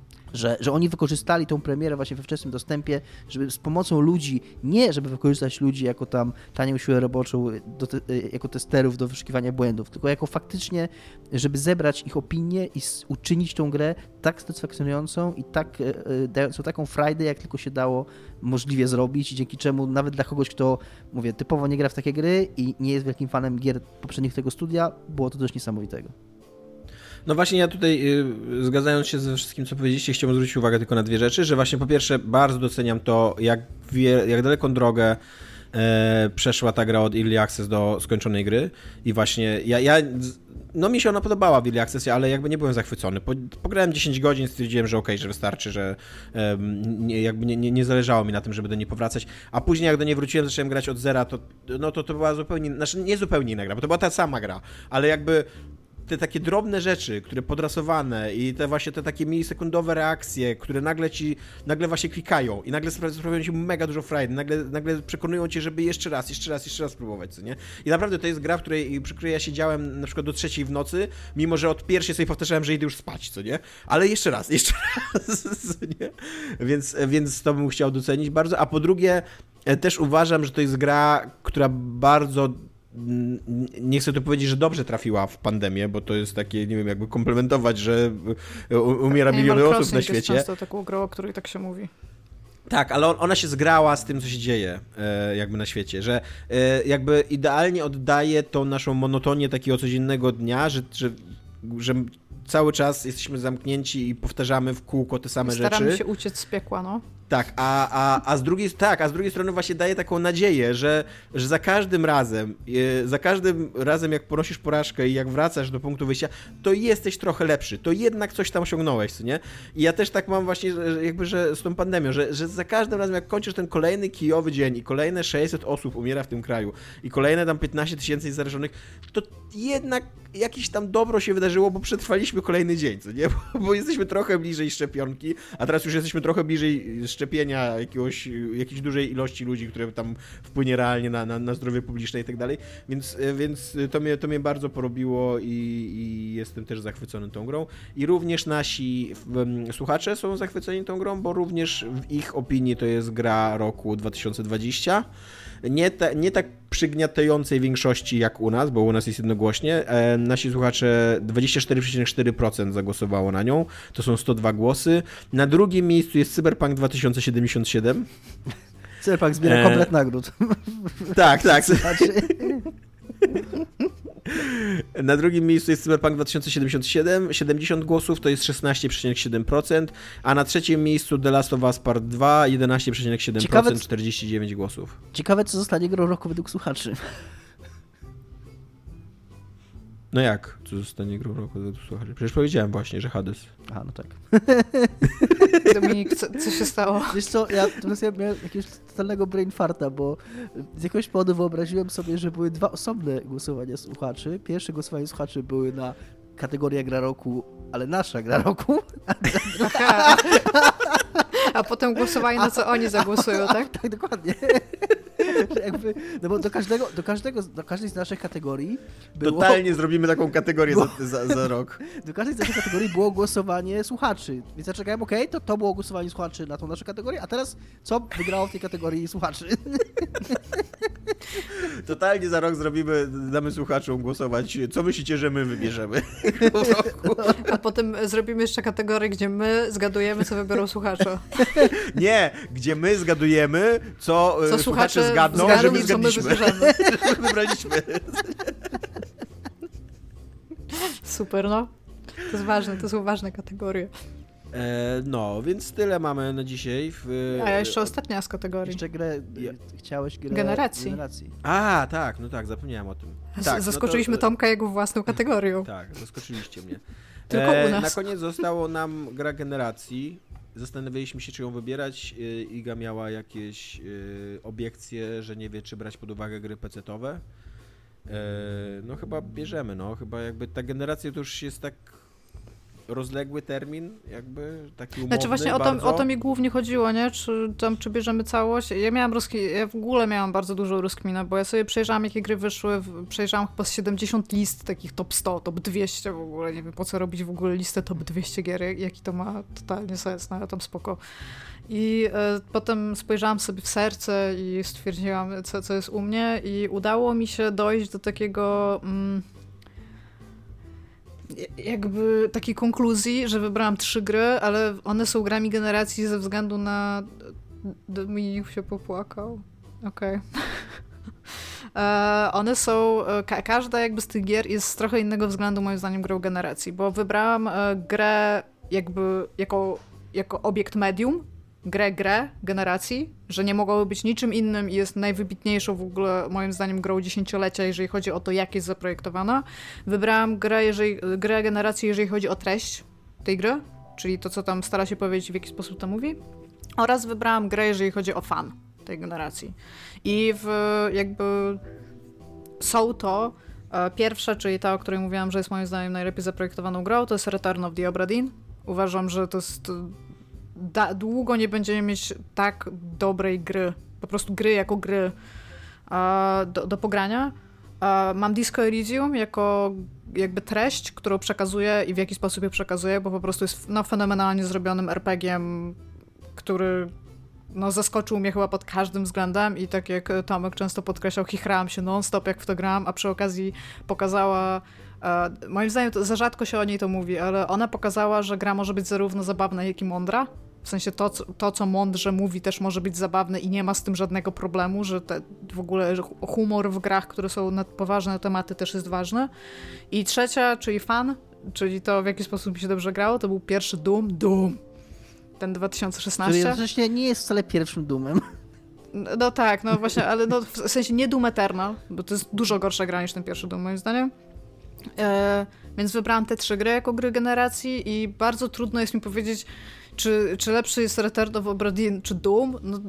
Że oni wykorzystali tą premierę właśnie we wczesnym dostępie, żeby z pomocą ludzi, nie żeby wykorzystać ludzi jako tam tanią siłę roboczą, jako testerów do wyszukiwania błędów, tylko jako faktycznie, żeby zebrać ich opinie i uczynić tą grę tak satysfakcjonującą i tak dającą taką frajdę, jak tylko się dało możliwie zrobić, dzięki czemu nawet dla kogoś, kto, mówię, typowo nie gra w takie gry i nie jest wielkim fanem gier poprzednich tego studia, było to coś niesamowitego. No właśnie ja tutaj, zgadzając się ze wszystkim, co powiedzieliście, chciałbym zwrócić uwagę tylko na dwie rzeczy, że właśnie po pierwsze bardzo doceniam to, jak daleką drogę przeszła ta gra od Early Access do skończonej gry i właśnie no mi się ona podobała w Early Access, ale jakby nie byłem zachwycony. Pograłem 10 godzin, stwierdziłem, że okej, że wystarczy, że nie zależało mi na tym, żeby do niej powracać, a później jak do niej wróciłem, zacząłem grać od zera, to była zupełnie, znaczy nie zupełnie inna gra, bo to była ta sama gra, ale jakby te takie drobne rzeczy, które podrasowane i te takie milisekundowe reakcje, które nagle właśnie klikają i nagle sprawiają ci mega dużo frajdy, nagle przekonują cię, żeby jeszcze raz spróbować, co nie? I naprawdę to jest gra, przy której ja siedziałem na przykład do 3 w nocy, mimo że od pierwszej sobie powtarzałem, że idę już spać, co nie? Ale jeszcze raz, co nie? Więc to bym chciał docenić bardzo, a po drugie też uważam, że to jest gra, która bardzo... Nie chcę tu powiedzieć, że dobrze trafiła w pandemię, bo to jest takie, nie wiem, jakby komplementować, że umiera miliony osób na świecie. Jest często taką grą, o której tak się mówi. Tak, ale ona się zgrała z tym, co się dzieje jakby na świecie, że jakby idealnie oddaje tą naszą monotonię takiego codziennego dnia, że cały czas jesteśmy zamknięci i powtarzamy w kółko te same rzeczy. Staramy się uciec z piekła, no. Tak, a z drugiej strony właśnie daje taką nadzieję, że za każdym razem jak ponosisz porażkę i jak wracasz do punktu wyjścia, to jesteś trochę lepszy, to jednak coś tam osiągnąłeś, co nie? I ja też tak mam właśnie że z tą pandemią, że za każdym razem jak kończysz ten kolejny kijowy dzień i kolejne 600 osób umiera w tym kraju i kolejne tam 15 000 zarażonych, to jednak jakieś tam dobro się wydarzyło, bo przetrwaliśmy kolejny dzień, co nie? Bo jesteśmy trochę bliżej szczepionki, a teraz już jesteśmy trochę bliżej szczepienia jakiejś dużej ilości ludzi, które tam wpłynie realnie na zdrowie publiczne i tak dalej, więc to mnie bardzo porobiło i jestem też zachwycony tą grą. I również nasi słuchacze są zachwyceni tą grą, bo również w ich opinii to jest gra roku 2020. Nie tak przygniatającej większości jak u nas, bo u nas jest jednogłośnie. Nasi słuchacze 24,4% zagłosowało na nią. To są 102 głosy. Na drugim miejscu jest Cyberpunk 2077. Cyberpunk zbiera komplet nagród. Tak. Na drugim miejscu jest Cyberpunk 2077, 70 głosów, to jest 16,7%, a na trzecim miejscu The Last of Us Part 2, 11,7%, 49 głosów. Ciekawe, co zostanie grą roku według słuchaczy. No jak? Co zostanie grą roku według słuchaczy? Przecież powiedziałem właśnie, że Hades. Aha, no tak. Dominik, co się stało? Wiesz co, ja miałem jakiegoś totalnego brain farta, bo z jakiegoś powodu wyobraziłem sobie, że były dwa osobne głosowania słuchaczy. Pierwsze głosowanie słuchaczy były na kategorię gra roku, ale nasza gra roku. A potem głosowali na co oni zagłosują, tak? Tak, dokładnie. Jakby, no bo do każdej z naszych kategorii było... Totalnie zrobimy taką kategorię za rok. Do każdej z naszych kategorii było głosowanie słuchaczy. Więc ja czekałem, to było głosowanie słuchaczy na tą naszą kategorię, a teraz co wygrało w tej kategorii słuchaczy? Totalnie za rok damy słuchaczom głosować, co myślicie, że my wybierzemy. A potem zrobimy jeszcze kategorię, gdzie my zgadujemy, co wybiorą słuchacze. Nie, gdzie my zgadujemy, co słuchacze zgadną, że my zgadliśmy. Że wybraliśmy. Super, no. To są ważne kategorie. No, więc tyle mamy na dzisiaj. A jeszcze ostatnia z kategorii. Jeszcze chciałeś grę generacji. A, tak, no tak, zapomniałem o tym. Tak, zaskoczyliśmy Tomka jego własną kategorią. Tak, zaskoczyliście mnie. Tylko u nas. Na koniec zostało nam gra generacji. Zastanawialiśmy się, czy ją wybierać. Iga miała jakieś obiekcje, że nie wie, czy brać pod uwagę gry PC-towe. No chyba bierzemy, no. Chyba jakby ta generacja to już jest tak rozległy termin, jakby taki umowny. Znaczy właśnie o to mi głównie chodziło, nie? Czy bierzemy całość? Ja w ogóle miałam bardzo dużą rozkminę, bo ja sobie przejrzałam, jakie gry wyszły, przejrzałam chyba z 70 list takich top 100, top 200 w ogóle, nie wiem po co robić w ogóle listę top 200 gier, jaki to ma totalnie sens, no ale tam spoko. I potem spojrzałam sobie w serce i stwierdziłam, co jest u mnie i udało mi się dojść do takiego... jakby takiej konkluzji, że wybrałam 3 gry, ale one są grami generacji ze względu na... Dominik się popłakał. Okej. One są... Każda jakby z tych gier jest z trochę innego względu moim zdaniem grą generacji, bo wybrałam grę jakby jako obiekt medium, grę generacji, że nie mogłoby być niczym innym i jest najwybitniejszą w ogóle moim zdaniem grą dziesięciolecia, jeżeli chodzi o to, jak jest zaprojektowana. Wybrałam grę generacji, jeżeli chodzi o treść tej gry, czyli to, co tam stara się powiedzieć, w jaki sposób to mówi. Oraz wybrałam grę, jeżeli chodzi o fan tej generacji. I są to pierwsza, czyli ta, o której mówiłam, że jest moim zdaniem najlepiej zaprojektowaną grą, to jest Return of the Obra Dinn. Uważam, że to jest... długo nie będziemy mieć tak dobrej gry, po prostu gry jako gry do pogrania. Mam Disco Elysium jako jakby treść, którą przekazuję i w jaki sposób je przekazuję, bo po prostu jest fenomenalnie zrobionym RPG-iem, który zaskoczył mnie chyba pod każdym względem i tak jak Tomek często podkreślał, chichrałam się non-stop jak w to grałam, a przy okazji pokazała, moim zdaniem za rzadko się o niej to mówi, ale ona pokazała, że gra może być zarówno zabawna, jak i mądra. W sensie to, co mądrze mówi, też może być zabawne i nie ma z tym żadnego problemu, że w ogóle że humor w grach, które są na poważne tematy, też jest ważny. I trzecia, czyli fan, czyli to, w jaki sposób mi się dobrze grało, to był pierwszy Doom, ten 2016. Który jednocześnie nie jest wcale pierwszym Doomem. No tak, no właśnie, ale w sensie nie Doom Eternal, bo to jest dużo gorsza gra niż ten pierwszy Doom, moim zdaniem. Więc wybrałam te 3 gry jako gry generacji i bardzo trudno jest mi powiedzieć, czy lepszy jest Return of Obra Dinn czy Doom. No,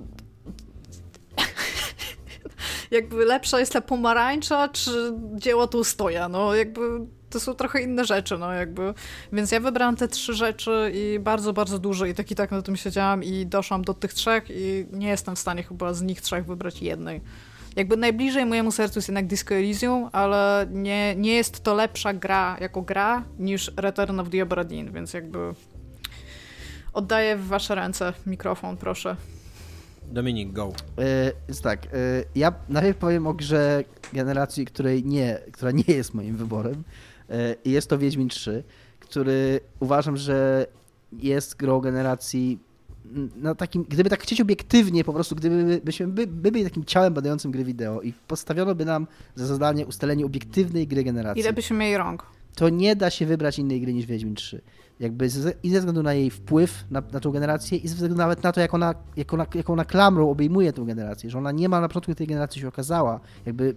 jakby lepsza jest ta pomarańcza, czy dzieło Tolstoja. No jakby to są trochę inne rzeczy, no jakby. Więc ja wybrałam te 3 rzeczy i bardzo, bardzo dużo i tak na tym siedziałam i doszłam do tych 3 i nie jestem w stanie chyba z nich 3 wybrać jednej. Jakby najbliżej mojemu sercu jest jednak Disco Elysium, ale nie jest to lepsza gra jako gra niż Return of the Obra Dinn, więc jakby oddaję w wasze ręce mikrofon, proszę. Dominik, go. Jest tak, ja najpierw powiem o grze generacji, która nie jest moim wyborem. Jest to Wiedźmin 3, który uważam, że jest grą generacji na takim, gdyby tak chcieć obiektywnie po prostu, gdybyśmy byli takim ciałem badającym gry wideo i postawiono by nam za zadanie ustalenie obiektywnej gry generacji. Ile byśmy mieli rąk? To nie da się wybrać innej gry niż Wiedźmin 3. Jakby i ze względu na jej wpływ na tą generację i ze względu nawet na to, jak ona klamrą obejmuje tę generację, że ona nie ma na początku tej generacji się okazała, jakby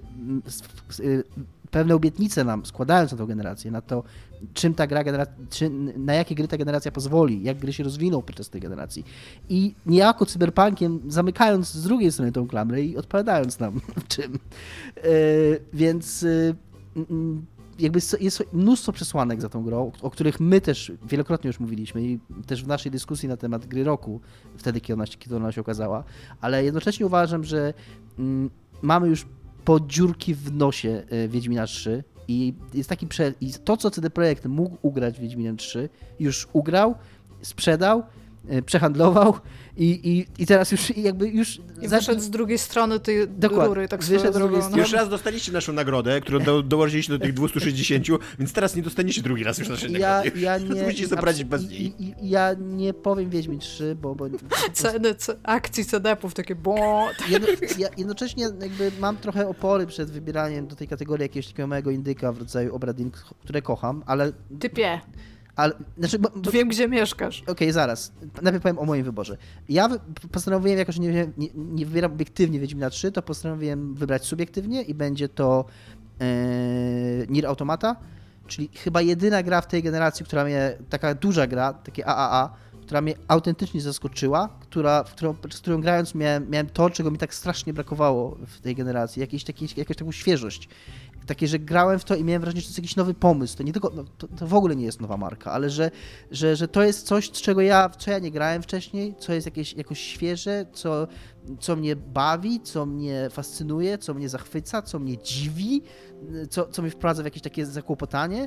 pewne obietnice nam składając na tę generację, na to, czym ta gra na jakie gry ta generacja pozwoli, jak gry się rozwiną podczas tej generacji. I niejako cyberpunkiem zamykając z drugiej strony tą klamrę i odpowiadając nam czym. Więc jakby jest mnóstwo przesłanek za tą grą, o których my też wielokrotnie już mówiliśmy i też w naszej dyskusji na temat gry roku, wtedy, kiedy ona się okazała, ale jednocześnie uważam, że mamy już podziurki w nosie Wiedźmina 3 i jest taki i to, co CD Projekt mógł ugrać w Wiedźminem 3, już ugrał, sprzedał, przehandlował i teraz już jakby już... I wyszedł z drugiej strony tej rury, tak swoją drogą. Już raz dostaliście naszą nagrodę, którą dołożyliście do tych 260, więc teraz nie dostaniecie drugi raz już naszej nagrody. Musicie sobie poradzić bez niej. Ja nie powiem Wiedźmin 3, bo ceny akcji CD-ów takie jednocześnie jakby mam trochę opory przed wybieraniem do tej kategorii jakiegoś takiego małego indyka w rodzaju Obradin, które kocham, ale... Typie. Ale, znaczy, wiem, gdzie mieszkasz. Okej, zaraz. Najpierw powiem o moim wyborze. Ja postanowiłem, jako że nie wybieram obiektywnie Wiedźmina 3, to postanowiłem wybrać subiektywnie i będzie to Nier Automata, czyli chyba jedyna gra w tej generacji, która mnie, taka duża gra, takie AAA, która mnie autentycznie zaskoczyła, z którą grając miałem to, czego mi tak strasznie brakowało w tej generacji, jakąś taką świeżość. Takie, że grałem w to i miałem wrażenie, że to jest jakiś nowy pomysł. To nie tylko, to w ogóle nie jest nowa marka, ale że to jest coś, co ja nie grałem wcześniej, co jest jakoś świeże, co mnie bawi, co mnie fascynuje, co mnie zachwyca, co mnie dziwi, co mnie wprowadza w jakieś takie zakłopotanie.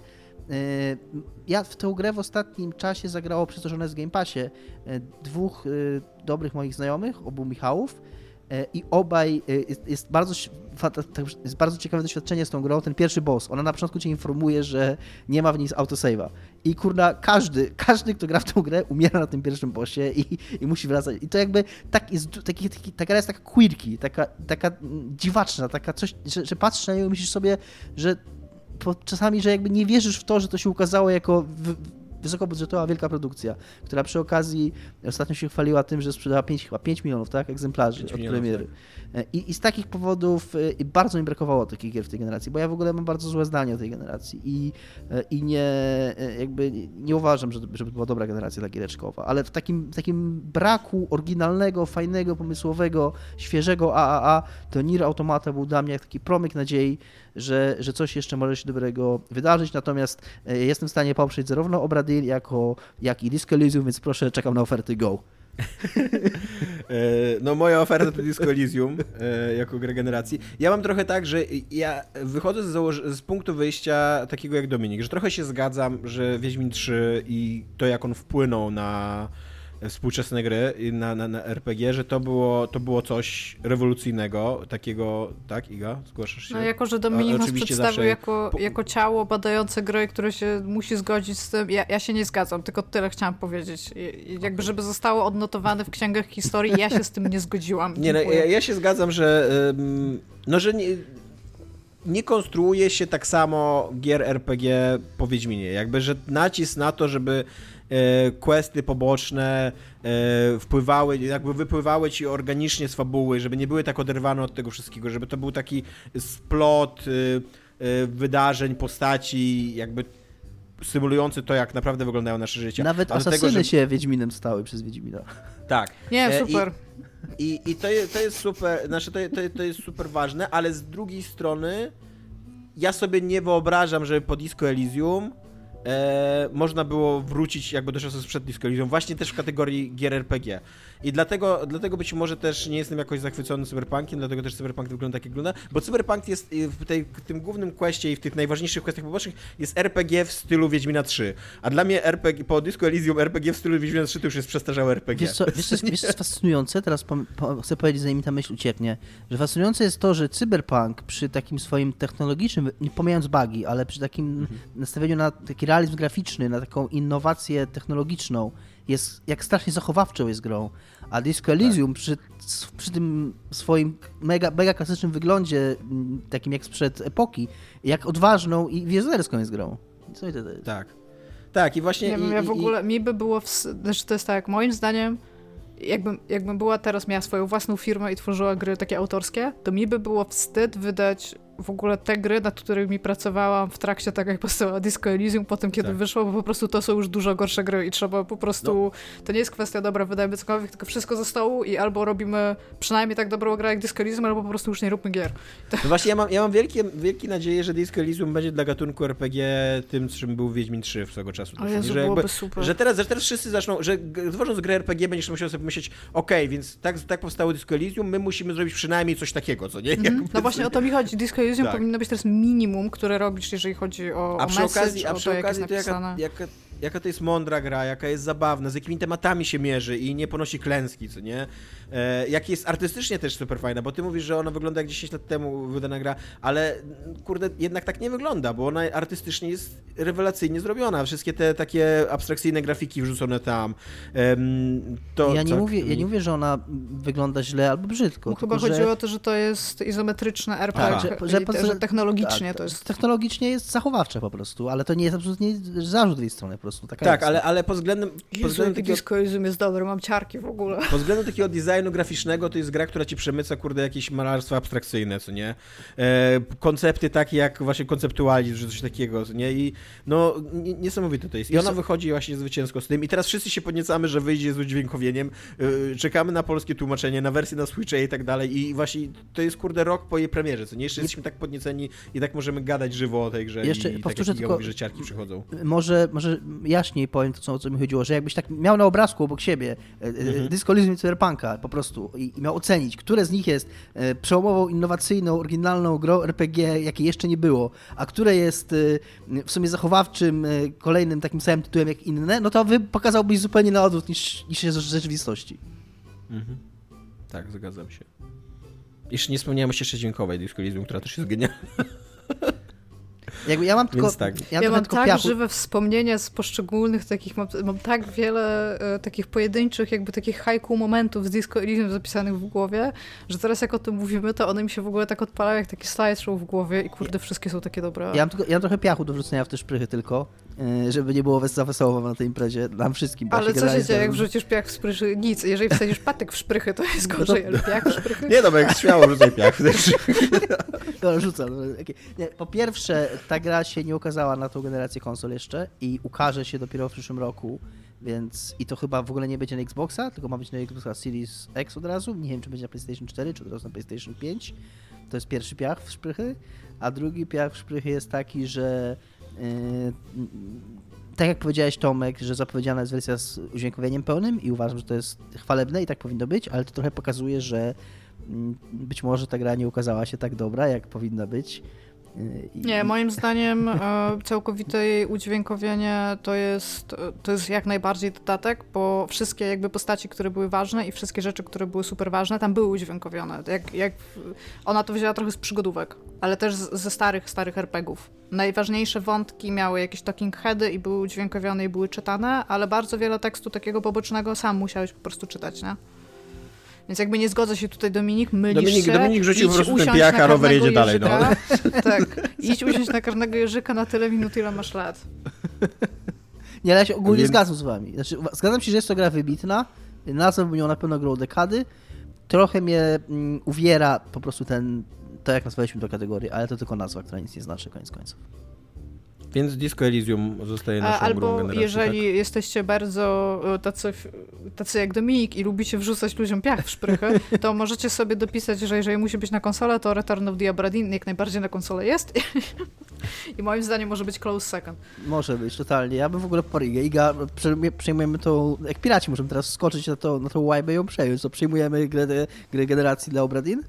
Ja w tę grę w ostatnim czasie zagrało, przez to, że ona jest w Game Passie, dwóch dobrych moich znajomych, obu Michałów, i obaj jest bardzo ciekawe doświadczenie z tą grą. Ten pierwszy boss, ona na początku cię informuje, że nie ma w niej autosave'a. I kurna, każdy, kto gra w tą grę, umiera na tym pierwszym bossie i musi wracać. I to jakby tak jest, ta gra jest taka quirky, taka dziwaczna, taka coś, że patrzysz na nią i myślisz sobie, że czasami, że jakby nie wierzysz w to, że to się ukazało jako wysokobudżetowa, wielka produkcja, która przy okazji ostatnio się chwaliła tym, że sprzedała 5 milionów egzemplarzy od premiery. Tak. I z takich powodów bardzo mi brakowało takich gier w tej generacji, bo ja w ogóle mam bardzo złe zdanie o tej generacji i nie uważam, żeby była dobra generacja ta giereczkowa, ale w takim braku oryginalnego, fajnego, pomysłowego, świeżego AAA, to Nier Automata był dla mnie jak taki promyk nadziei, że coś jeszcze może się dobrego wydarzyć, natomiast jestem w stanie poprzeć zarówno Obradin, jak i Disco Elysium, więc proszę, czekam na oferty, go. No moja oferta to Disco Elysium jako gra generacji. Ja mam trochę tak, że ja wychodzę z punktu wyjścia takiego jak Dominik, że trochę się zgadzam, że Wiedźmin 3 i to jak on wpłynął na współczesne gry, na RPG, że to było coś rewolucyjnego, takiego, tak Iga? Zgłaszasz się? No jako, że Dominik nas przedstawił jako ciało badające gry, które się musi zgodzić z tym, ja się nie zgadzam, tylko tyle chciałam powiedzieć. Jakby, żeby zostało odnotowane w księgach historii, ja się z tym nie zgodziłam. Nie, no, ja się zgadzam, że że nie konstruuje się tak samo gier RPG po Wiedźminie. Jakby, że nacisk na to, żeby questy poboczne wypływały ci organicznie z fabuły, żeby nie były tak oderwane od tego wszystkiego, żeby to był taki splot wydarzeń, postaci, jakby symulujący to, jak naprawdę wyglądają nasze życie. Nawet asasyny się Wiedźminem stały przez Wiedźmina. Tak. Nie, super. I to jest super, znaczy to jest super ważne, ale z drugiej strony ja sobie nie wyobrażam, żeby po Disco Elysium można było wrócić jakby do czasów sprzed Disco Elysium, właśnie też w kategorii gier RPG. I dlatego być może też nie jestem jakoś zachwycony Cyberpunkiem, dlatego też Cyberpunk wygląda tak jak wygląda, bo Cyberpunk jest w tym głównym questie i w tych najważniejszych questach pobocznych jest RPG w stylu Wiedźmina 3. A dla mnie RPG, po Disco Elysium RPG w stylu Wiedźmina 3 to już jest przestarzałe RPG. Wiesz co jest fascynujące? Teraz chcę powiedzieć, zanim ta myśl ucieknie, że fascynujące jest to, że Cyberpunk przy takim swoim technologicznym, nie pomijając bugi, ale przy takim nastawieniu na taki realizm graficzny, na taką innowację technologiczną, jak strasznie zachowawczą jest grą. A Disco Elysium przy tym swoim mega klasycznym wyglądzie, takim jak sprzed epoki, jak odważną i wiezulerską jest grą. Co to jest? Tak, i właśnie... Ja w ogóle, mi by było, to jest tak, moim zdaniem, jakbym była teraz, miała swoją własną firmę i tworzyła gry takie autorskie, to mi by było wstyd wydać w ogóle te gry, nad którymi pracowałam w trakcie, tak jak powstała Disco Elysium, potem kiedy wyszło, bo po prostu to są już dużo gorsze gry i trzeba po prostu, to nie jest kwestia, dobra, wydajmy cokolwiek, tylko wszystko ze stołu i albo robimy przynajmniej tak dobrą grę jak Disco Elysium, albo po prostu już nie róbmy gier. No właśnie, ja mam wielkie nadzieję, że Disco Elysium będzie dla gatunku RPG tym, czym był Wiedźmin 3 w swego czasu. O Jezu, byłoby super. Że teraz wszyscy zaczną, że tworząc grę RPG będziesz musiał sobie pomyśleć, okej, więc tak powstało Disco Elysium, my musimy zrobić przynajmniej coś takiego, co nie? No właśnie o to mi chodzi. Disco Elysium powinno być teraz minimum, które robisz, jeżeli chodzi o przy okazji, to jaka to jest mądra gra, jaka jest zabawna, z jakimi tematami się mierzy i nie ponosi klęski, co nie? Jak jest artystycznie też super fajna, bo ty mówisz, że ona wygląda jak 10 lat temu wydana gra, ale kurde, jednak tak nie wygląda, bo ona artystycznie jest rewelacyjnie zrobiona. Wszystkie te takie abstrakcyjne grafiki wrzucone tam. Ja nie mówię, że ona wygląda źle albo brzydko. No chyba chodziło o to, że to jest izometryczne RPG, że technologicznie to jest... Technologicznie jest zachowawcze po prostu, ale to nie jest absolutnie zarzut z tej strony po prostu. Ale pod względem... Disco Elysium jest dobry, mam ciarki w ogóle. Pod względem takiego designu graficznego to jest gra, która ci przemyca, kurde, jakieś malarstwo abstrakcyjne, co nie? Koncepty takie jak właśnie konceptualizm, że coś takiego, co nie? I no niesamowite to jest. I ona wychodzi właśnie zwycięsko z tym. I teraz wszyscy się podniecamy, że wyjdzie z udźwiękowieniem. Czekamy na polskie tłumaczenie, na wersję na Switcha i tak dalej. I właśnie to jest, kurde, rok po jej premierze, co nie? Jeszcze jesteśmy tak podnieceni i tak możemy gadać żywo o tej grze. Jeszcze i powtórzę tak jak mówi, że ciarki przychodzą. Może jaśniej powiem to, o co mi chodziło, że jakbyś tak miał na obrazku obok siebie Disco Elysium i Cyberpunka po prostu i miał ocenić, które z nich jest przełomową, innowacyjną, oryginalną grą RPG, jakiej jeszcze nie było, a które jest w sumie zachowawczym, kolejnym takim samym tytułem jak inne, no to pokazałbyś zupełnie na odwrót niż jest w rzeczywistości. Tak, zgadzam się. Jeszcze nie wspomniałem o ścieżce dźwiękowej Disco Elysium, która też jest genialna. Ja mam tylko, ja mam tak żywe wspomnienia z poszczególnych takich, mam tak wiele takich pojedynczych, jakby takich haiku momentów z Disco Elysium zapisanych w głowie, że teraz jak o tym mówimy, to one mi się w ogóle tak odpalają jak taki slideshow w głowie i kurde, wszystkie są takie dobre. Ja mam trochę piachu do wrzucenia w te szprychy tylko, żeby nie było za wesoło na tej imprezie, nam wszystkim. Ale co się dzieje, jak wrzucisz piach w szprychy? Nic. Jeżeli wsadzisz patyk w szprychy, to jest gorzej, ale piach w szprychy? Nie, no, jak śmiało rzucaj piach w te szprychy. No, rzucam. Nie, po pierwsze, ta gra się nie ukazała na tą generację konsol jeszcze i ukaże się dopiero w przyszłym roku, więc i to chyba w ogóle nie będzie na Xboxa, tylko ma być na Xboxa Series X od razu. Nie wiem, czy będzie na PlayStation 4, czy od razu na PlayStation 5. To jest pierwszy piach w szprychy, a drugi piach w szprychy jest taki, że tak jak powiedziałeś, Tomek, że zapowiedziana jest wersja z udźwiękowieniem pełnym i uważam, że to jest chwalebne i tak powinno być, ale to trochę pokazuje, że być może ta gra nie ukazała się tak dobra, jak powinna być. Nie, moim zdaniem całkowite jej udźwiękowienie to jest jak najbardziej dodatek, bo wszystkie jakby postaci, które były ważne i wszystkie rzeczy, które były super ważne, tam były udźwiękowione. Ona to wzięła trochę z przygodówek, ale też ze starych RPGów. Najważniejsze wątki miały jakieś talking heady i były udźwiękowione i były czytane, ale bardzo wiele tekstu takiego pobocznego sam musiałeś po prostu czytać, nie? Więc jakby nie zgodzę się tutaj, Dominik, mylisz się. Dominik rzucił po prostu ten pijak, a rower jedzie dalej. No. Tak, idź usiąść na Karnego Jerzyka na tyle minut, ile masz lat. Nie, ale ja się ogólnie zgadzam z wami. Znaczy, zgadzam się, że jest to gra wybitna, nazwałbym ją na pewno grą dekady. Trochę mnie uwiera po prostu to jak nazwaliśmy tę kategorię, ale to tylko nazwa, która nic nie znaczy, koniec końców. Więc Disco Elysium zostaje naszą grą generacji. Albo jeżeli jesteście bardzo tacy jak Dominik i lubicie wrzucać ludziom piach w szprychy, to możecie sobie dopisać, że jeżeli musi być na konsolę, to Return of the Obra Dinn jak najbardziej na konsolę jest. I moim zdaniem może być close second. Może być, totalnie. Ja bym w ogóle Iga, przejmujemy to, jak piraci możemy teraz skoczyć na tą łajbę i ją przejąć. Co, przejmujemy grę generacji dla Obra Dinn?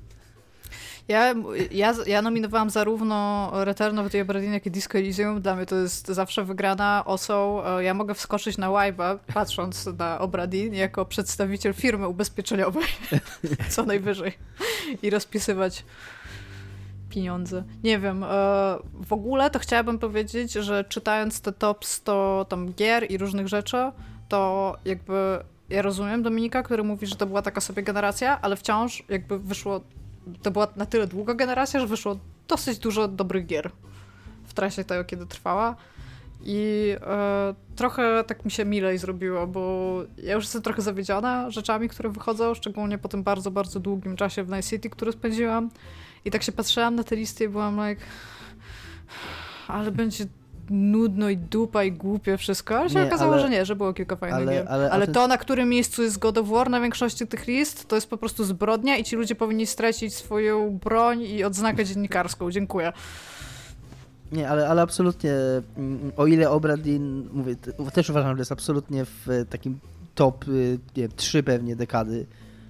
Ja nominowałam zarówno Return of the Obra Dinn, jak i Disco Elysium. Dla mnie to jest zawsze wygrana osą. Ja mogę wskoczyć na łajbę, patrząc na Obra Dinn jako przedstawiciel firmy ubezpieczeniowej, co najwyżej, i rozpisywać pieniądze. Nie wiem, w ogóle to chciałabym powiedzieć, że czytając te top 100 tam gier i różnych rzeczy, to jakby ja rozumiem Dominika, który mówi, że to była taka sobie generacja, ale wciąż jakby wyszło, to była na tyle długa generacja, że wyszło dosyć dużo dobrych gier w trakcie tego, kiedy trwała. I trochę tak mi się milej zrobiło, bo ja już jestem trochę zawiedziona rzeczami, które wychodzą, szczególnie po tym bardzo, bardzo długim czasie w Night City, który spędziłam. I tak się patrzyłam na te listy i byłam like, ale będzie nudno i dupa i głupie wszystko, ale się okazało, że nie, że było kilka fajnych gier. Ale to, na którym miejscu jest God of War na większości tych list, to jest po prostu zbrodnia i ci ludzie powinni stracić swoją broń i odznakę dziennikarską. Dziękuję. Nie, ale absolutnie, o ile Obra Dinn, mówię, też uważam, że jest absolutnie w takim top 3 pewnie dekady,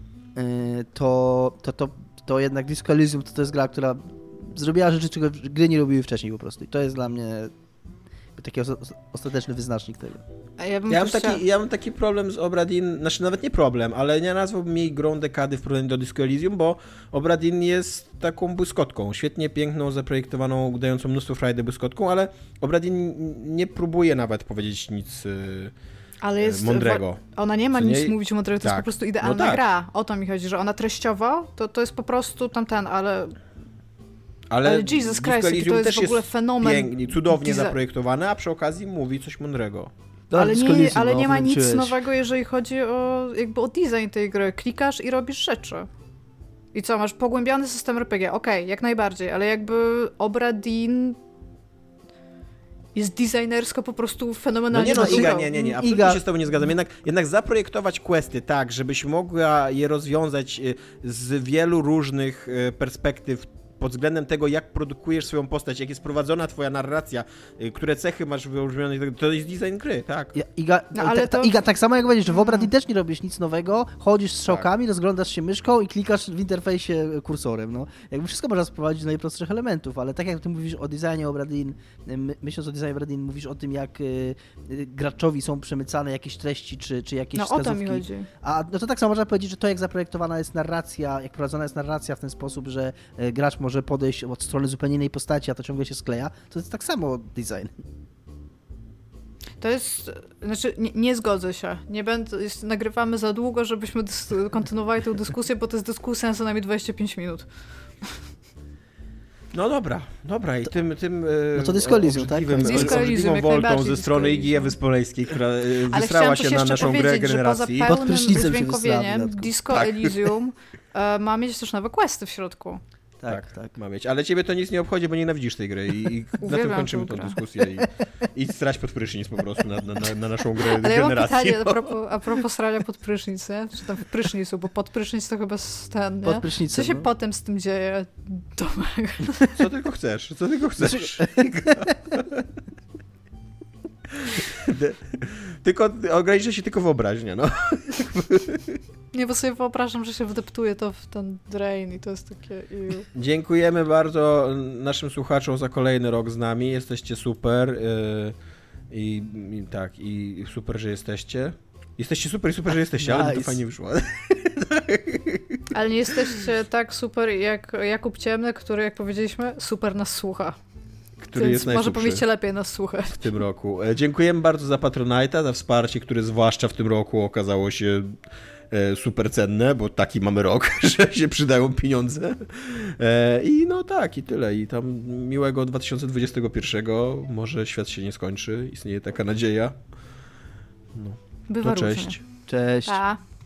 to jednak Disco Elysium to jest gra, która zrobiła rzeczy, czego gry nie robiły wcześniej po prostu. I to jest dla mnie taki ostateczny wyznacznik tego. Ja mam taki problem z Obra Dinn, znaczy nawet nie problem, ale nie nazwałbym jej grą dekady w porównaniu do Disco Elysium, bo Obra Dinn jest taką błyskotką, świetnie piękną, zaprojektowaną, dającą mnóstwo frajdy błyskotką, ale Obra Dinn nie próbuje nawet powiedzieć nic ale jest mądrego. Ona nie ma nic mówić mądrego, to jest po prostu idealna gra. O to mi chodzi, że ona treściowo, to jest po prostu ale Jesus Christ, to jest w ogóle fenomen. Pięknie, cudownie zaprojektowane, a przy okazji mówi coś mądrego. Ale nie ma nic nowego, jeżeli chodzi o design tej gry. Klikasz i robisz rzeczy. I co, masz pogłębiony system RPG? Okej, jak najbardziej, ale jakby Obra Dinn jest designersko po prostu fenomenalnie. Nie, absolutnie się z tobą nie zgadzam. Jednak zaprojektować questy tak, żebyś mogła je rozwiązać z wielu różnych perspektyw, pod względem tego, jak produkujesz swoją postać, jak jest prowadzona twoja narracja, które cechy masz wyróżnione, to jest design gry, tak. Iga, tak samo jak powiedziesz, że w Obra Dinn też nie robisz nic nowego, chodzisz z strzałkami, rozglądasz się myszką i klikasz w interfejsie kursorem, no. Jakby wszystko można sprowadzić do najprostszych elementów, ale tak jak ty mówisz o designie Obra Dinn, myśląc o designie Obra Dinn, mówisz o tym, jak graczowi są przemycane jakieś treści, czy jakieś wskazówki. O to mi chodzi. No to tak samo można powiedzieć, że to jak zaprojektowana jest narracja, jak prowadzona jest narracja w ten sposób, że gracz może podejść od strony zupełnie innej postaci, a to ciągle się skleja, to jest tak samo design. To jest, znaczy nie zgodzę się. Nagrywamy za długo, żebyśmy kontynuowali tę dyskusję, bo to jest dyskusja na co najmniej 25 minut. No dobra i tym no to Disco Elysium, tak? Obrzydliwą woltą ze strony Igi Ewy Spoleńskiej, która wysrała się na naszą grę generacji. Ale chciałam też jeszcze powiedzieć, że poza pełnym dźwiękowieniem Disco Elysium ma mieć też nowe questy w środku. Tak, ma mieć. Ale ciebie to nic nie obchodzi, bo nienawidzisz tej gry i na tym kończymy tę dyskusję i strać pod prysznic po prostu na naszą grę ale generacji. Ale ja mam pytanie a propos srania pod prysznic, nie? Czy tam w prysznicu, bo pod prysznic to chyba ten, nie? Pod prysznicem, co się potem z tym dzieje, Tomek? Co tylko chcesz. Tylko ograniczę się tylko wyobraźnię, no. Nie, bo sobie wyobrażam, że się wdeptuje to w ten drain i to jest takie... Dziękujemy bardzo naszym słuchaczom za kolejny rok z nami. Jesteście super i super, że jesteście. Jesteście super i super, że jesteście, nice. Ale to fajnie wyszło. Ale nie jesteście tak super jak Jakub Ciemny, który, jak powiedzieliśmy, super nas słucha. Który jest może powinniście lepiej nas słuchać. W tym roku. Dziękujemy bardzo za Patronite'a, za wsparcie, które zwłaszcza w tym roku okazało się super cenne, bo taki mamy rok, że się przydają pieniądze. I no tak, i tyle. I tam miłego 2021. Może świat się nie skończy. Istnieje taka nadzieja. No. Bywa to różnie. Cześć. Cześć. Pa.